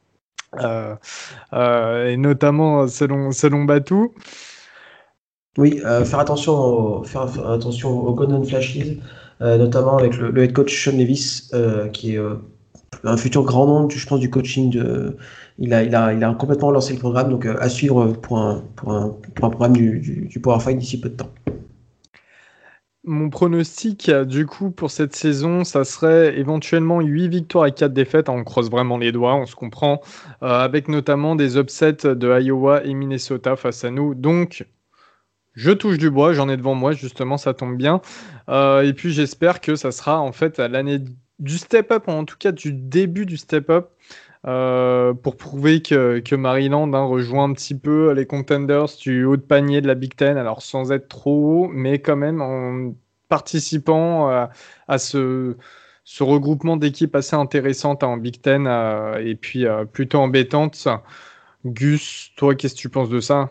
et notamment selon Batou. Oui, faire attention aux Golden Flashes, notamment avec le head coach Sean Levis, qui est un futur grand nom, je pense, du coaching. Il a complètement lancé le programme, donc à suivre pour un programme du Power 5 d'ici peu de temps. Mon pronostic, du coup, pour cette saison, ça serait éventuellement 8 victoires et 4 défaites. On croise vraiment les doigts, on se comprend, avec notamment des upsets de Iowa et Minnesota face à nous. Donc, je touche du bois, j'en ai devant moi, justement, ça tombe bien. Et puis, j'espère que ça sera en fait l'année du step-up, en tout cas du début du step-up, pour prouver que Maryland rejoint un petit peu les contenders du haut de panier de la Big Ten, alors sans être trop haut, mais quand même en participant à ce ce regroupement d'équipes assez intéressante en Big Ten et puis plutôt embêtante. Gus, toi, qu'est-ce que tu penses de ça?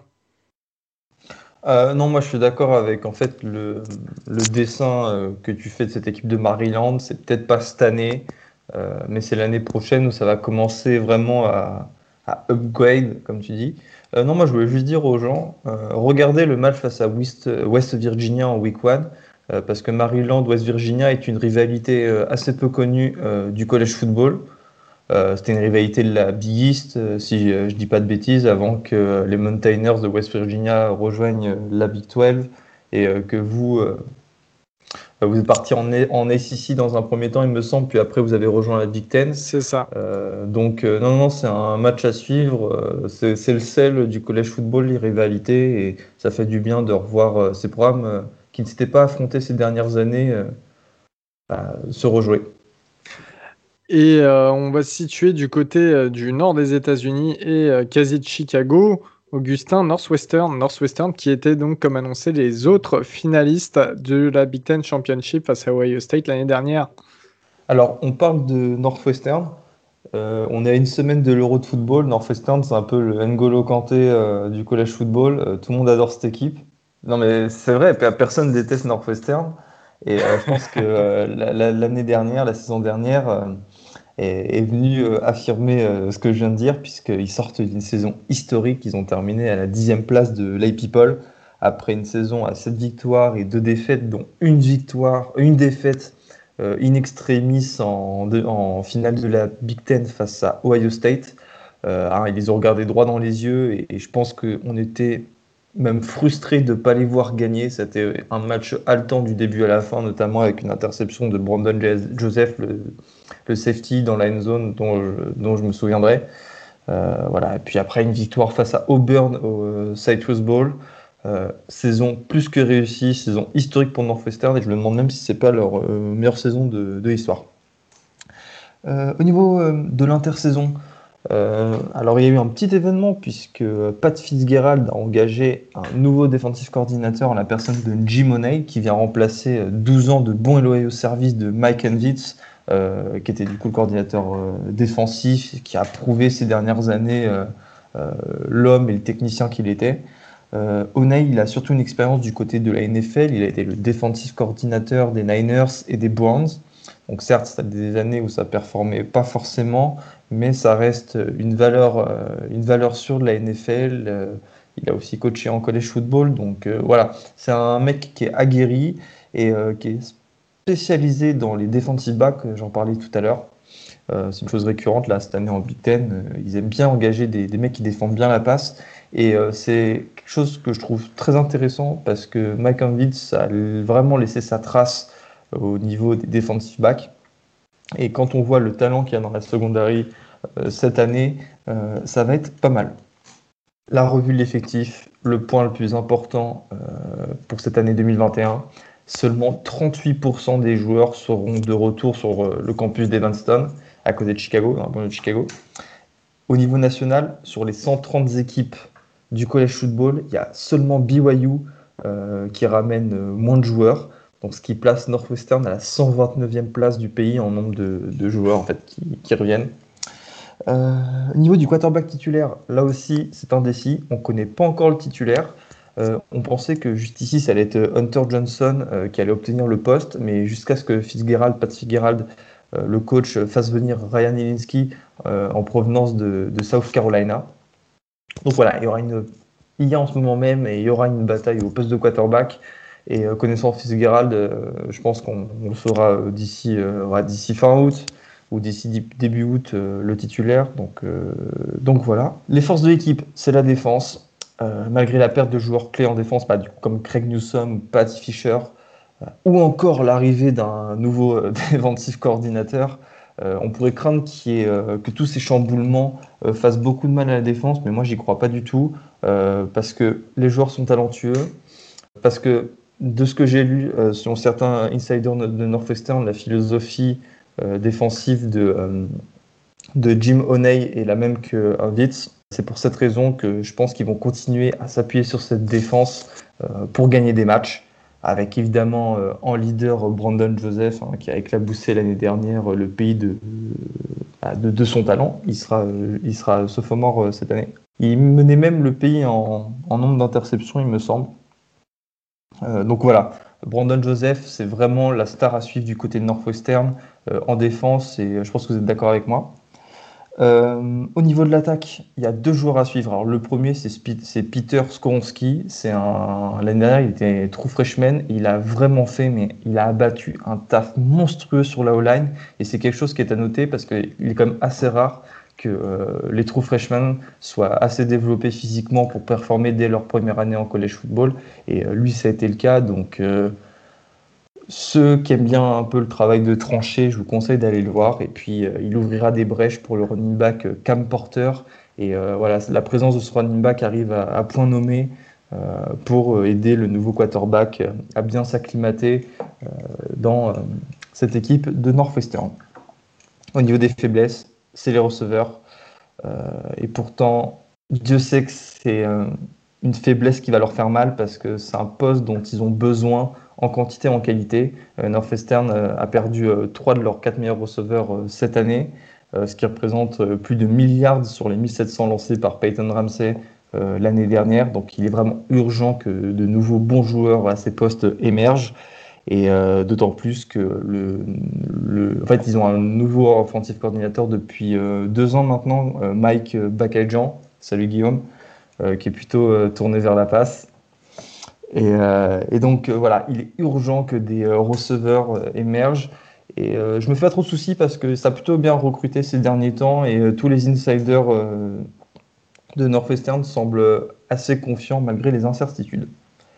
Non, moi je suis d'accord avec en fait le dessin que tu fais de cette équipe de Maryland. C'est peut-être pas cette année, mais c'est l'année prochaine où ça va commencer vraiment à upgrade, comme tu dis. Non, moi je voulais juste dire aux gens, regardez le match face à West Virginia en Week 1, parce que Maryland-West Virginia est une rivalité assez peu connue du college football. C'était une rivalité de la Big East, si je dis pas de bêtises, avant que les Mountaineers de West Virginia rejoignent la Big 12 et que vous êtes parti en ACC dans un premier temps, il me semble, puis après vous avez rejoint la Big Ten. C'est ça. Donc non, c'est un match à suivre. C'est le sel du college football, les rivalités, et ça fait du bien de revoir ces programmes qui ne s'étaient pas affrontés ces dernières années se rejouer. Et on va se situer du côté du nord des États-Unis et quasi de Chicago. Augustin, Northwestern, qui étaient donc, comme annoncé, les autres finalistes de la Big Ten Championship face à Ohio State l'année dernière. Alors, on parle de Northwestern. On est à une semaine de l'Euro de football. Northwestern, c'est un peu le N'Golo Kanté du college football. Tout le monde adore cette équipe. Non, mais c'est vrai, personne déteste Northwestern. Et je pense que l'année dernière, la saison dernière, est venu affirmer ce que je viens de dire, puisqu'ils sortent d'une saison historique. Ils ont terminé à la 10e place de l'APpoll après une saison à 7 victoires et 2 défaites, dont une défaite in extremis en finale de la Big Ten face à Ohio State. Ils les ont regardés droit dans les yeux et je pense qu'on était même frustrés de ne pas les voir gagner. C'était un match haletant du début à la fin, notamment avec une interception de Brandon Joseph, le safety dans la end zone dont je me souviendrai. Voilà. Et puis après, une victoire face à Auburn au Citrus Bowl. Saison plus que réussie, saison historique pour Northwestern, et je me demande même si c'est pas leur meilleure saison de l'histoire. Au niveau de l'intersaison, alors il y a eu un petit événement puisque Pat Fitzgerald a engagé un nouveau defensive coordinateur en la personne de Jim O'Neill qui vient remplacer 12 ans de bons et loyaux services de Mike Envitz, qui était du coup le coordinateur défensif, qui a prouvé ces dernières années l'homme et le technicien qu'il était. O'Neill, il a surtout une expérience du côté de la NFL. Il a été le defensive coordinateur des Niners et des Browns. Donc certes, ça a des années où ça performait pas forcément, mais ça reste une valeur sûre de la NFL. Il a aussi coaché en college football. Donc voilà, c'est un mec qui est aguerri et qui est spécialisé dans les defensive backs, j'en parlais tout à l'heure. C'est une chose récurrente là cette année en Big Ten. Ils aiment bien engager des mecs qui défendent bien la passe. Et c'est quelque chose que je trouve très intéressant parce que Mike Envitz a vraiment laissé sa trace au niveau des defensive backs. Et quand on voit le talent qu'il y a dans la secondary cette année, ça va être pas mal. La revue de l'effectif, le point le plus important pour cette année 2021, seulement 38% des joueurs seront de retour sur le campus d'Evanston, à côté de Chicago, dans la banlieue de Chicago. Au niveau national, sur les 130 équipes du college football, il y a seulement BYU qui ramène moins de joueurs, donc ce qui place Northwestern à la 129e place du pays en nombre de joueurs en fait, qui reviennent. Au niveau du quarterback titulaire, là aussi c'est indécis, on ne connaît pas encore le titulaire. On pensait que juste ici ça allait être Hunter Johnson qui allait obtenir le poste, mais jusqu'à ce que Pat Fitzgerald, le coach, fasse venir Ryan Hilinski en provenance de South Carolina. Donc voilà, il y a en ce moment même et il y aura une bataille au poste de quarterback. Et connaissant Fitzgerald, je pense qu'on le saura d'ici fin août ou d'ici début août le titulaire. Donc voilà. Les forces de l'équipe, c'est la défense. Malgré la perte de joueurs clés en défense, comme Craig Newsome, Patty Fisher, ou encore l'arrivée d'un nouveau defensive coordinateur, on pourrait craindre que tous ces chamboulements fassent beaucoup de mal à la défense, mais moi j'y crois pas du tout, parce que les joueurs sont talentueux, parce que de ce que j'ai lu selon certains insiders de Northwestern, la philosophie défensive de Jim O'Neill est la même que Envitz. C'est pour cette raison que je pense qu'ils vont continuer à s'appuyer sur cette défense pour gagner des matchs. avec évidemment en leader Brandon Joseph, qui a éclaboussé l'année dernière le pays de son talent. Il sera sophomore cette année. Il menait même le pays en nombre d'interceptions, il me semble. Donc voilà, Brandon Joseph, c'est vraiment la star à suivre du côté de Northwestern en défense, et je pense que vous êtes d'accord avec moi. Au niveau de l'attaque, il y a 2 joueurs à suivre. Alors le premier, c'est Peter Skoronski. L'année dernière, il était true freshman. Il a vraiment fait, mais il a abattu un taf monstrueux sur la O-line. Et c'est quelque chose qui est à noter parce qu'il est quand même assez rare que les true freshmen soient assez développés physiquement pour performer dès leur première année en college football. Et lui, ça a été le cas. Donc ceux qui aiment bien un peu le travail de tranchée, je vous conseille d'aller le voir. Et puis, il ouvrira des brèches pour le running back Cam Porter. Et voilà, la présence de ce running back arrive à point nommé pour aider le nouveau quarterback à bien s'acclimater dans cette équipe de Northwestern. Au niveau des faiblesses, c'est les receveurs. Et pourtant, Dieu sait que c'est une faiblesse qui va leur faire mal parce que c'est un poste dont ils ont besoin en quantité et en qualité. Northwestern a perdu 3 de leurs 4 meilleurs receveurs cette année, ce qui représente plus de milliards sur les 1700 lancés par Peyton Ramsey l'année dernière. Donc il est vraiment urgent que de nouveaux bons joueurs à ces postes émergent. Et d'autant plus que en fait, ils ont un nouveau offensive coordinateur depuis 2 ans maintenant, Mike Bakajan. Salut Guillaume, qui est plutôt tourné vers la passe. Et donc voilà, il est urgent que des receveurs émergent. Et je me fais pas trop de soucis parce que ça a plutôt bien recruté ces derniers temps et tous les insiders de Northwestern semblent assez confiants malgré les incertitudes.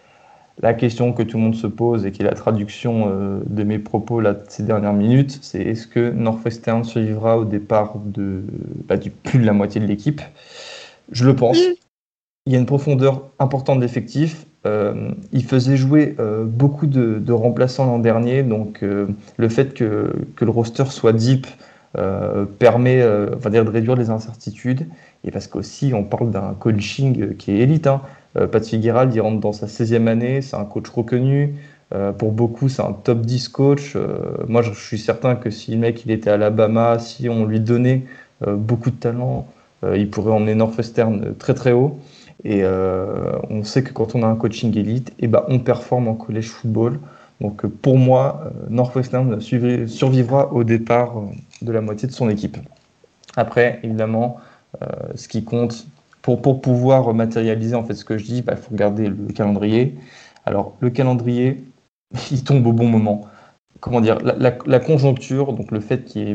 La question que tout le monde se pose et qui est la traduction de mes propos là, ces dernières minutes, c'est est-ce que Northwestern survivra au départ du plus de la moitié de l'équipe ? Je le pense. Il y a une profondeur importante d'effectifs. Il faisait jouer beaucoup de remplaçants l'an dernier, donc le fait que le roster soit deep permet de réduire les incertitudes. Et parce qu'aussi, on parle d'un coaching qui est élite. Pat Fitzgerald, il rentre dans sa 16e année, c'est un coach reconnu. Pour beaucoup, c'est un top 10 coach. Moi, je suis certain que si le mec il était à Alabama, si on lui donnait beaucoup de talent, il pourrait emmener Northwestern très très haut. Et on sait que quand on a un coaching élite, on performe en college football. Donc pour moi, Northwestern survivra au départ de la moitié de son équipe. Après, évidemment, ce qui compte pour pouvoir matérialiser en fait ce que je dis, il faut regarder le calendrier. Alors le calendrier, il tombe au bon moment. Comment dire, la conjoncture, donc le fait qu'il y ait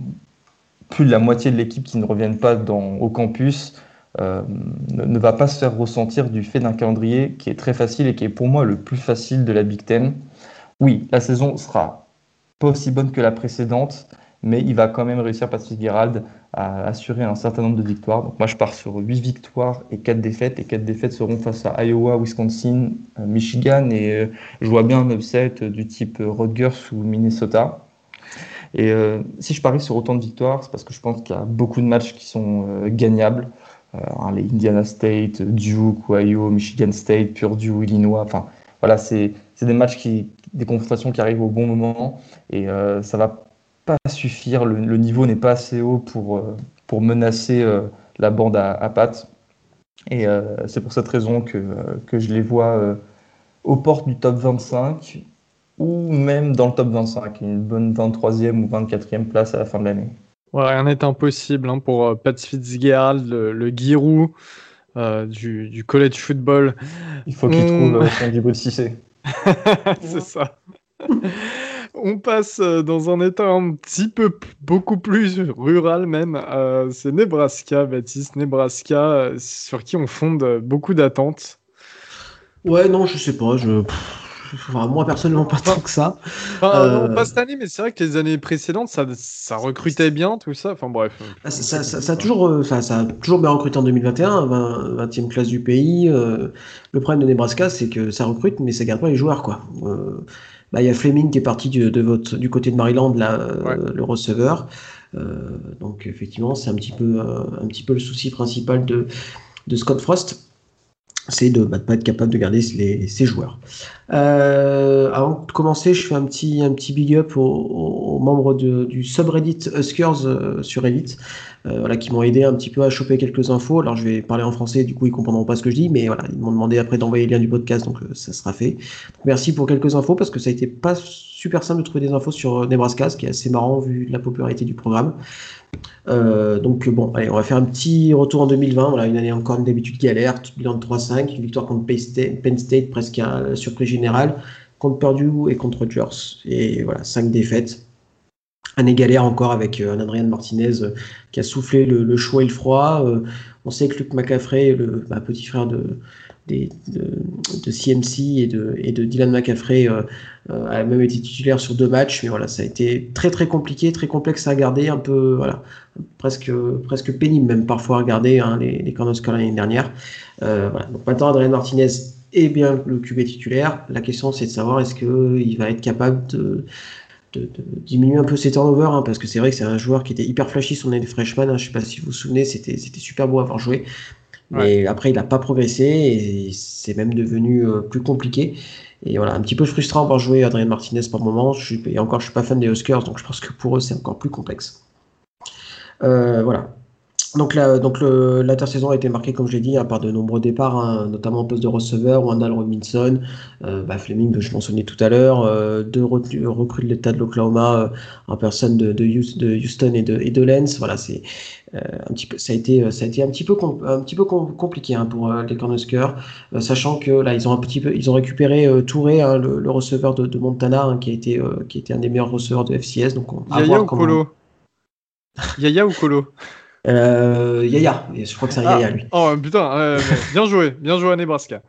plus de la moitié de l'équipe qui ne revienne pas au campus, ne va pas se faire ressentir du fait d'un calendrier qui est très facile et qui est pour moi le plus facile de la Big Ten. Oui, la saison sera pas aussi bonne que la précédente, mais il va quand même réussir, Pat Fitzgerald, à assurer un certain nombre de victoires. Donc moi, je pars sur 8 victoires et 4 défaites. Les 4 défaites seront face à Iowa, Wisconsin, Michigan, et je vois bien un upset du type Rutgers ou Minnesota. Et si je parie sur autant de victoires, c'est parce que je pense qu'il y a beaucoup de matchs qui sont gagnables. Les Indiana State, Duke, Ohio, Michigan State, Purdue, Illinois. Enfin, voilà, c'est des matchs des confrontations qui arrivent au bon moment et ça va pas suffire. Le niveau n'est pas assez haut pour menacer la bande à Pat. Et c'est pour cette raison que je les vois aux portes du top 25 ou même dans le top 25, une bonne 23e ou 24e place à la fin de l'année. Ouais, rien n'est impossible pour Pat Fitzgerald, le Giroud du college football. Il faut qu'il trouve son niveau de Cissé. C'est ça. On passe dans un état un petit peu beaucoup plus rural même. C'est Nebraska, Baptiste. Nebraska, sur qui on fonde beaucoup d'attentes. Ouais, non, je sais pas. Moi, personnellement, pas tant que ça. Non, pas cette année, mais c'est vrai que les années précédentes, ça recrutait bien, tout ça. Enfin bref. Ça a toujours bien recruté en 2021, 20e classe du pays. Le problème de Nebraska, c'est que ça recrute, mais ça garde pas les joueurs, quoi. Il y a Fleming qui est parti du côté de Maryland, là, le receveur. Donc effectivement, c'est un petit peu le souci principal de Scott Frost. c'est de ne pas être capable de garder ses joueurs. Avant de commencer, je fais un petit big up aux membres du subreddit Huskers sur Reddit, voilà, qui m'ont aidé un petit peu à choper quelques infos. Alors je vais parler en français, du coup ils comprendront pas ce que je dis, mais voilà, ils m'ont demandé après d'envoyer le lien du podcast, donc ça sera fait. Donc, merci pour quelques infos, parce que ça a été pas super simple de trouver des infos sur Nebraska, ce qui est assez marrant vu la popularité du programme. Donc bon, allez, on va faire un petit retour en 2020. Voilà, une année encore d'habitude galère, bilan de 3-5, une victoire contre Penn State presque à la surprise générale, contre Purdue et contre Rutgers. Et voilà, 5 défaites. Année galère encore avec un Adrian Martinez qui a soufflé le chaud et le froid. On sait que Luke McCaffrey, le petit frère de CMC et de Dylan McCaffrey a même été titulaire sur 2 matchs, mais voilà, ça a été très très compliqué, très complexe à regarder, un peu voilà, presque pénible même parfois à regarder, hein, les Cornhuskers l'année dernière. Voilà. Donc maintenant Adrian Martinez est bien le QB titulaire. La question c'est de savoir est-ce qu'il va être capable de diminuer un peu ses turnovers, hein, parce que c'est vrai que c'est un joueur qui était hyper flashy son année de freshman, hein, je sais pas si vous vous souvenez, c'était super beau à voir jouer. Mais après, il n'a pas progressé et c'est même devenu plus compliqué. Et voilà, un petit peu frustrant d'avoir joué Adrian Martinez par moment. Et encore, je suis pas fan des Huskers, donc je pense que pour eux, c'est encore plus complexe. Voilà. Donc l'intersaison a été marquée, comme je l'ai dit, hein, par de nombreux départs, hein, notamment au poste de receveur, Wendell Robinson, Fleming, que je mentionnais tout à l'heure, 2 recrues de l'État de l'Oklahoma, en personne de Houston et de Lens. Voilà, c'est un petit peu, ça a été un petit peu compliqué, hein, pour les Cornhuskers, sachant que là ils ont récupéré Touré, hein, le receveur de Montana, hein, qui a été un des meilleurs receveurs de FCS. Donc Yaya ou Colo? Yaya ou Colo? Yaya, je crois que c'est un Yaya lui. Oh putain, bien joué à Nebraska.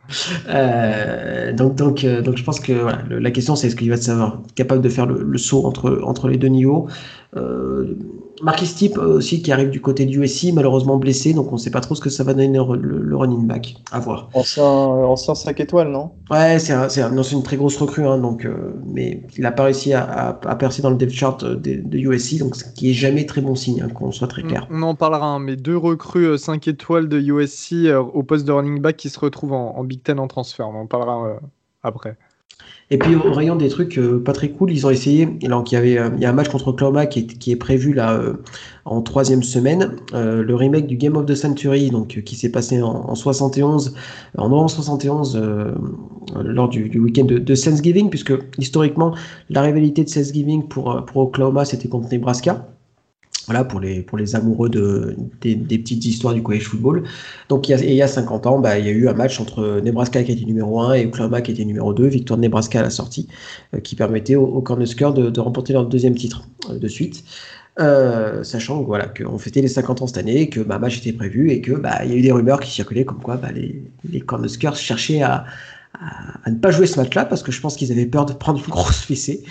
Donc je pense que voilà, la question c'est est-ce qu'il va être capable de faire le saut entre les deux niveaux. Marquis Stipe aussi qui arrive du côté de USC, malheureusement blessé, donc on ne sait pas trop ce que ça va donner le running back. À voir. Ancien 5 étoiles, non? Ouais, c'est une très grosse recrue, hein, donc, mais il n'a pas réussi à percer dans le depth chart de USC, donc ce qui est jamais très bon signe, hein, qu'on soit très clair. On en parlera, hein, mais 2 recrues 5 étoiles de USC au poste de running back qui se retrouvent en Big Ten en transfert. On en parlera après. Et puis au rayon des trucs pas très cool, ils ont essayé. Alors il y a un match contre Oklahoma qui est prévu là en 3e semaine. Le remake du Game of the Century, donc qui s'est passé en 71, en novembre 71, lors du week-end de Thanksgiving, puisque historiquement la rivalité de Thanksgiving pour Oklahoma c'était contre Nebraska. Voilà, pour les amoureux des petites histoires du college football. Donc il y a 50 ans, il y a eu un match entre Nebraska qui était numéro 1 et Oklahoma qui était numéro 2, victoire de Nebraska à la sortie, qui permettait aux Cornhuskers de remporter leur 2e titre de suite. Sachant voilà, qu'on fêtait les 50 ans cette année, que match était prévu et que il y a eu des rumeurs qui circulaient comme quoi les Cornhuskers cherchaient à ne pas jouer ce match-là parce que je pense qu'ils avaient peur de prendre une grosse fessée.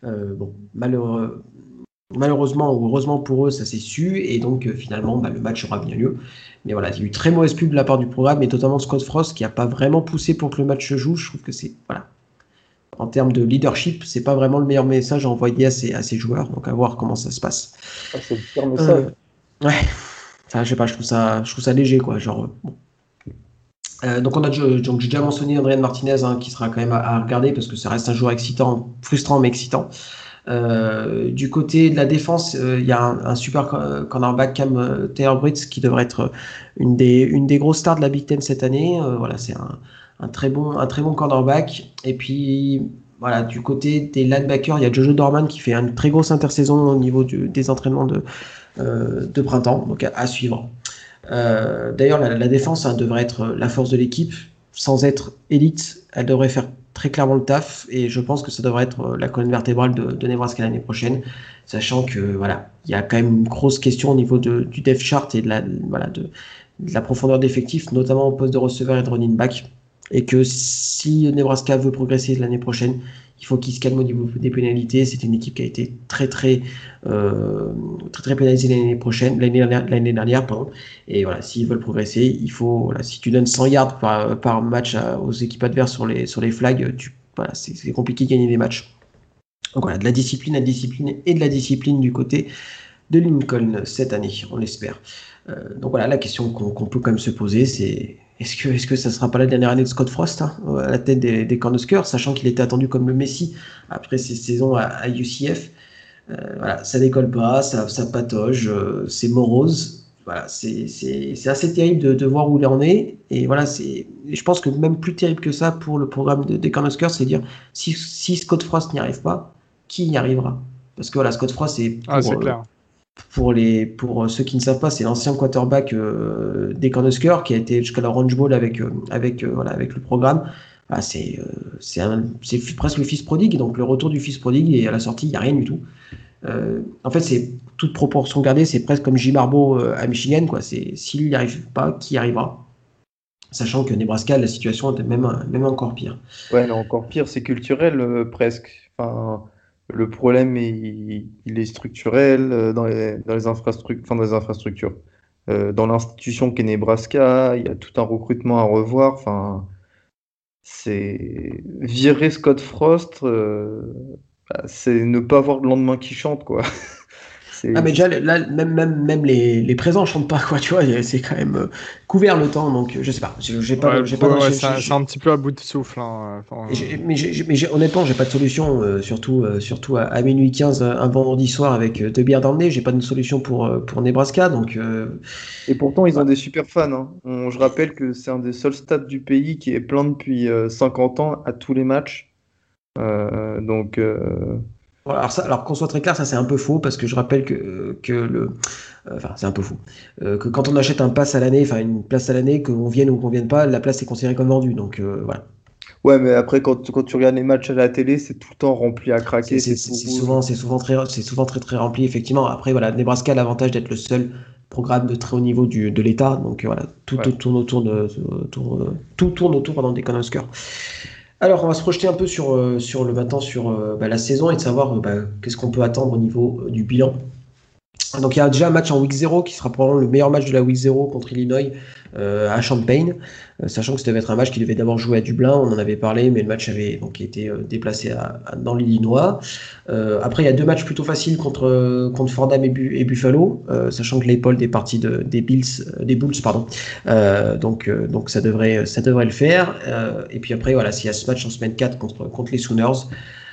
Malheureusement ou heureusement pour eux, ça s'est su et donc finalement le match aura bien lieu. Mais voilà, il y a eu très mauvaise pub de la part du programme et notamment Scott Frost qui n'a pas vraiment poussé pour que le match se joue. Je trouve que c'est en termes de leadership, c'est pas vraiment le meilleur message à envoyer à ses joueurs. Donc à voir comment ça se passe. C'est le pire message. Ouais. Enfin, je sais pas, je trouve ça léger quoi. Genre bon. Donc j'ai déjà mentionné Adrian Martinez, hein, qui sera quand même à regarder parce que ça reste un joueur excitant, frustrant mais excitant. Du côté de la défense, il y a un super cornerback, Cam Taylor-Britt, qui devrait être une des grosses stars de la Big Ten cette année. Voilà, c'est un très bon cornerback. Et puis voilà, du côté des linebackers, il y a Jojo Dorman qui fait une très grosse intersaison au niveau des entraînements de printemps, donc à suivre. D'ailleurs, la défense, hein, devrait être la force de l'équipe. Sans être élite, elle devrait faire très clairement le taf et je pense que ça devrait être la colonne vertébrale de Nebraska l'année prochaine, sachant que voilà, il y a quand même une grosse question au niveau du depth chart et de la profondeur d'effectifs, notamment au poste de receveur et de running back, et que si Nebraska veut progresser l'année prochaine, il faut qu'il se calme au niveau des pénalités. C'est une équipe qui a été très pénalisée l'année dernière, pardon. Et voilà, s'ils veulent progresser, il faut, voilà, si tu donnes 100 yards par match aux équipes adverses sur les flags, c'est compliqué de gagner des matchs. Donc voilà, de la discipline du côté de Lincoln cette année, on l'espère. Donc voilà, la question qu'on peut quand même se poser, c'est est-ce que ça sera pas la dernière année de Scott Frost à la tête des Cornhuskers, sachant qu'il était attendu comme le Messi après ses saisons à UCF. Voilà, ça décolle pas, ça patauge, c'est morose. Voilà, c'est assez terrible de voir où il en est. Et voilà, et je pense que même plus terrible que ça pour le programme des Cornhuskers, c'est dire si Scott Frost n'y arrive pas, qui y arrivera? Parce que voilà, Scott Frost, C'est clair. pour ceux qui ne savent pas, c'est l'ancien quarterback des Cornhuskers qui a été jusqu'à la Orange Bowl avec le programme. Ah, c'est presque le fils prodigue, donc le retour du fils prodigue, et à la sortie, il n'y a rien du tout. En fait, c'est toute proportion gardée, c'est presque comme Jim Harbaugh à Michigan, quoi. S'il n'y arrive pas, qui y arrivera? Sachant que Nebraska, la situation est même encore pire. Ouais, non, encore pire, c'est culturel presque. Enfin, le problème, il est structurel dans les infrastructures. Dans l'institution qu'est Nebraska, il y a tout un recrutement à revoir. Enfin, c'est virer Scott Frost, c'est ne pas voir le lendemain qui chante, quoi. Ah, mais déjà, là, même les présents chantent pas, quoi, tu vois, c'est quand même couvert le temps, donc je sais pas. J'ai pas, Ouais, j'ai pas, ouais, j'ai- c'est j'ai- un petit peu à bout de souffle. Hein. Enfin, honnêtement, j'ai pas de solution, surtout à minuit 15, un vendredi soir avec deux bières dans le nez, j'ai pas de solution pour Nebraska, donc Et pourtant, ils ont bah, des super fans, hein. Je rappelle que c'est un des seuls stades du pays qui est plein depuis 50 ans à tous les matchs. Donc, voilà, alors qu'on soit très clair, ça c'est un peu faux, parce que je rappelle enfin c'est un peu faux, que quand on achète un pass à l'année, enfin une place à l'année, qu'on vienne ou qu'on vienne pas, la place est considérée comme vendue, donc voilà. ouais, mais après, quand tu regardes les matchs à la télé, c'est tout le temps rempli à craquer, c'est tout rouge. C'est souvent très très rempli, effectivement. Après, voilà, Nebraska a l'avantage d'être le seul programme de très haut niveau de l'État. Donc voilà, Ouais. tout tourne autour pendant des Cornhuskers. Alors, on va se projeter un peu sur la saison et de savoir qu'est-ce qu'on peut attendre au niveau du bilan. Donc il y a déjà un match en week 0 qui sera probablement le meilleur match de la week 0 contre Illinois à Champaign, sachant que ça devait être un match qui devait d'abord jouer à Dublin, on en avait parlé, mais le match avait donc été déplacé dans l'Illinois. Après il y a deux matchs plutôt faciles contre Fordham et Buffalo, sachant que Leipold est parti des Bulls, pardon. Donc ça devrait le faire. Et puis après voilà, s'il y a ce match en semaine 4 contre les Sooners.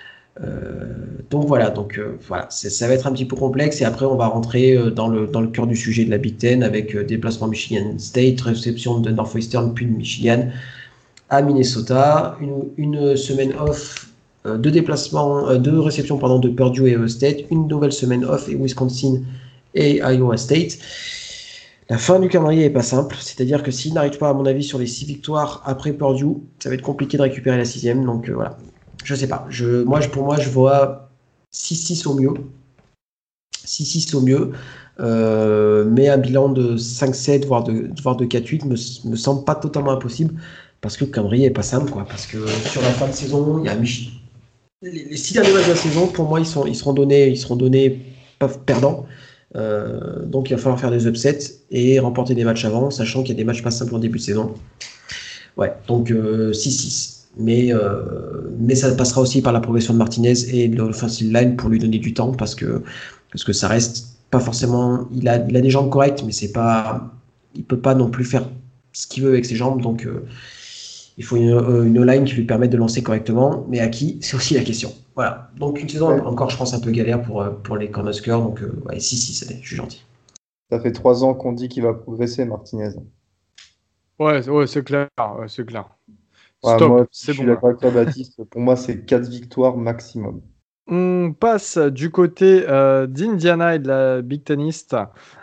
Donc voilà, ça va être un petit peu complexe et après on va rentrer dans le cœur du sujet de la Big Ten avec déplacement Michigan State, réception de Northwestern puis de Michigan à Minnesota, une semaine off de déplacement, de réception pardon, de Purdue et Iowa State, une nouvelle semaine off et Wisconsin et Iowa State. La fin du calendrier est pas simple, c'est-à-dire que s'il n'arrive pas à mon avis sur les 6 victoires après Purdue, ça va être compliqué de récupérer la 6e, donc voilà. Je sais pas. Pour moi, je vois 6-6 au mieux. 6-6 au mieux. Mais un bilan de 5-7, voire de 4-8 me semble pas totalement impossible. Parce que le calendrier est pas simple, quoi. Parce que sur la fin de saison, il y a les 6 derniers matchs de la saison, pour moi, ils seront donnés pas perdants. Donc il va falloir faire des upsets et remporter des matchs avant, sachant qu'il y a des matchs pas simples en début de saison. Ouais, donc 6-6. Mais ça passera aussi par la progression de Martinez et de l'offensive line pour lui donner du temps parce que ça reste pas forcément. Il a des jambes correctes, mais il peut pas non plus faire ce qu'il veut avec ses jambes. Donc il faut une line qui lui permette de lancer correctement. Mais à qui? C'est aussi la question. Voilà. Donc une saison encore, je pense, un peu galère pour les Cornhuskers. Donc 6-6, allez, je suis gentil. Ça fait 3 ans qu'on dit qu'il va progresser, Martinez. Ouais, c'est clair. Ouais, c'est clair. Ouais, Stop, moi, c'est je suis bon. d'accord avec toi, Baptiste. Pour moi, c'est 4 victoires maximum. On passe du côté d'Indiana et de la Big Ten East.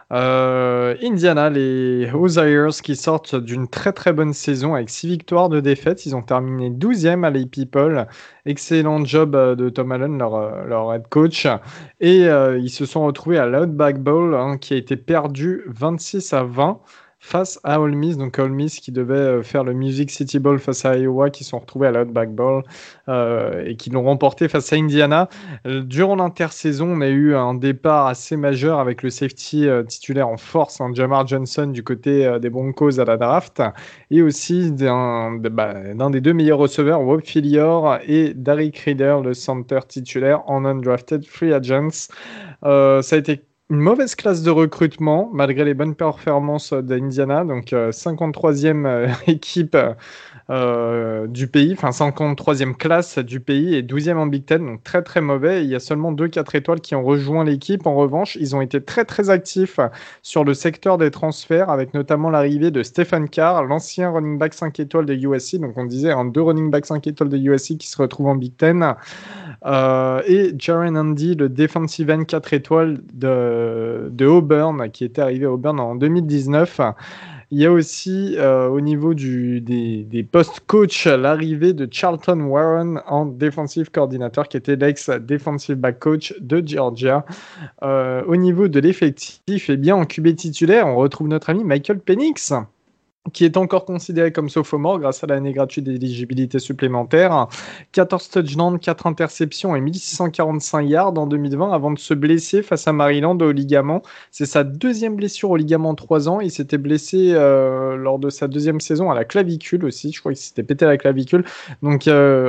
Indiana, les Hoosiers qui sortent d'une très très bonne saison avec 6 victoires, 2 défaites. Ils ont terminé 12e à l'A-People. Excellent job de Tom Allen, leur head coach. Et ils se sont retrouvés à l'Outback Bowl qui a été perdu 26-20 face à Ole Miss. Donc Ole Miss qui devait faire le Music City Bowl face à Iowa, qui sont retrouvés à l'Outback Bowl et qui l'ont remporté face à Indiana. Durant l'intersaison, on a eu un départ assez majeur avec le safety titulaire en force, Jamar Johnson du côté des Broncos à la draft, et aussi d'un des deux meilleurs receveurs, Rob Phillior, et Derrick Reader, le center titulaire en undrafted free agents. Ça a été une mauvaise classe de recrutement, malgré les bonnes performances d'Indiana. Donc, 53e équipe du pays, enfin 53e classe du pays et 12e en Big Ten, donc très très mauvais. Et il y a seulement 2-4 étoiles qui ont rejoint l'équipe. En revanche, ils ont été très très actifs sur le secteur des transferts, avec notamment l'arrivée de Stephen Carr, l'ancien running back 5 étoiles de USC. Donc on disait deux running back 5 étoiles de USC qui se retrouvent en Big Ten. Et Jaren Andy, le defensive end 4 étoiles de Auburn, qui était arrivé à Auburn en 2019. Il y a aussi au niveau des postes coach l'arrivée de Charlton Warren en defensive coordinator, qui était l'ex-defensive back coach de Georgia. Au niveau de l'effectif, eh bien, en QB titulaire, on retrouve notre ami Michael Penix, qui est encore considéré comme sophomore grâce à l'année gratuite d'éligibilité supplémentaire. 14 touchdowns, 4 interceptions et 1645 yards en 2020 avant de se blesser face à Maryland au ligament. C'est sa deuxième blessure au ligament en 3 ans. Il s'était blessé lors de sa deuxième saison à la clavicule aussi. Je crois qu'il s'était pété la clavicule. Donc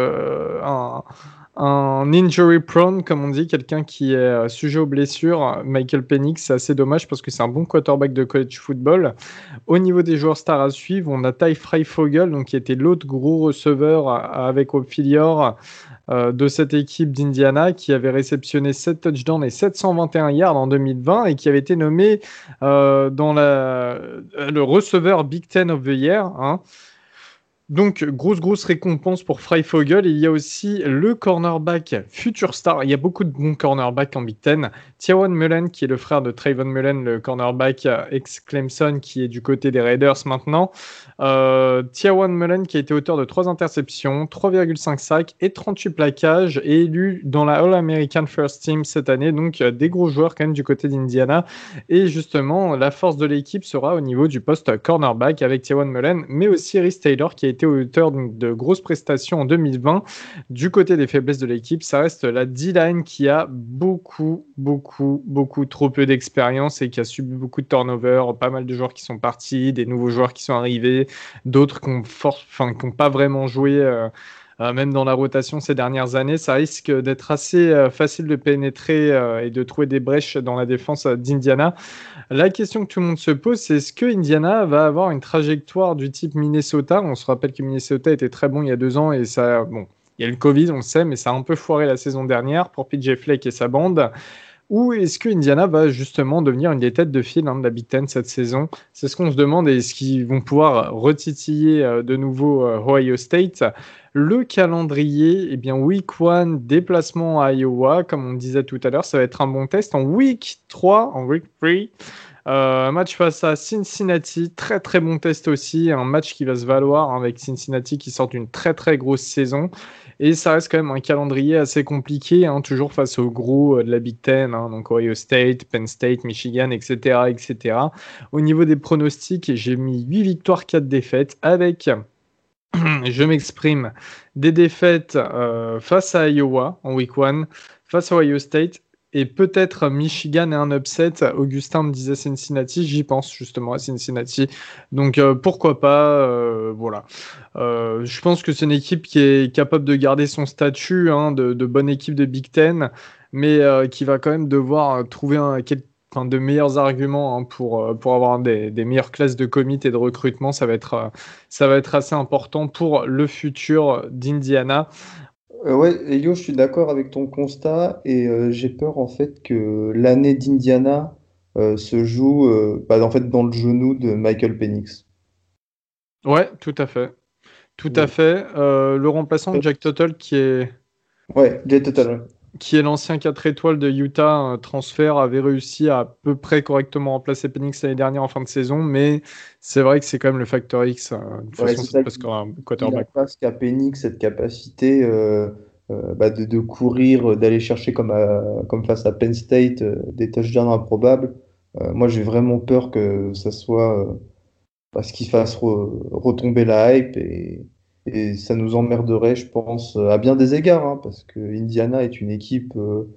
un injury prone, comme on dit, quelqu'un qui est sujet aux blessures. Michael Penix, c'est assez dommage parce que c'est un bon quarterback de college football. Au niveau des joueurs stars à suivre, on a Ty Freifogel, donc qui était l'autre gros receveur avec Ophélior de cette équipe d'Indiana, qui avait réceptionné 7 touchdowns et 721 yards en 2020 et qui avait été nommé dans le receveur Big Ten of the Year. Hein. Donc, grosse récompense pour Freifogel. Il y a aussi le cornerback future star. Il y a beaucoup de bons cornerbacks en Big Ten. Tiawan Mullen, qui est le frère de Trayvon Mullen, le cornerback ex-Clemson, qui est du côté des Raiders maintenant. Tiawan Mullen, qui a été auteur de 3 interceptions, 3,5 sacs et 38 plaquages, et élu dans la All-American First Team cette année. Donc, des gros joueurs quand même du côté d'Indiana. Et justement, la force de l'équipe sera au niveau du poste cornerback avec Tiawan Mullen, mais aussi Rhys Taylor, qui a été auteur de grosses prestations en 2020. Du côté des faiblesses de l'équipe, ça reste la D-line qui a beaucoup trop peu d'expérience et qui a subi beaucoup de turnover, pas mal de joueurs qui sont partis, des nouveaux joueurs qui sont arrivés, d'autres qui n'ont pas vraiment joué même dans la rotation ces dernières années. Ça risque d'être assez facile de pénétrer et de trouver des brèches dans la défense d'Indiana. La question que tout le monde se pose, c'est est-ce que Indiana va avoir une trajectoire du type Minnesota? On se rappelle que Minnesota était très bon il y a 2 ans et ça, bon, il y a eu le Covid, on le sait, mais ça a un peu foiré la saison dernière pour PJ Fleck et sa bande. Ou est-ce que Indiana va justement devenir une des têtes de file de la Big Ten cette saison? C'est ce qu'on se demande. Et est-ce qu'ils vont pouvoir retitiller de nouveau Ohio State? Le calendrier, eh bien, Week 1, déplacement à Iowa, comme on disait tout à l'heure, ça va être un bon test. En Week 3, un match face à Cincinnati, très bon test aussi, un match qui va se valoir avec Cincinnati qui sort d'une très grosse saison, et ça reste quand même un calendrier assez compliqué, toujours face aux gros de la Big Ten, donc Ohio State, Penn State, Michigan, etc. Au niveau des pronostics, j'ai mis 8 victoires, 4 défaites, avec, je m'exprime, des défaites face à Iowa en Week 1, face à Ohio State, et peut-être Michigan et un upset. Augustin me disait Cincinnati, j'y pense justement à Cincinnati. Donc pourquoi pas, voilà. Je pense que c'est une équipe qui est capable de garder son statut de bonne équipe de Big Ten, mais qui va quand même devoir trouver de meilleurs arguments pour avoir des meilleures classes de commit et de recrutement. Ça va être assez important pour le futur d'Indiana. Ouais, Elio, je suis d'accord avec ton constat et j'ai peur en fait que l'année d'Indiana se joue en fait dans le genou de Michael Penix. Ouais, tout à fait. Tout à fait. Le remplaçant de Jack Tuttle Ouais, Jet Total. qui est l'ancien 4 étoiles de Utah, un transfert, avait réussi à peu près correctement remplacer Penix l'année dernière en fin de saison, mais c'est vrai que c'est quand même le facteur X. De toute façon, c'est presque un quarterback. Il n'a pas qu'à Penix cette capacité de courir, d'aller chercher comme face à Penn State des touchdowns improbables. Moi, j'ai vraiment peur que ça soit parce qu'il fasse retomber la hype et ça nous emmerderait, je pense, à bien des égards, parce que Indiana est une équipe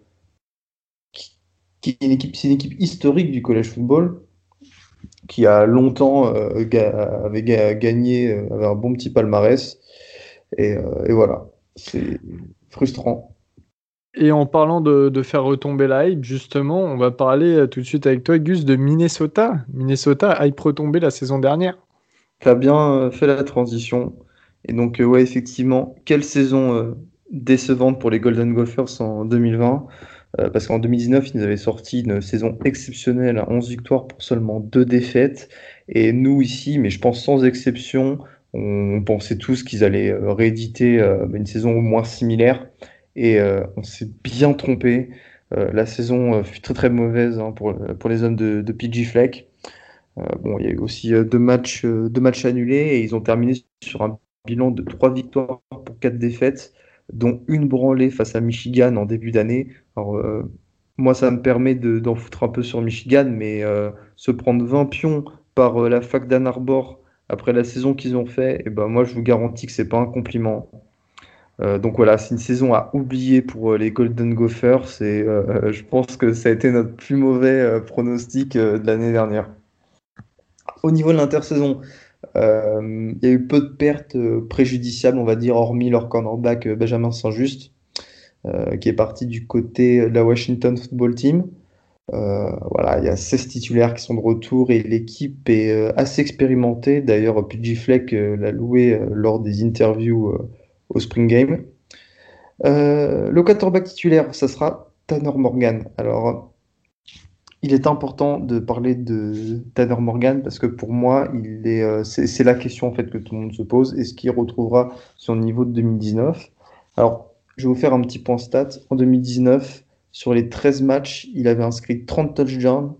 c'est une équipe historique du college football qui a longtemps avait gagné, avait un bon petit palmarès et voilà, c'est frustrant. Et en parlant de faire retomber la hype, justement, on va parler tout de suite avec toi, Gus, de Minnesota. Minnesota, hype retombée la saison dernière. Tu as bien fait la transition. Et donc, ouais, effectivement, quelle saison décevante pour les Golden Gophers en 2020. Parce qu'en 2019, ils nous avaient sorti une saison exceptionnelle à 11 victoires pour seulement 2 défaites. Et nous, ici, mais je pense sans exception, on pensait tous qu'ils allaient rééditer une saison au moins similaire. Et on s'est bien trompé. La saison fut très très mauvaise hein, pour les hommes de PG Fleck. Bon, il y a eu aussi deux matchs annulés et ils ont terminé sur un bilan de 3 victoires pour 4 défaites, dont une branlée face à Michigan en début d'année. Alors, moi, ça me permet d'en foutre un peu sur Michigan, mais se prendre 20 pions par la fac d'Ann Arbor après la saison qu'ils ont fait, et ben, moi, je vous garantis que c'est pas un compliment. Donc voilà, c'est une saison à oublier pour les Golden Gophers et je pense que ça a été notre plus mauvais pronostic de l'année dernière. Au niveau de l'intersaison, il y a eu peu de pertes préjudiciables, on va dire, hormis leur cornerback Benjamin Saint-Just, qui est parti du côté de la Washington Football Team. Voilà, il y a 16 titulaires qui sont de retour et l'équipe est assez expérimentée. D'ailleurs, PJ Fleck l'a loué lors des interviews au Spring Game. Le quarterback titulaire, ça sera Tanner Morgan. Alors, il est important de parler de Tanner Morgan parce que pour moi, c'est la question en fait que tout le monde se pose. Est-ce qu'il retrouvera son niveau de 2019? Alors, je vais vous faire un petit point stat. En 2019, sur les 13 matchs, il avait inscrit 30 touchdowns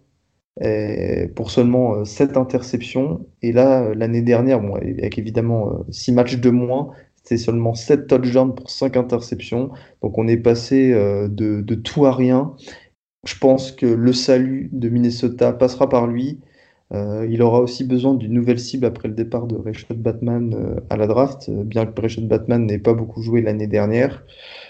pour seulement 7 interceptions. Et là, l'année dernière, bon, avec évidemment 6 matchs de moins, c'était seulement 7 touchdowns pour 5 interceptions. Donc on est passé de tout à rien. Je pense que le salut de Minnesota passera par lui. Il aura aussi besoin d'une nouvelle cible après le départ de Rashad Bateman à la draft, bien que Rashad Bateman n'ait pas beaucoup joué l'année dernière.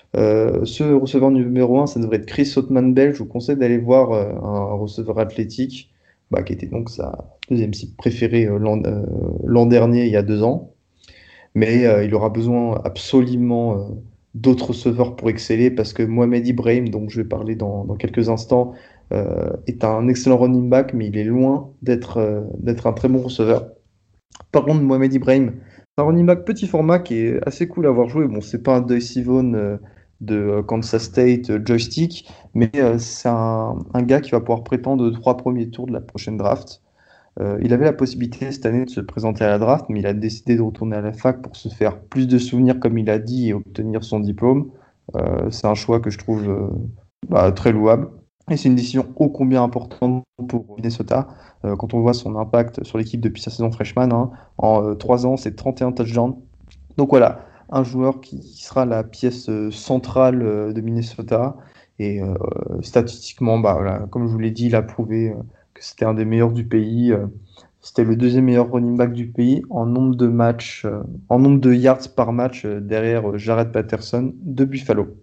Ce receveur numéro 1, ça devrait être Chris Ottman-Bell. Je vous conseille d'aller voir un receveur athlétique, qui était donc sa deuxième cible préférée l'an dernier, il y a 2 ans. Mais il aura besoin absolument d'autres receveurs pour exceller parce que Mohamed Ibrahim, dont je vais parler dans quelques instants, est un excellent running back, mais il est loin d'être un très bon receveur. Parlons de Mohamed Ibrahim. C'est un running back petit format qui est assez cool à avoir joué. Bon, c'est pas un Deuce Vaughn de Kansas State joystick, mais c'est un gars qui va pouvoir prétendre aux 3 premiers tours de la prochaine draft. Il avait la possibilité cette année de se présenter à la draft, mais il a décidé de retourner à la fac pour se faire plus de souvenirs, comme il a dit, et obtenir son diplôme. C'est un choix que je trouve très louable. Et c'est une décision ô combien importante pour Minnesota. Quand on voit son impact sur l'équipe depuis sa saison freshman, hein, en 3 ans, c'est 31 touchdowns. Donc voilà, un joueur qui sera la pièce centrale de Minnesota. Et statistiquement, voilà, comme je vous l'ai dit, il a prouvé que c'était un des meilleurs du pays. C'était le deuxième meilleur running back du pays en nombre de matchs, en nombre de yards par match derrière Jared Patterson de Buffalo.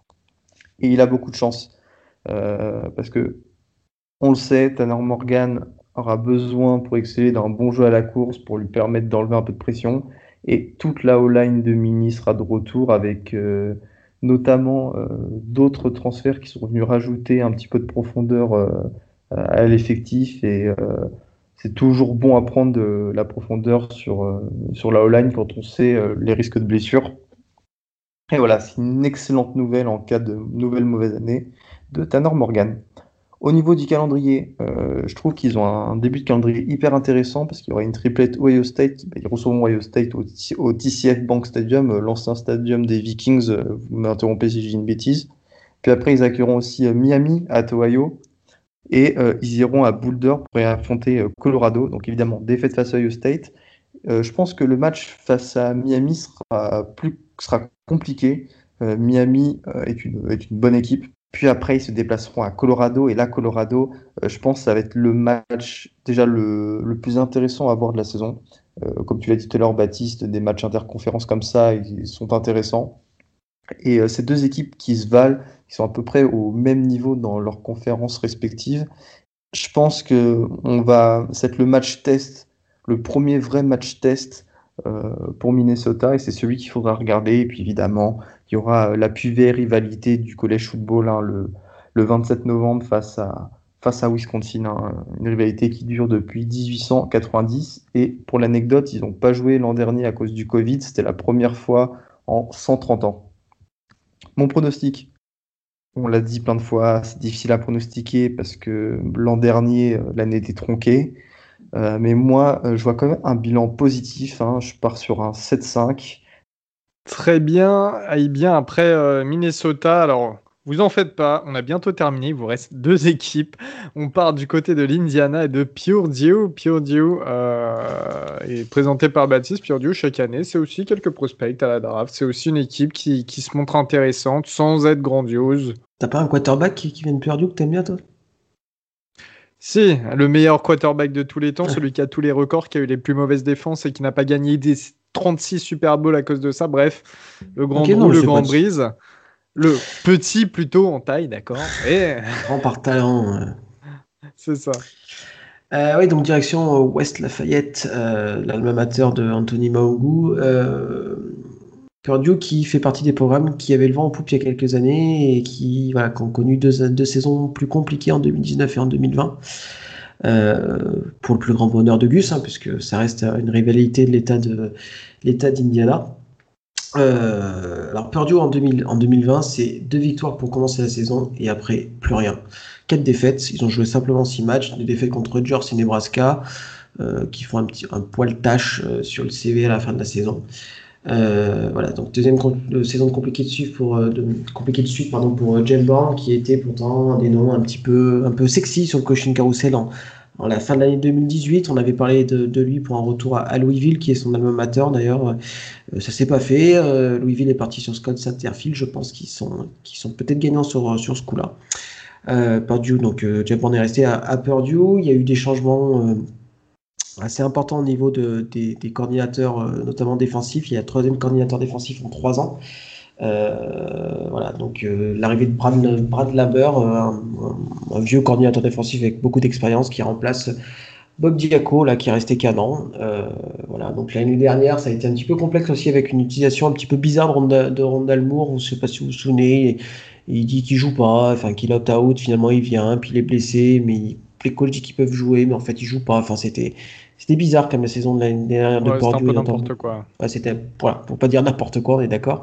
Et il a beaucoup de chance parce que on le sait, Tanner Morgan aura besoin pour exceller d'un bon jeu à la course pour lui permettre d'enlever un peu de pression. Et toute la O-line de Mini sera de retour avec notamment d'autres transferts qui sont venus rajouter un petit peu de profondeur à l'effectif et c'est toujours bon à prendre de la profondeur sur la O-line quand on sait les risques de blessure. Et voilà, c'est une excellente nouvelle en cas de nouvelle mauvaise année de Tanner Morgan. Au niveau du calendrier, je trouve qu'ils ont un début de calendrier hyper intéressant parce qu'il y aura une triplette Ohio State. Ils recevront Ohio State au TCF Bank Stadium, l'ancien stadium des Vikings. Vous m'interrompez si je dis une bêtise. Puis après, ils accueilleront aussi Miami à Ohio. Et ils iront à Boulder pour affronter Colorado. Donc évidemment, défaite face à Ohio State. Je pense que le match face à Miami sera compliqué. Miami est une bonne équipe. Puis après, ils se déplaceront à Colorado. Et là, Colorado, je pense que ça va être le match déjà le plus intéressant à voir de la saison. Comme tu l'as dit tout à l'heure, Baptiste, des matchs interconférences comme ça, ils sont intéressants. Et ces deux équipes qui se valent, qui sont à peu près au même niveau dans leurs conférences respectives, je pense que ça va être le match test, le premier vrai match test pour Minnesota, et c'est celui qu'il faudra regarder. Et puis évidemment, il y aura la puvée rivalité du college football, hein, le 27 novembre face à Wisconsin, hein, une rivalité qui dure depuis 1890. Et pour l'anecdote, ils n'ont pas joué l'an dernier à cause du Covid, c'était la première fois en 130 ans. Mon pronostic, on l'a dit plein de fois, c'est difficile à pronostiquer parce que l'an dernier, l'année était tronquée. Mais moi, je vois quand même un bilan positif, hein. Je pars sur un 7-5. Très bien. Aille bien après Minnesota. Alors, vous en faites pas. On a bientôt terminé. Il vous reste 2 équipes. On part du côté de l'Indiana et de Purdue. Purdue est présenté par Baptiste. Purdue, chaque année, c'est aussi quelques prospects à la draft. C'est aussi une équipe qui se montre intéressante sans être grandiose. T'as pas un quarterback qui vient de Purdue que t'aimes bien, toi? Si, le meilleur quarterback de tous les temps, celui qui a tous les records, qui a eu les plus mauvaises défenses et qui n'a pas gagné des 36 Super Bowl à cause de ça. Bref, le grand Drew, le grand Breeze. Le petit plutôt en taille, d'accord. Et... grand par talent. C'est ça. Oui, donc direction West Lafayette, l'alma mater de Anthony Maogu. Purdue qui fait partie des programmes qui avaient le vent en poupe il y a quelques années et qui ont connu deux saisons plus compliquées en 2019 et en 2020. Pour le plus grand bonheur de Gus, hein, puisque ça reste une rivalité de l'État d'Indiana. Alors Purdue en 2020, c'est 2 victoires pour commencer la saison et après plus rien. 4 défaites, ils ont joué simplement 6 matchs, des défaites contre Rutgers et Nebraska, qui font un poil tâche sur le CV à la fin de la saison. Voilà, donc deuxième saison compliquée de suite pour Jim Brown, qui était pourtant un des noms un peu sexy sur le coaching carousel en la fin de l'année 2018. On avait parlé de lui pour un retour à Louisville, qui est son alma mater d'ailleurs. Ça s'est pas fait. Louisville est parti sur Scott Satterfield. Je pense qu'ils sont peut-être gagnants sur ce coup-là. Purdue, donc Jim Brown est resté à Purdue. Il y a eu des changements assez important au niveau des coordinateurs, notamment défensifs. Il y a 3e coordinateur défensif en 3 ans. Voilà, donc l'arrivée de Brad Laber, un vieux coordinateur défensif avec beaucoup d'expérience qui remplace Bob Diaco, là, qui est resté qu'un an. Voilà, donc l'année dernière, ça a été un petit peu complexe aussi avec une utilisation un petit peu bizarre de Rondale Moore. Je ne sais pas si vous vous souvenez. Il dit qu'il joue pas, enfin qu'il opt out, finalement il vient, puis il est blessé, mais les coachs disent qu'ils peuvent jouer, mais en fait il joue pas. Enfin c'était bizarre comme la saison de l'année dernière de Purdue. C'était un peu n'importe quoi. Ouais, c'était, voilà, pour pas dire n'importe quoi, on est d'accord.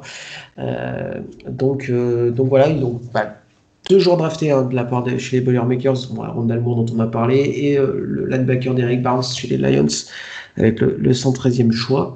Donc voilà, ils ont 2 joueurs draftés, hein, de la part chez les Boilermakers, Rondale Moore dont on a parlé, et le linebacker d'Eric Barnes chez les Lions avec le 113e choix.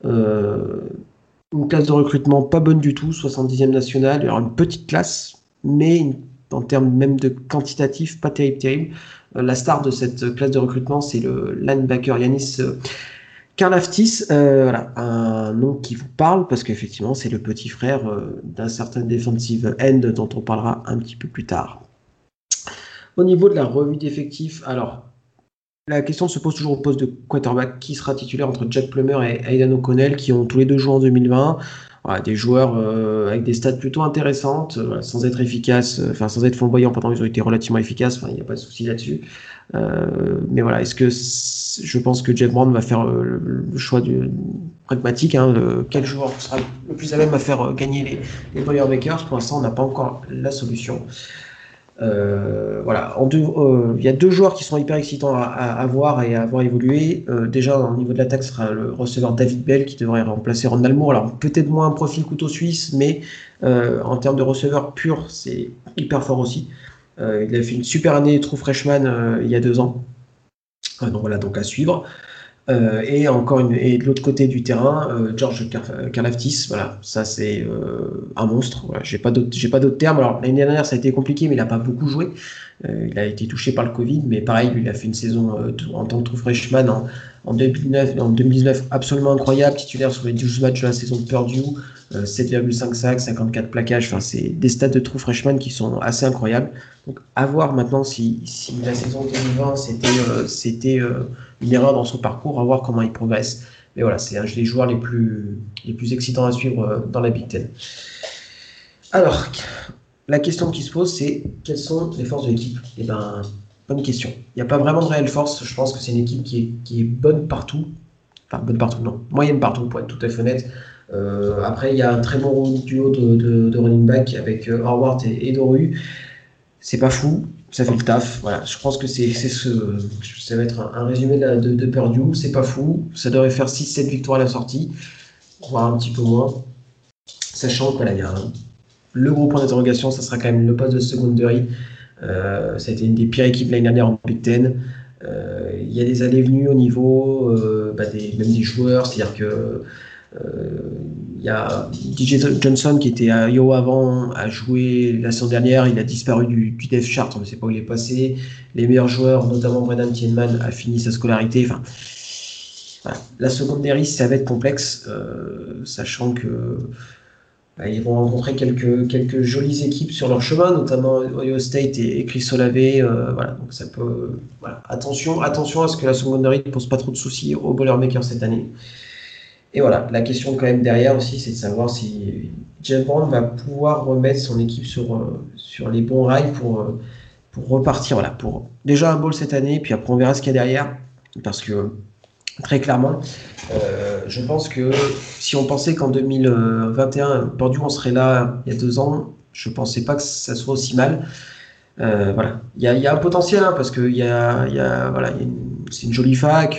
Une classe de recrutement pas bonne du tout, 70e nationale, alors une petite classe, mais en termes même de quantitatif, pas terrible. La star de cette classe de recrutement, c'est le linebacker Yanis Karlaftis, voilà, un nom qui vous parle parce qu'effectivement c'est le petit frère d'un certain defensive end dont on parlera un petit peu plus tard. Au niveau de la revue d'effectifs, alors la question se pose toujours au poste de quarterback. Qui sera titulaire entre Jack Plummer et Aidan O'Connell, qui ont tous les 2 joué en 2020. Voilà, des joueurs avec des stats plutôt intéressantes, sans être efficaces, sans être flamboyants, pourtant ils ont été relativement efficaces, il n'y a pas de souci là-dessus. Mais voilà, je pense que Jeff Brown va faire le choix pragmatique, hein, quel joueur sera le plus à même à faire gagner les Boilermakers. Pour l'instant, on n'a pas encore la solution. Voilà, il y a 2 joueurs qui sont hyper excitants à voir et à voir évoluer. Déjà, au niveau de l'attaque, ce sera le receveur David Bell qui devrait remplacer Rondale Moore. Alors, peut-être moins un profil couteau suisse, mais en termes de receveur pur, c'est hyper fort aussi. Il a fait une super année true freshman il y a 2 ans. Donc voilà, donc à suivre. Et de l'autre côté du terrain, George Karlaftis, voilà, ça c'est un monstre. Voilà, j'ai pas d'autres termes. Alors l'année dernière ça a été compliqué, mais il a pas beaucoup joué. Il a été touché par le Covid, mais pareil, lui, il a fait une saison en tant que true freshman en 2019 absolument incroyable, titulaire sur les 12 matchs de la saison de Purdue, 7,5 sacs, 54 plaquages. Enfin, c'est des stats de true freshman qui sont assez incroyables. Donc à voir maintenant si la saison 2020 c'était une erreur dans son parcours, à voir comment il progresse. Mais voilà, c'est un des joueurs les plus excitants à suivre dans la Big Ten. Alors, la question qui se pose, c'est quelles sont les forces de l'équipe? Eh ben, bonne question. Il n'y a pas vraiment de réelle force. Je pense que c'est une équipe qui est bonne partout. Enfin, bonne partout, non. Moyenne partout, pour être tout à fait honnête. Après, il y a un très bon duo de running back avec Howard et Doru. C'est pas fou, ça fait le taf. Voilà, je pense que ça va être un résumé de Purdue. C'est pas fou, ça devrait faire 6-7 victoires à la sortie, voire un petit peu moins. Sachant que voilà, il y a le gros point d'interrogation, ça sera quand même le poste de secondary. Ça a été une des pires équipes l'année dernière en Big Ten. Il y a des allées venues au niveau même des joueurs, c'est-à-dire que il y a DJ Johnson qui était à Iowa avant, a joué la saison dernière, il a disparu du depth chart, on ne sait pas où il est passé. Les meilleurs joueurs, notamment Brennan Tienman, a fini sa scolarité. Enfin, voilà. La secondary, ça va être complexe, sachant que ils vont rencontrer quelques jolies équipes sur leur chemin, notamment Ohio State et Chris Olave. Voilà, donc ça peut. Voilà. Attention à ce que la secondary ne pose pas trop de soucis aux Boilermakers cette année. Et voilà, la question quand même derrière aussi, c'est de savoir si Jeff Brown va pouvoir remettre son équipe sur les bons rails pour repartir. Voilà, pour déjà un bowl cette année, puis après on verra ce qu'il y a derrière. Parce que très clairement, je pense que si on pensait qu'en 2021, Purdue, on serait là il y a 2 ans, je ne pensais pas que ça soit aussi mal. Voilà, il y a un potentiel, parce que c'est une jolie fac.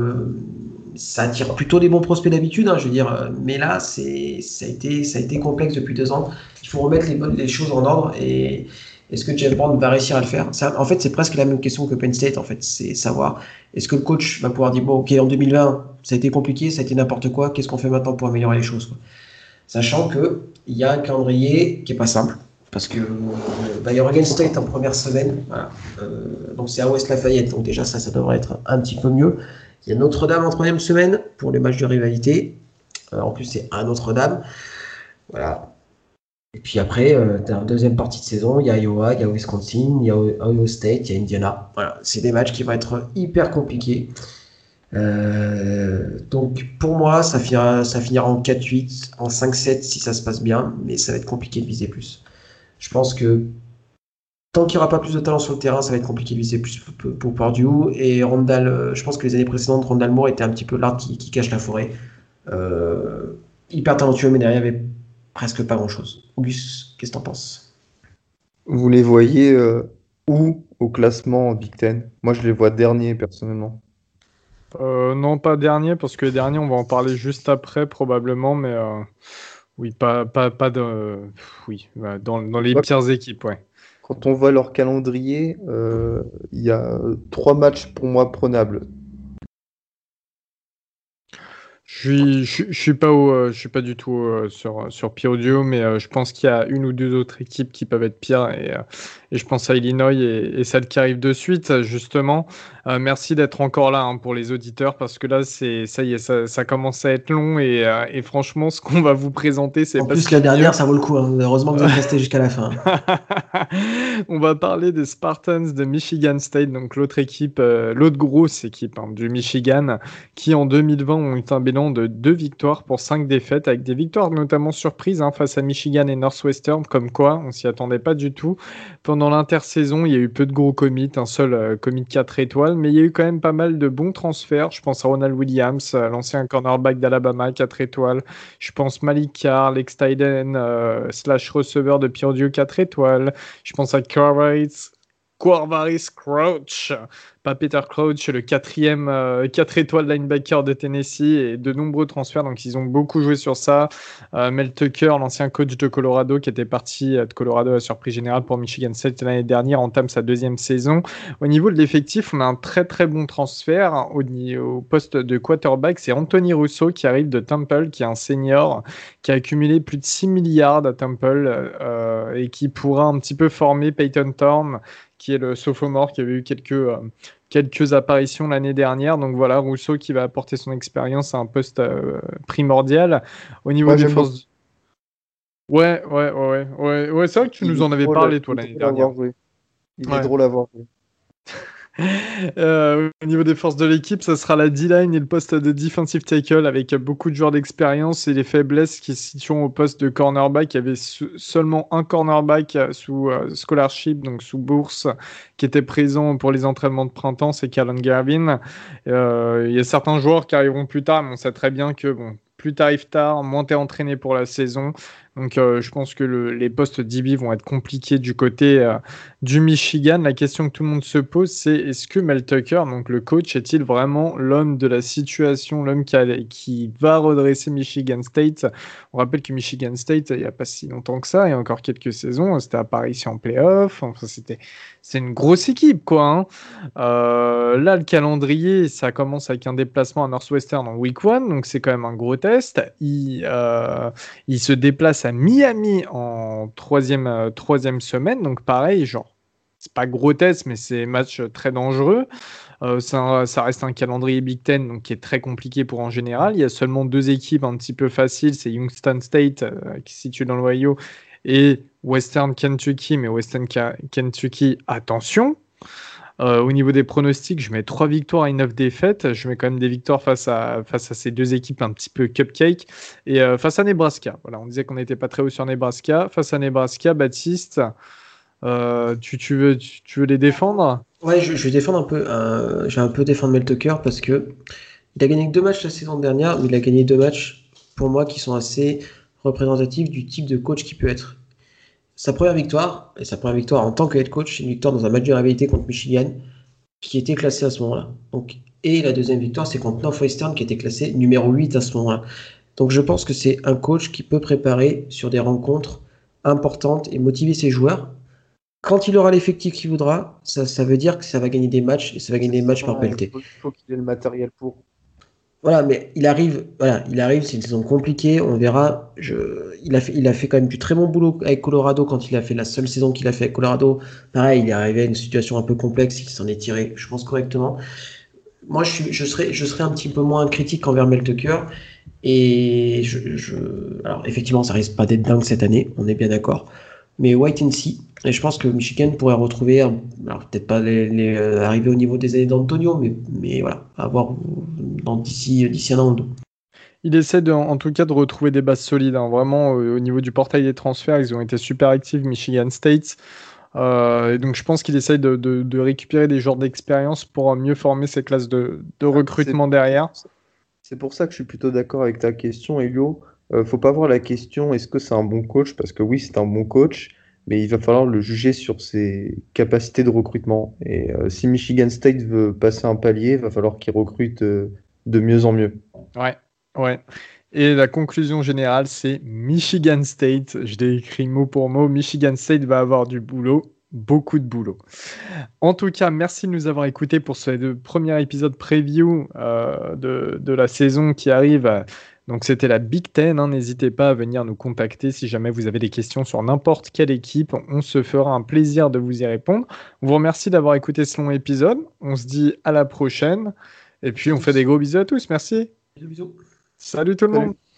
Ça attire plutôt des bons prospects d'habitude, je veux dire, mais là, ça a été complexe depuis 2 ans. Il faut remettre les choses en ordre, et est-ce que Jeff Brown va réussir à le faire? En fait, c'est presque la même question que Penn State, en fait. C'est savoir, est-ce que le coach va pouvoir dire, bon, ok, en 2020, ça a été compliqué, ça a été n'importe quoi, qu'est-ce qu'on fait maintenant pour améliorer les choses, quoi. Sachant qu'il y a un calendrier qui n'est pas simple, parce que il y a Oregon State en première semaine, voilà. Donc c'est à West Lafayette, donc déjà ça devrait être un petit peu mieux. Il y a Notre-Dame en 3e semaine pour les matchs de rivalité. En plus, c'est à Notre-Dame. Voilà. Et puis après, tu as une deuxième partie de saison. Il y a Iowa, il y a Wisconsin, il y a Ohio State, il y a Indiana. Voilà. C'est des matchs qui vont être hyper compliqués. Donc pour moi, ça finira en 4-8, en 5-7 si ça se passe bien. Mais ça va être compliqué de viser plus. Je pense que tant qu'il n'y aura pas plus de talent sur le terrain, ça va être compliqué de viser plus pour Purdue. Et Randall, je pense que les années précédentes, Randall Moore était un petit peu l'arbre qui cache la forêt. Hyper talentueux, mais derrière, il n'y avait presque pas grand-chose. Auguste, qu'est-ce que tu en penses? Vous les voyez où au classement en Big Ten? Moi, je les vois derniers, personnellement. Non, pas dernier, parce que les derniers, on va en parler juste après, probablement, mais oui, pas de. Oui, dans les pires équipes, ouais. Quand on voit leur calendrier, il y a 3 matchs pour moi prenables. Je suis pas du tout sur Pire Audio, mais je pense qu'il y a une ou deux autres équipes qui peuvent être pires, et je pense à Illinois et celle qui arrive de suite, justement. Merci d'être encore là, pour les auditeurs, parce que là, ça y est, ça commence à être long, et franchement, ce qu'on va vous présenter, c'est En pas plus, ce qu'il la y a de mieux. dernière, ça vaut le coup. Heureusement que vous êtes resté jusqu'à la fin. On va parler des Spartans de Michigan State, donc l'autre équipe, l'autre grosse équipe, du Michigan, qui en 2020 ont eu un bilan de 2 victoires pour 5 défaites, avec des victoires notamment surprises, face à Michigan et Northwestern, comme quoi on s'y attendait pas du tout. Pendant l'intersaison, il y a eu peu de gros commits, un seul commit 4 étoiles, mais il y a eu quand même pas mal de bons transferts. Je pense à Ronald Williams, l'ancien cornerback d'Alabama, 4 étoiles. Je pense Malik Carr, l'ex-tight end / receveur de Purdue, 4 étoiles. Je pense à Quarvaris Crouch, pas Peter Crouch, le 4e 4 étoiles linebacker de Tennessee, et de nombreux transferts, donc ils ont beaucoup joué sur ça. Mel Tucker, l'ancien coach de Colorado, qui était parti de Colorado à la surprise générale pour Michigan State l'année dernière, entame sa 2e saison. Au niveau de l'effectif, on a un très très bon transfert au poste de quarterback. C'est Anthony Russo qui arrive de Temple, qui est un senior, qui a accumulé plus de 6 milliards à Temple, et qui pourra un petit peu former Peyton Thorne, qui est le sophomore qui avait eu quelques apparitions l'année dernière. Donc voilà, Rousseau qui va apporter son expérience à un poste primordial. Au niveau des forces... Ouais, c'est vrai que tu nous en avais parlé, toi, l'année dernière. Il est drôle à voir jouer. Au niveau des forces de l'équipe, ça sera la D-line et le poste de defensive tackle avec beaucoup de joueurs d'expérience et les faiblesses qui se situent au poste de cornerback. Il y avait seulement un cornerback sous scholarship, donc sous bourse, qui était présent pour les entraînements de printemps, c'est Callan Garvin. Il y a certains joueurs qui arriveront plus tard, mais on sait très bien que bon, plus t'arrives tard, moins t'es entraîné pour la saison. Donc je pense que les postes DB vont être compliqués du côté du Michigan. La question que tout le monde se pose, c'est est-ce que Mel Tucker, donc le coach, est-il vraiment l'homme de la situation, l'homme qui va redresser Michigan State? On rappelle que Michigan State, il n'y a pas si longtemps que ça, il y a encore quelques saisons, c'était apparition en playoff. Enfin, c'est une grosse équipe, quoi. Hein. Là, le calendrier, ça commence avec un déplacement à Northwestern en week 1, donc c'est quand même un gros test. Il se déplace à Miami en troisième semaine, donc pareil, genre, c'est pas gros test, mais c'est match très dangereux. Ça reste un calendrier Big Ten donc, qui est très compliqué pour en général. Il y a seulement 2 équipes un petit peu faciles, c'est Youngstown State qui se situe dans l'Ohio et Western Kentucky, mais Western Kentucky, attention. Au niveau des pronostics, je mets 3 victoires et 9 défaites. Je mets quand même des victoires face à ces 2 équipes un petit peu cupcake. Et face à Nebraska. Voilà, on disait qu'on n'était pas très haut sur Nebraska. Face à Nebraska, Baptiste, tu veux les défendre? Ouais, je vais défendre un peu. Je vais un peu défendre Mel Tucker parce que il a gagné que 2 matchs la saison dernière, mais il a gagné 2 matchs pour moi qui sont assez représentatifs du type de coach qui peut être. Sa première victoire, et sa première victoire en tant que head coach, c'est une victoire dans un match de rivalité contre Michigan, qui était classé à ce moment-là. Donc, et la deuxième victoire, c'est contre Northwestern, qui était classé numéro 8 à ce moment-là. Donc je pense que c'est un coach qui peut préparer sur des rencontres importantes et motiver ses joueurs. Quand il aura l'effectif qu'il voudra, ça veut dire que ça va gagner des matchs, et ça va gagner des matchs par pelleté. Il faut qu'il ait le matériel pour. Voilà, mais il arrive, c'est une saison compliquée, on verra. Il a fait quand même du très bon boulot avec Colorado quand il a fait la seule saison qu'il a fait avec Colorado. Pareil, il est arrivé à une situation un peu complexe, il s'en est tiré, je pense, correctement. Moi, je serais un petit peu moins critique envers Mel Tucker. Et alors, effectivement, ça risque pas d'être dingue cette année, on est bien d'accord. Mais wait and see. Et je pense que Michigan pourrait retrouver, alors peut-être pas arriver au niveau des années d'Antonio, mais voilà, à voir d'ici un an ou deux. Il essaie en tout cas de retrouver des bases solides. Hein. Vraiment, au niveau du portail des transferts, ils ont été super actifs, Michigan State. Et donc, je pense qu'il essaye de récupérer des genres d'expérience pour mieux former ses classes de recrutement derrière. C'est pour ça que je suis plutôt d'accord avec ta question, Elio. Faut pas voir la question est-ce que c'est un bon coach? Parce que oui, c'est un bon coach, mais il va falloir le juger sur ses capacités de recrutement. Et si Michigan State veut passer un palier, il va falloir qu'il recrute de mieux en mieux. Ouais. Et la conclusion générale, c'est Michigan State. Je l'ai écrit mot pour mot. Michigan State va avoir du boulot. Beaucoup de boulot. En tout cas, merci de nous avoir écoutés pour ce premier épisode preview de la saison qui arrive. Donc, c'était la Big Ten. Hein. N'hésitez pas à venir nous contacter si jamais vous avez des questions sur n'importe quelle équipe. On se fera un plaisir de vous y répondre. On vous remercie d'avoir écouté ce long épisode. On se dit à la prochaine. Et puis, on fait des gros bisous à tous. Merci. Bisous. Salut tout le monde.